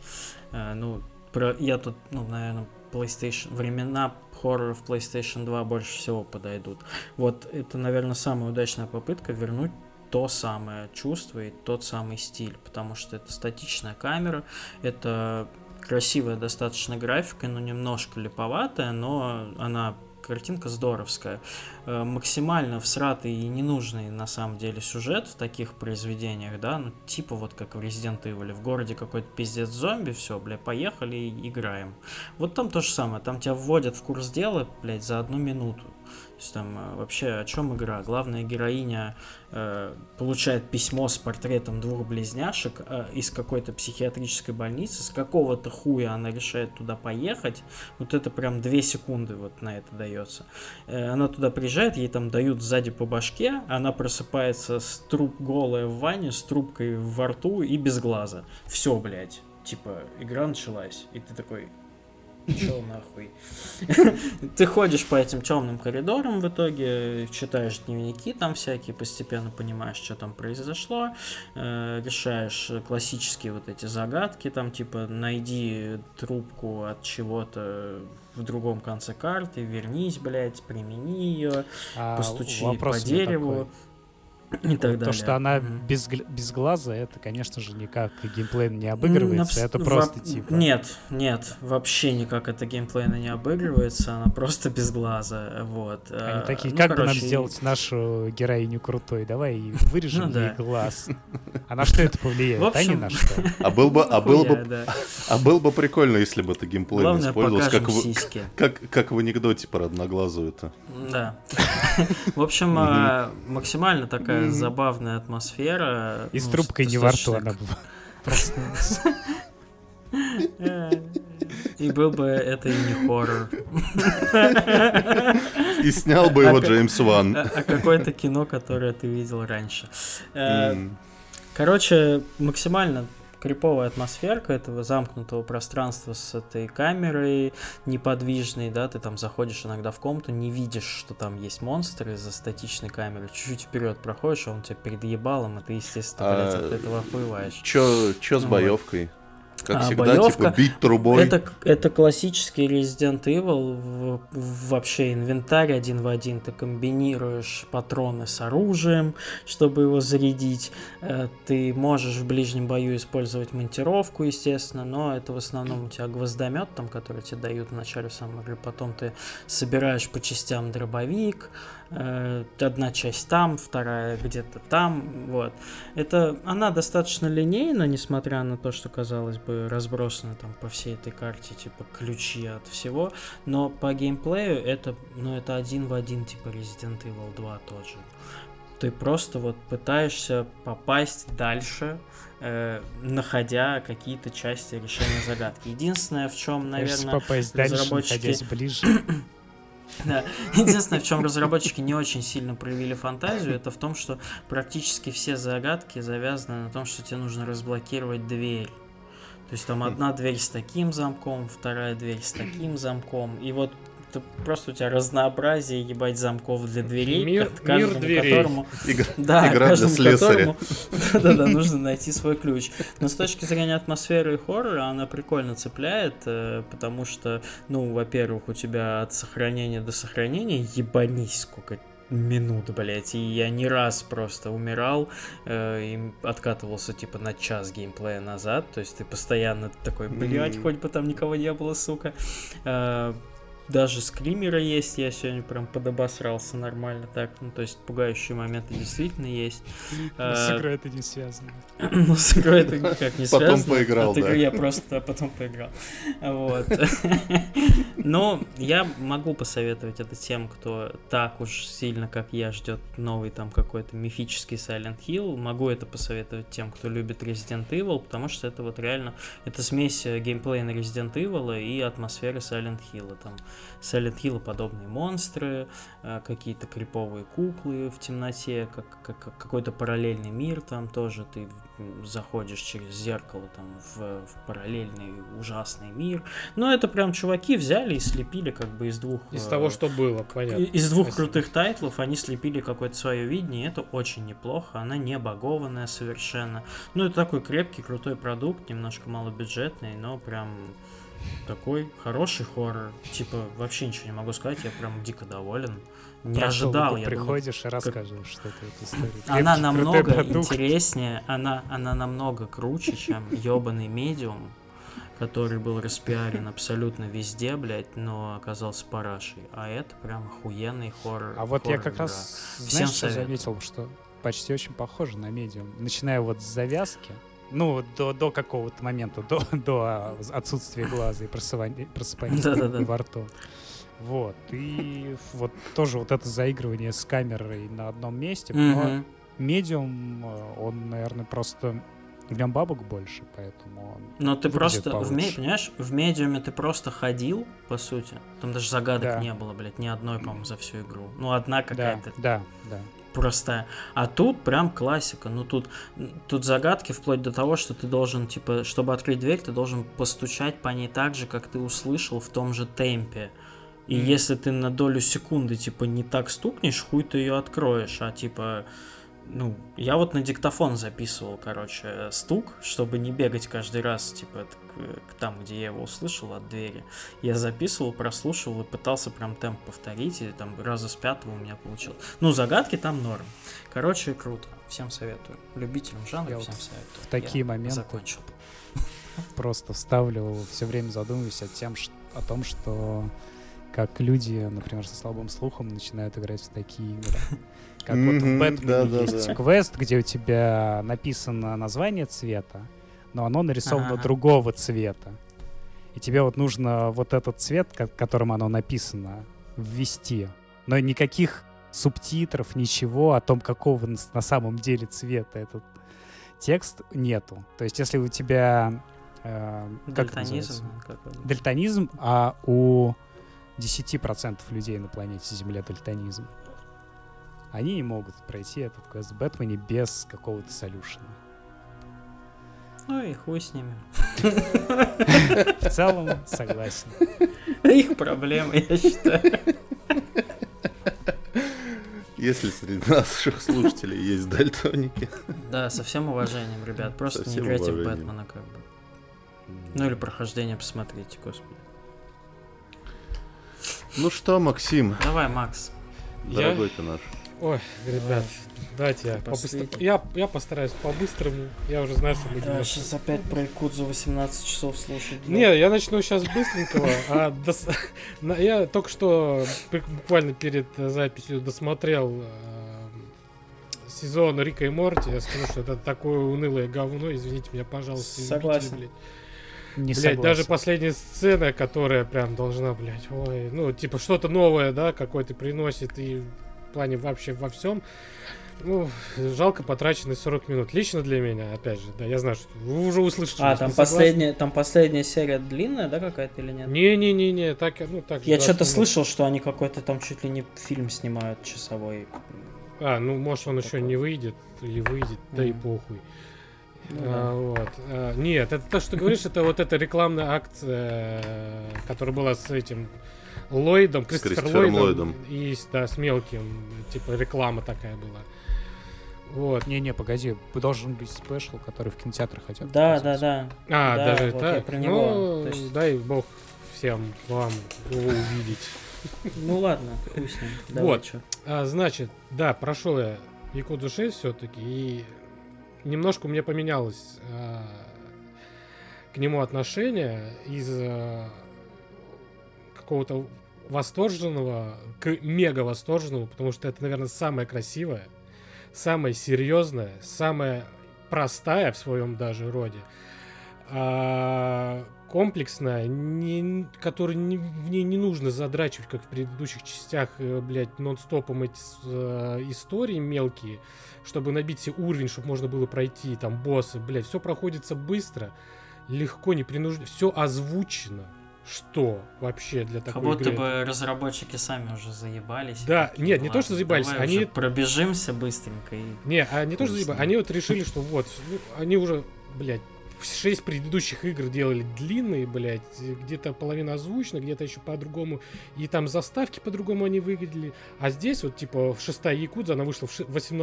Я тут, наверное, времена хорроров PlayStation 2 больше всего подойдут. Вот это, наверное, самая удачная попытка вернуть то самое чувство и тот самый стиль, потому что это статичная камера, это красивая достаточно графика, но немножко липоватая, но картинка здоровская. Максимально всратый и ненужный на самом деле сюжет в таких произведениях, да, ну типа вот как в Resident Evil, в городе какой-то пиздец зомби, все, бля, поехали и играем. Вот там то же самое, там тебя вводят в курс дела, блядь, за 1 минуту. То есть там вообще о чем игра? Главная героиня получает письмо с портретом 2 близняшек из какой-то психиатрической больницы. С какого-то хуя она решает туда поехать. Вот это прям 2 секунды вот на это дается. Она туда приезжает, ей там дают сзади по башке. Она просыпается голая в ванне, с трубкой во рту и без глаза. Все, блядь. Типа, игра началась. И ты такой... Чё нахуй? Ты ходишь по этим темным коридорам в итоге, читаешь дневники там всякие, постепенно понимаешь, что там произошло, решаешь классические вот эти загадки, там типа найди трубку от чего-то в другом конце карты, вернись, блядь, примени ее, постучи по дереву. И так далее. То, что она без глаза, это, конечно же, никак геймплейно не обыгрывается, это просто типа... Нет, вообще никак это геймплейно не обыгрывается, она просто без глаза, вот. Они такие, как бы нам сделать нашу героиню крутой, давай вырежем ей глаз. А на что это повлияет, а не на что? А было бы прикольно, если бы это геймплейно использовалось, как в анекдоте про одноглазую-то. Да. В общем, максимально такая забавная атмосфера. И с трубкой не во рту она была. Проснулась. И был бы это и не хоррор. И снял бы его Джеймс Ван. А какое-то кино, которое ты видел раньше. Короче, максимально криповая атмосферка этого замкнутого пространства с этой камерой неподвижной, да, ты там заходишь иногда в комнату, не видишь, что там есть монстр из-за статичной камеры, чуть-чуть вперед проходишь, а он тебя перед ебалом, и ты, естественно, блядь, от этого охуеваешь. Чё с боевкой? Как всегда, боевка, типа бить трубой. Это классический Resident Evil, вообще инвентарь один в один, ты комбинируешь патроны с оружием, чтобы его зарядить, ты можешь в ближнем бою использовать монтировку, естественно, но это в основном у тебя гвоздомет, там, который тебе дают в начале самой игры, потом ты собираешь по частям дробовик, одна часть там, вторая где-то там, вот. Она достаточно линейна, несмотря на то, что, казалось бы, разбросаны там по всей этой карте, типа, ключи от всего, но по геймплею это один в один, типа, Resident Evil 2 тоже. Ты просто вот пытаешься попасть дальше, находя какие-то части решения загадки. Единственное, в чем, наверное, попасть разработчики... дальше, находясь ближе... Да. Единственное, в чем разработчики не очень сильно проявили фантазию, это в том, что практически все загадки завязаны на том, что тебе нужно разблокировать дверь. То есть там одна дверь с таким замком, вторая дверь с таким замком, и вот это просто у тебя разнообразие, ебать, замков для дверей. Мир дверей. Которому... Игра для слесаря. Да, нужно найти свой ключ. Но с точки зрения атмосферы и хоррора она прикольно цепляет, потому что, во-первых, у тебя от сохранения до сохранения ебанись сколько минут, блять, и я не раз просто умирал и откатывался типа на час геймплея назад, то есть ты постоянно такой, блять, хоть бы там никого не было, сука. Даже скримера есть, я сегодня прям подобосрался нормально так, ну, то есть пугающие моменты действительно есть. С игрой это не связано. Ну, с игрой это никак не связано. Потом поиграл, да. Я просто потом поиграл. Вот. Но я могу посоветовать это тем, кто так уж сильно, как я, ждет новый там какой-то мифический Silent Hill. Могу это посоветовать тем, кто любит Resident Evil, потому что это вот реально, это смесь геймплея на Resident Evil и атмосферы Silent Hill. Там Silent Hill подобные монстры, какие-то криповые куклы в темноте, какой-то параллельный мир, там тоже ты заходишь через зеркало там в параллельный ужасный мир. Но это прям чуваки взяли и слепили как бы из двух... Из того, что было, понятно. Из двух крутых тайтлов они слепили какое-то свое видение, и это очень неплохо, она не багованная совершенно. Ну, это такой крепкий, крутой продукт, немножко малобюджетный, но прям... такой хороший хоррор. Типа, вообще ничего не могу сказать, я прям дико доволен. Не ожидал, я приходишь и рассказываешь что-то эту историю. Она намного интереснее, она намного круче, чем ёбаный Медиум, который был распиарен абсолютно везде, блядь, но оказался парашей. А это прям охуенный хоррор. А вот я как раз, знаешь, что заметил, что почти очень похоже на Медиум. Начиная вот с завязки, ну, до какого-то момента, до отсутствия глаза и просыпания во рту. Вот. И вот тоже вот это заигрывание с камерой на одном месте. Но Медиум, он, наверное, просто... В нем бабок больше, поэтому... Но ты просто, понимаешь, в Медиуме ты просто ходил, по сути. Там даже загадок не было, блядь, ни одной, по-моему, за всю игру. Ну, одна какая-то. Да. Простая. А тут прям классика. Ну, тут загадки вплоть до того, что ты должен, типа, чтобы открыть дверь, ты должен постучать по ней так же, как ты услышал в том же темпе. И если ты на долю секунды, типа, не так стукнешь, хуй ты ее откроешь. А, типа, ну, я вот на диктофон записывал, короче, стук, чтобы не бегать каждый раз, типа, там, где я его услышал от двери. Я записывал, прослушивал и пытался прям темп повторить, и там раза с 5-го у меня получилось. Ну, загадки там норм. Короче, круто. Всем советую. Любителям жанра всем советую. В такие моменты закончил. Просто вставлю, все время задумываюсь о том, что как люди, например, со слабым слухом начинают играть в такие игры. Как вот в Бэтмене есть квест, где у тебя написано название цвета, но оно нарисовано другого цвета. И тебе вот нужно вот этот цвет, которым оно написано, ввести. Но никаких субтитров, ничего о том, какого на самом деле цвета этот текст нету. То есть если у тебя... Дальтонизм. Дальтонизм, а у 10% людей на планете Земля дальтонизм. Они не могут пройти этот квест в Бэтмене без какого-то солюшена. Ну и хуй с ними. В целом, согласен. Их проблемы, я считаю. Если среди наших слушателей есть дальтоники. Да, со всем уважением, ребят. Просто не играйте в Бэтмена, как бы. Ну или прохождение посмотрите, господи. Ну что, Максим? Давай, Макс. Дорогой ты наш. Ой, ребят, давайте я постараюсь по-быстрому. Я уже знаю, что мы будем... сейчас опять про Якудзу 18 часов слушать. Не, я начну сейчас быстренького. Я только что буквально перед записью досмотрел сезон Рика и Морти. Я скажу, что это такое унылое говно. Извините меня, пожалуйста. Согласен. Блять, даже последняя сцена, которая прям должна, блять, ой, ну, типа, что-то новое, да, какое-то приносит, и в плане вообще во всем, ну, жалко потраченные 40 минут. Лично для меня, опять же, да, я знаю, что вы уже услышали. Там последняя серия длинная, да, какая-то или нет? Не-не-не, так, ну, так. Я что-то слышал, что они какой-то там чуть ли не фильм снимают часовой. Ну, может, он еще не выйдет, или выйдет, да и похуй. Нет, это то, что ты говоришь, это вот эта рекламная акция, которая была с этим Ллойдом, Кристофером Ллойдом. И да, с мелким, типа реклама такая была. Вот. Не, погоди, должен быть спешл, который в кинотеатрах хотят. Да. Даже вот так. Я про него. Дай бог всем вам его увидеть. Ну ладно, хуй с ним. Вот, значит, да, прошел я Якудзу 6 все-таки, и немножко у меня поменялось к нему отношение из какого-то восторженного к мега восторженному, потому что это, наверное, самое красивое, самое серьезное, самое простая в своем даже роде, комплексная, которой в ней не нужно задрачивать, как в предыдущих частях, блядь, нон-стопом эти истории мелкие, чтобы набить себе уровень, чтобы можно было пройти, там, боссы, блядь, все проходится быстро, легко, непринужденно, все озвучено. Что вообще для такой игры? Как будто бы разработчики сами уже заебались. Да, нет, не то, что заебались, они... пробежимся быстренько и... Не, не то, что заебались, они вот решили, что вот, они уже, блядь, 6 предыдущих игр делали длинные, блядь, где-то половина озвучена, где-то еще по-другому, и там заставки по-другому они выглядели, а здесь вот, типа, 6-я Якудза, она вышла в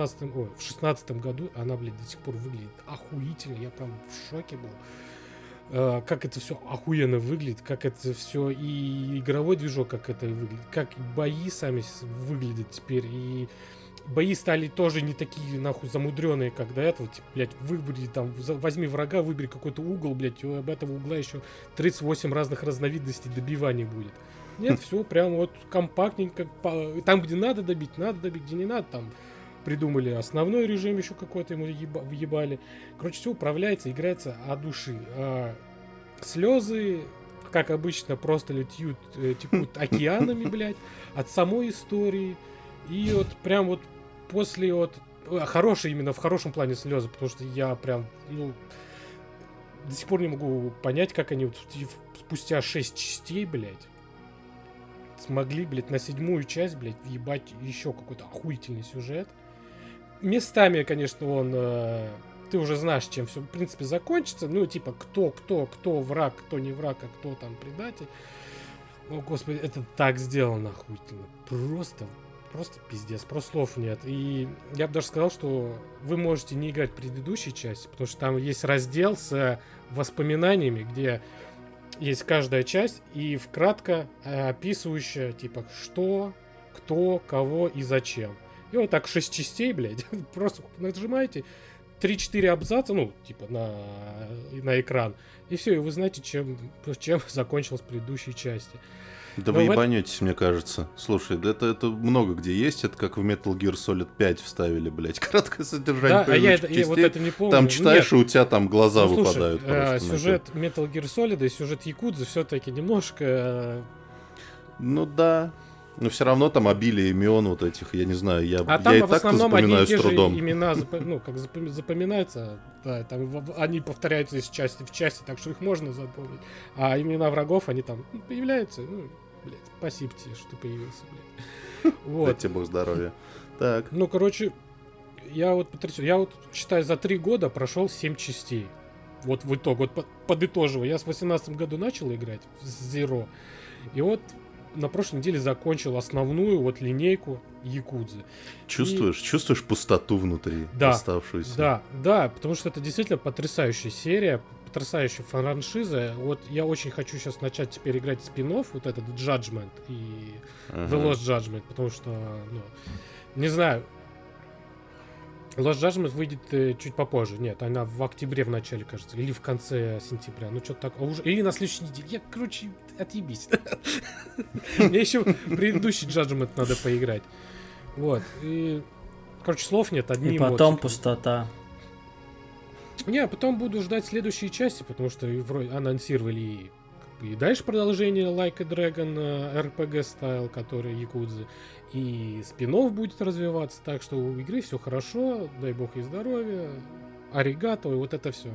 16-м году, она, блядь, до сих пор выглядит охуительно, я прям в шоке был. Как это все охуенно выглядит, как это все и игровой движок, как это выглядит, как бои сами выглядят теперь, и бои стали тоже не такие, нахуй, замудренные, как до этого, типа, блядь, выбери там, возьми врага, выбери какой-то угол, блядь, и об этого угла еще 38 разных разновидностей добиваний будет. Нет, все прям вот компактненько, там, где надо добить, где не надо, там придумали основной режим еще какой-то, ему въебали. Короче, все управляется, играется от души. Слезы, как обычно, просто текут океанами, блядь, от самой истории. И вот прям вот после вот... Хорошие именно, в хорошем плане слезы, потому что я прям, до сих пор не могу понять, как они вот спустя 6 частей, блядь, смогли, блядь, на 7-ю часть, блядь, въебать еще какой-то охуительный сюжет. Местами, конечно, он... ты уже знаешь, чем все, в принципе, закончится. Ну, типа, кто враг, кто не враг, а кто там предатель. О, господи, это так сделано охуительно. Просто пиздец, просто слов нет. И я бы даже сказал, что вы можете не играть в предыдущей части, потому что там есть раздел с воспоминаниями, где есть каждая часть и вкратко описывающая, типа, что, кто, кого и зачем. И вот так 6 частей, блядь, просто нажимаете 3-4 абзаца, на экран, и все, и вы знаете, чем закончилась предыдущая часть. Да вы ебанетесь, мне кажется. Слушай, это много где есть, это как в Metal Gear Solid 5 вставили, блядь, краткое содержание. Да, я вот это не помню. Там читаешь, и у тебя там глаза выпадают. Сюжет Metal Gear Solid и сюжет Якудзы все-таки немножко... Ну да. Но все равно там обилие имен вот этих, я не знаю, я там и в так-то основном запоминаю одни и те с трудом. же имена запоминаются, да, там они повторяются из части в части, так что их можно запомнить. А имена врагов, они там появляются, блядь, спасибо тебе, что ты появился, блядь. Вот. Дай тебе бог здоровья. Так. Короче, я вот потрясен. Я вот, считай, за 3 года прошел 7 частей. Вот в итоге, вот подытоживая. Я в 18 году начал играть в Zero. И вот на прошлой неделе закончил основную вот линейку Якудзы. Чувствуешь пустоту внутри, оставшуюся? Да, потому что это действительно потрясающая серия, потрясающая франшиза. Вот я очень хочу сейчас начать теперь играть спин-офф, вот этот Judgment и The Lost Judgment, потому что, не знаю, Lost Judgment выйдет чуть попозже. Нет, она в октябре в начале, кажется, или в конце сентября. Что-то так. Или на следующей неделе. Отъебись. Мне еще предыдущий Judgment надо поиграть. Вот. И, слов нет. Одни и потом пустота. Не, а потом буду ждать следующие части, потому что вроде анонсировали и дальше продолжение Like a Dragon RPG стайл, который Якудзы. И спин-офф будет развиваться, так что у игры все хорошо, дай бог ей здоровья, аригато, и вот это все.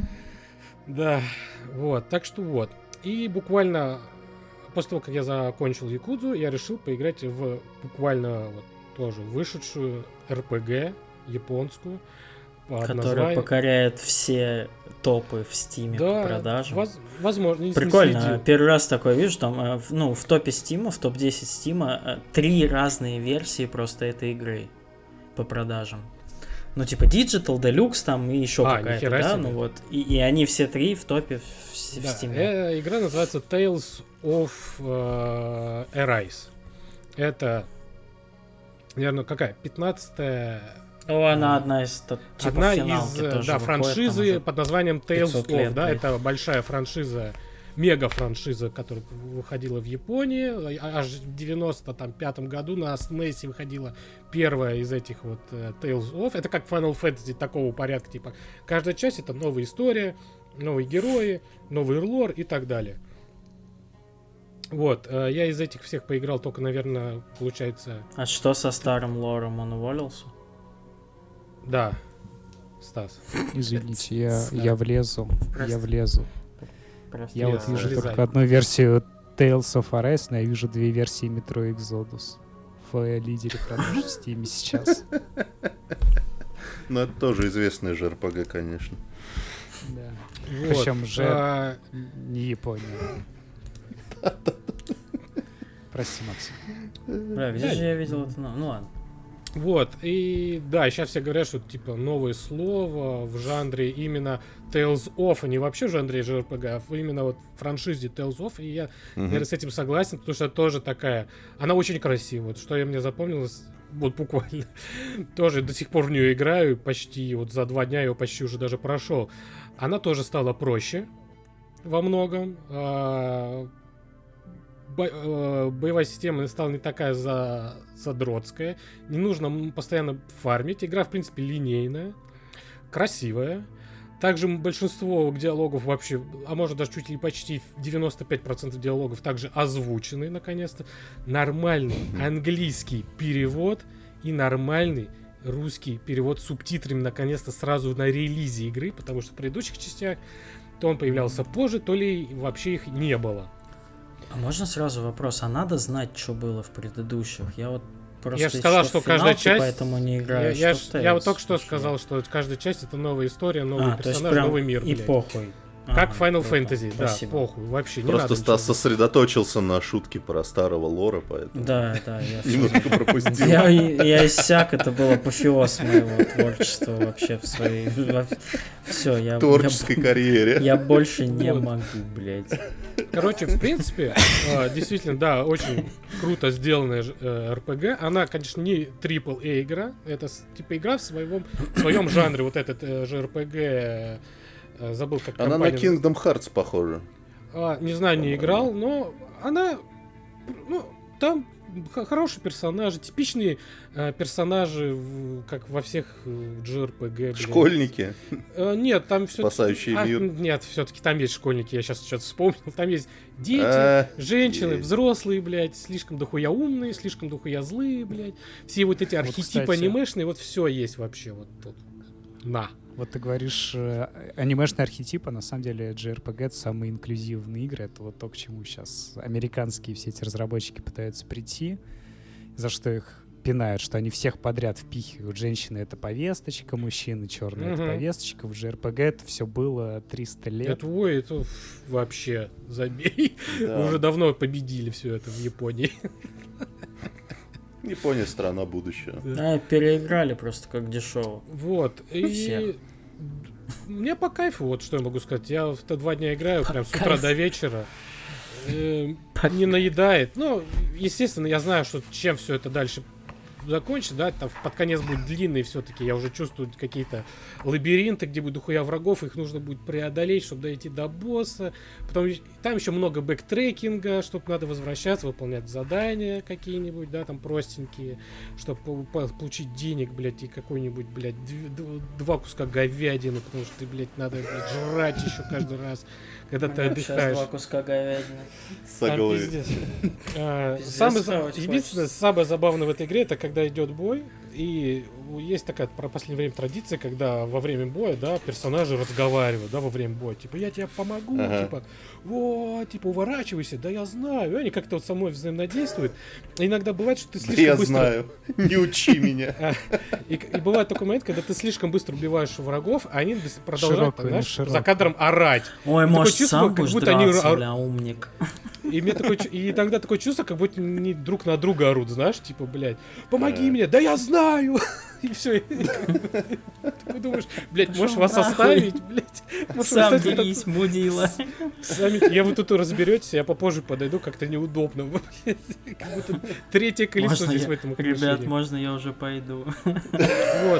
Да, вот, так что вот. И буквально после того, как я закончил Якудзу, я решил поиграть в буквально вот тоже вышедшую RPG японскую. Которая покоряет все топы в Стиме по продажам. Возможно. Прикольно. Первый раз такое вижу. Там, в топе Стима, в топ-10 Стима 3 разные версии просто этой игры по продажам. Ну, типа Digital, Deluxe там и еще какая-то, да? Себе. Ну вот. И они все три в топе в Steam. Игра называется Tales of Arise. Это, наверное, какая? 15-я... Она одна из одна из франшизы под названием Tales of, да, это большая франшиза, мега-франшиза, которая выходила в Японии. Аж в 95 году на SNES выходила первая из этих вот Tales of. Это как Final Fantasy такого порядка, типа каждая часть это новая история, новые герои, новый лор и так далее. Вот, я из этих всех поиграл только, наверное, получается... А что со старым лором, он уволился? Да, Стас. Извините, я влезу. Прости, я вот вижу только одну версию Tales of Arise, но я вижу две версии Metro Exodus в лидере продаж в Steam сейчас. Ну, это тоже известный же RPG, конечно. Да. Причем же не Япония. Прости, Максим. Бля, где же я видел это? Ну ладно. Вот, и да, сейчас все говорят, что типа новое слово в жанре именно Tales of, а не вообще в жанре JRPG, а именно вот в франшизе Tales of, и я, наверное, с этим согласен, потому что это тоже такая, она очень красивая, вот, что я мне запомнилось, вот буквально, тоже до сих пор в нее играю, почти вот за 2 дня ее почти уже даже прошел. Она тоже стала проще во многом, боевая система стала не такая задротская. Не нужно постоянно фармить. Игра, в принципе, линейная, красивая. Также большинство диалогов вообще, а может даже чуть ли почти 95% диалогов также озвучены, наконец-то. Нормальный английский перевод и нормальный русский перевод с субтитрами, наконец-то, сразу на релизе игры, потому что в предыдущих частях то он появлялся позже, то ли вообще их не было. А можно сразу вопрос? А надо знать, что было в предыдущих? Я вот просто я же сказал, что каждая часть... Поэтому не играю. Я вот только что сказал, что каждая часть это новая история, новый персонаж, новый мир. И похуй. Как Final Fantasy, да, похуй, вообще не надо. Просто Стас сосредоточился на шутке про старого лора, поэтому... Да, я немножко пропустил. Я иссяк, это был апофеоз моего творчества вообще в своей... Все, я... Творческой карьере. Я больше не могу, блядь. Короче, в принципе, действительно, да, очень круто сделанная RPG. Она, конечно, не AAA игра, это типа игра в своем жанре, вот этот же RPG... Забыл, как она на Kingdom Hearts похожа. Не знаю, не играл, но она... Ну, там хорошие персонажи, типичные персонажи, как во всех JRPG. Школьники? Нет, там все-таки... Спасающий мир? Нет, все-таки там есть школьники, я сейчас что-то вспомнил. Там есть дети, женщины, взрослые, блядь, слишком дохуя умные, слишком дохуя злые, блядь. Все вот эти архетипы анимешные, вот все есть вообще вот тут. На. Вот ты говоришь, анимешный архетип, а на самом деле JRPG — это самые инклюзивные игры. Это вот то, к чему сейчас американские все эти разработчики пытаются прийти, за что их пинают, что они всех подряд впихивают. Женщины — это повесточка, мужчины — черная — это повесточка. В JRPG это все было 300 лет. Это вообще забей. Да. Уже давно победили все это в Японии. Япония — страна будущего. Да, переиграли просто как дешево. Вот. И мне по кайфу, вот что я могу сказать. Я в 2 дня играю прям с утра до вечера. Не наедает. Ну, естественно, я знаю, что чем все это дальше закончится, да, там под конец будет длинный все-таки, я уже чувствую какие-то лабиринты, где будет дохуя врагов, их нужно будет преодолеть, чтобы дойти до босса. Потом там еще много бэктрекинга, чтобы надо возвращаться, выполнять задания какие-нибудь, да, там простенькие, чтобы получить денег, блядь, и какой-нибудь, блядь, 2 куска говядины, потому что ты, блядь, надо, блядь, жрать еще каждый раз, когда ты отдыхаешь. 2 куска говядины. Согласен. Единственное, самое забавное в этой игре, это когда идет бой, и есть такая про последнее время традиция, когда во время боя, да, персонажи разговаривают, да, во время боя, типа, я тебе помогу, типа, вот, типа, уворачивайся, да я знаю, и они как-то вот со мной взаимодействуют. Иногда бывает, что ты слишком быстро... Я знаю, не учи меня. И бывает такой момент, когда ты слишком быстро убиваешь врагов, а они продолжают, знаешь, за кадром орать. Ой, может, сам будешь драться, бля, умник. И иногда такое чувство, как будто они друг на друга орут, знаешь, типа, блядь, помоги мне, да я знаю! и все. Ты думаешь, блядь, можешь вас оставить, блядь? Сам делись, мудила. Сами, я вот тут разберетесь, я попозже подойду, как-то неудобно. Как будто третье колесо здесь в этом украшении. Ребят, можно я уже пойду? Вот.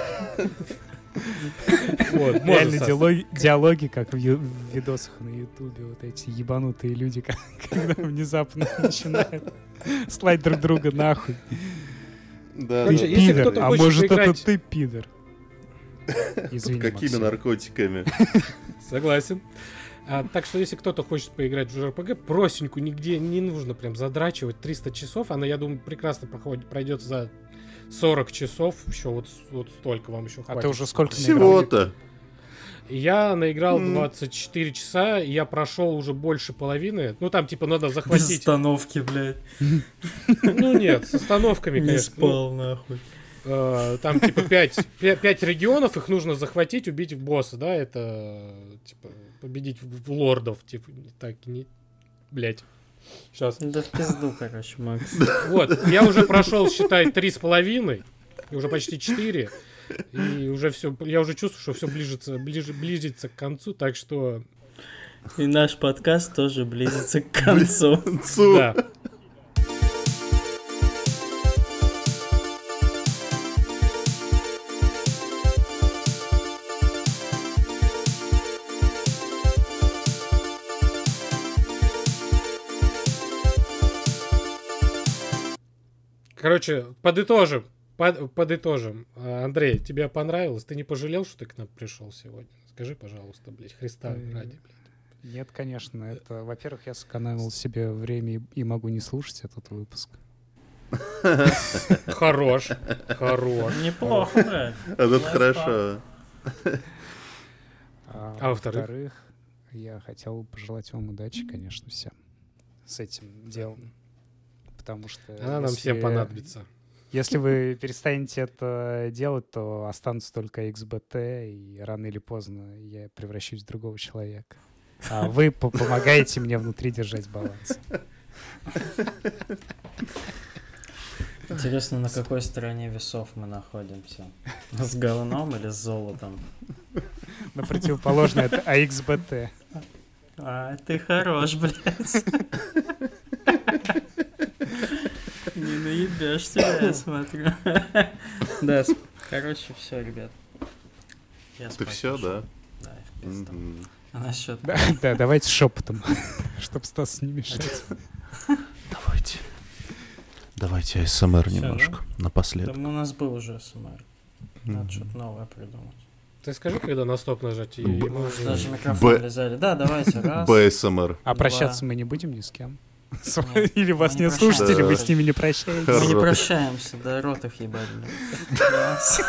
Реально диалоги, как в видосах на Ютубе, вот эти ебанутые люди, когда внезапно начинают слать друг друга нахуй. Да, ты пидор, а может это ты пидор? Извини, какими наркотиками? Согласен. Так что, если кто-то хочет поиграть в JRPG, простенькую, нигде не нужно прям задрачивать 300 часов. Она, я думаю, прекрасно пройдет за 40 часов. Еще вот столько вам еще хватит. А ты уже сколько всего-то? Я наиграл 24 часа, и я прошел уже больше половины. Ну, там, типа, надо захватить... Без остановки, блядь. Ну, нет, с остановками, конечно. Не спал, нахуй. Там, типа, 5 регионов, их нужно захватить, убить в босса, да? Это, типа, победить в лордов, типа, так, не... Блядь. Сейчас. Да в пизду, короче, Макс. Вот, я уже прошел, считай, 3,5, уже почти 4. И уже все, я уже чувствую, что все близится к концу, так что... И наш подкаст тоже близится к концу. Да. Короче, подытожим. Андрей, тебе понравилось? Ты не пожалел, что ты к нам пришел сегодня? Скажи, пожалуйста, блядь, Христа ради, блядь. Нет, конечно. Это, во-первых, я сэкономил себе время и могу не слушать этот выпуск. Хорош. Неплохо, брат. Это хорошо. А во-вторых, я хотел пожелать вам удачи, конечно, всем с этим делом. Потому что... Она нам всем понадобится. Если вы перестанете это делать, то останутся только XBT, и рано или поздно я превращусь в другого человека. А вы помогаете мне внутри держать баланс. Интересно, на какой стороне весов мы находимся? С говном или с золотом? На противоположной это AXBT. Ты хорош, блядь. Не наебешь тебя, я смотрю. Да, короче, все, ребят. Ты все, да? Да, в пизду. А насчет... Да, давайте шепотом, чтобы Стасу не мешать. Давайте АСМР немножко, напоследок. Там у нас был уже АСМР. Надо что-то новое придумать. Ты скажи, когда на стоп нажать, и мы уже... Даже микрофон лизали. Да, давайте, раз. БСМР. А прощаться мы не будем ни с кем? Или у вас нет слушателей, вы с ними не прощаетесь? Мы не прощаемся, да, рот их ебать. Раз.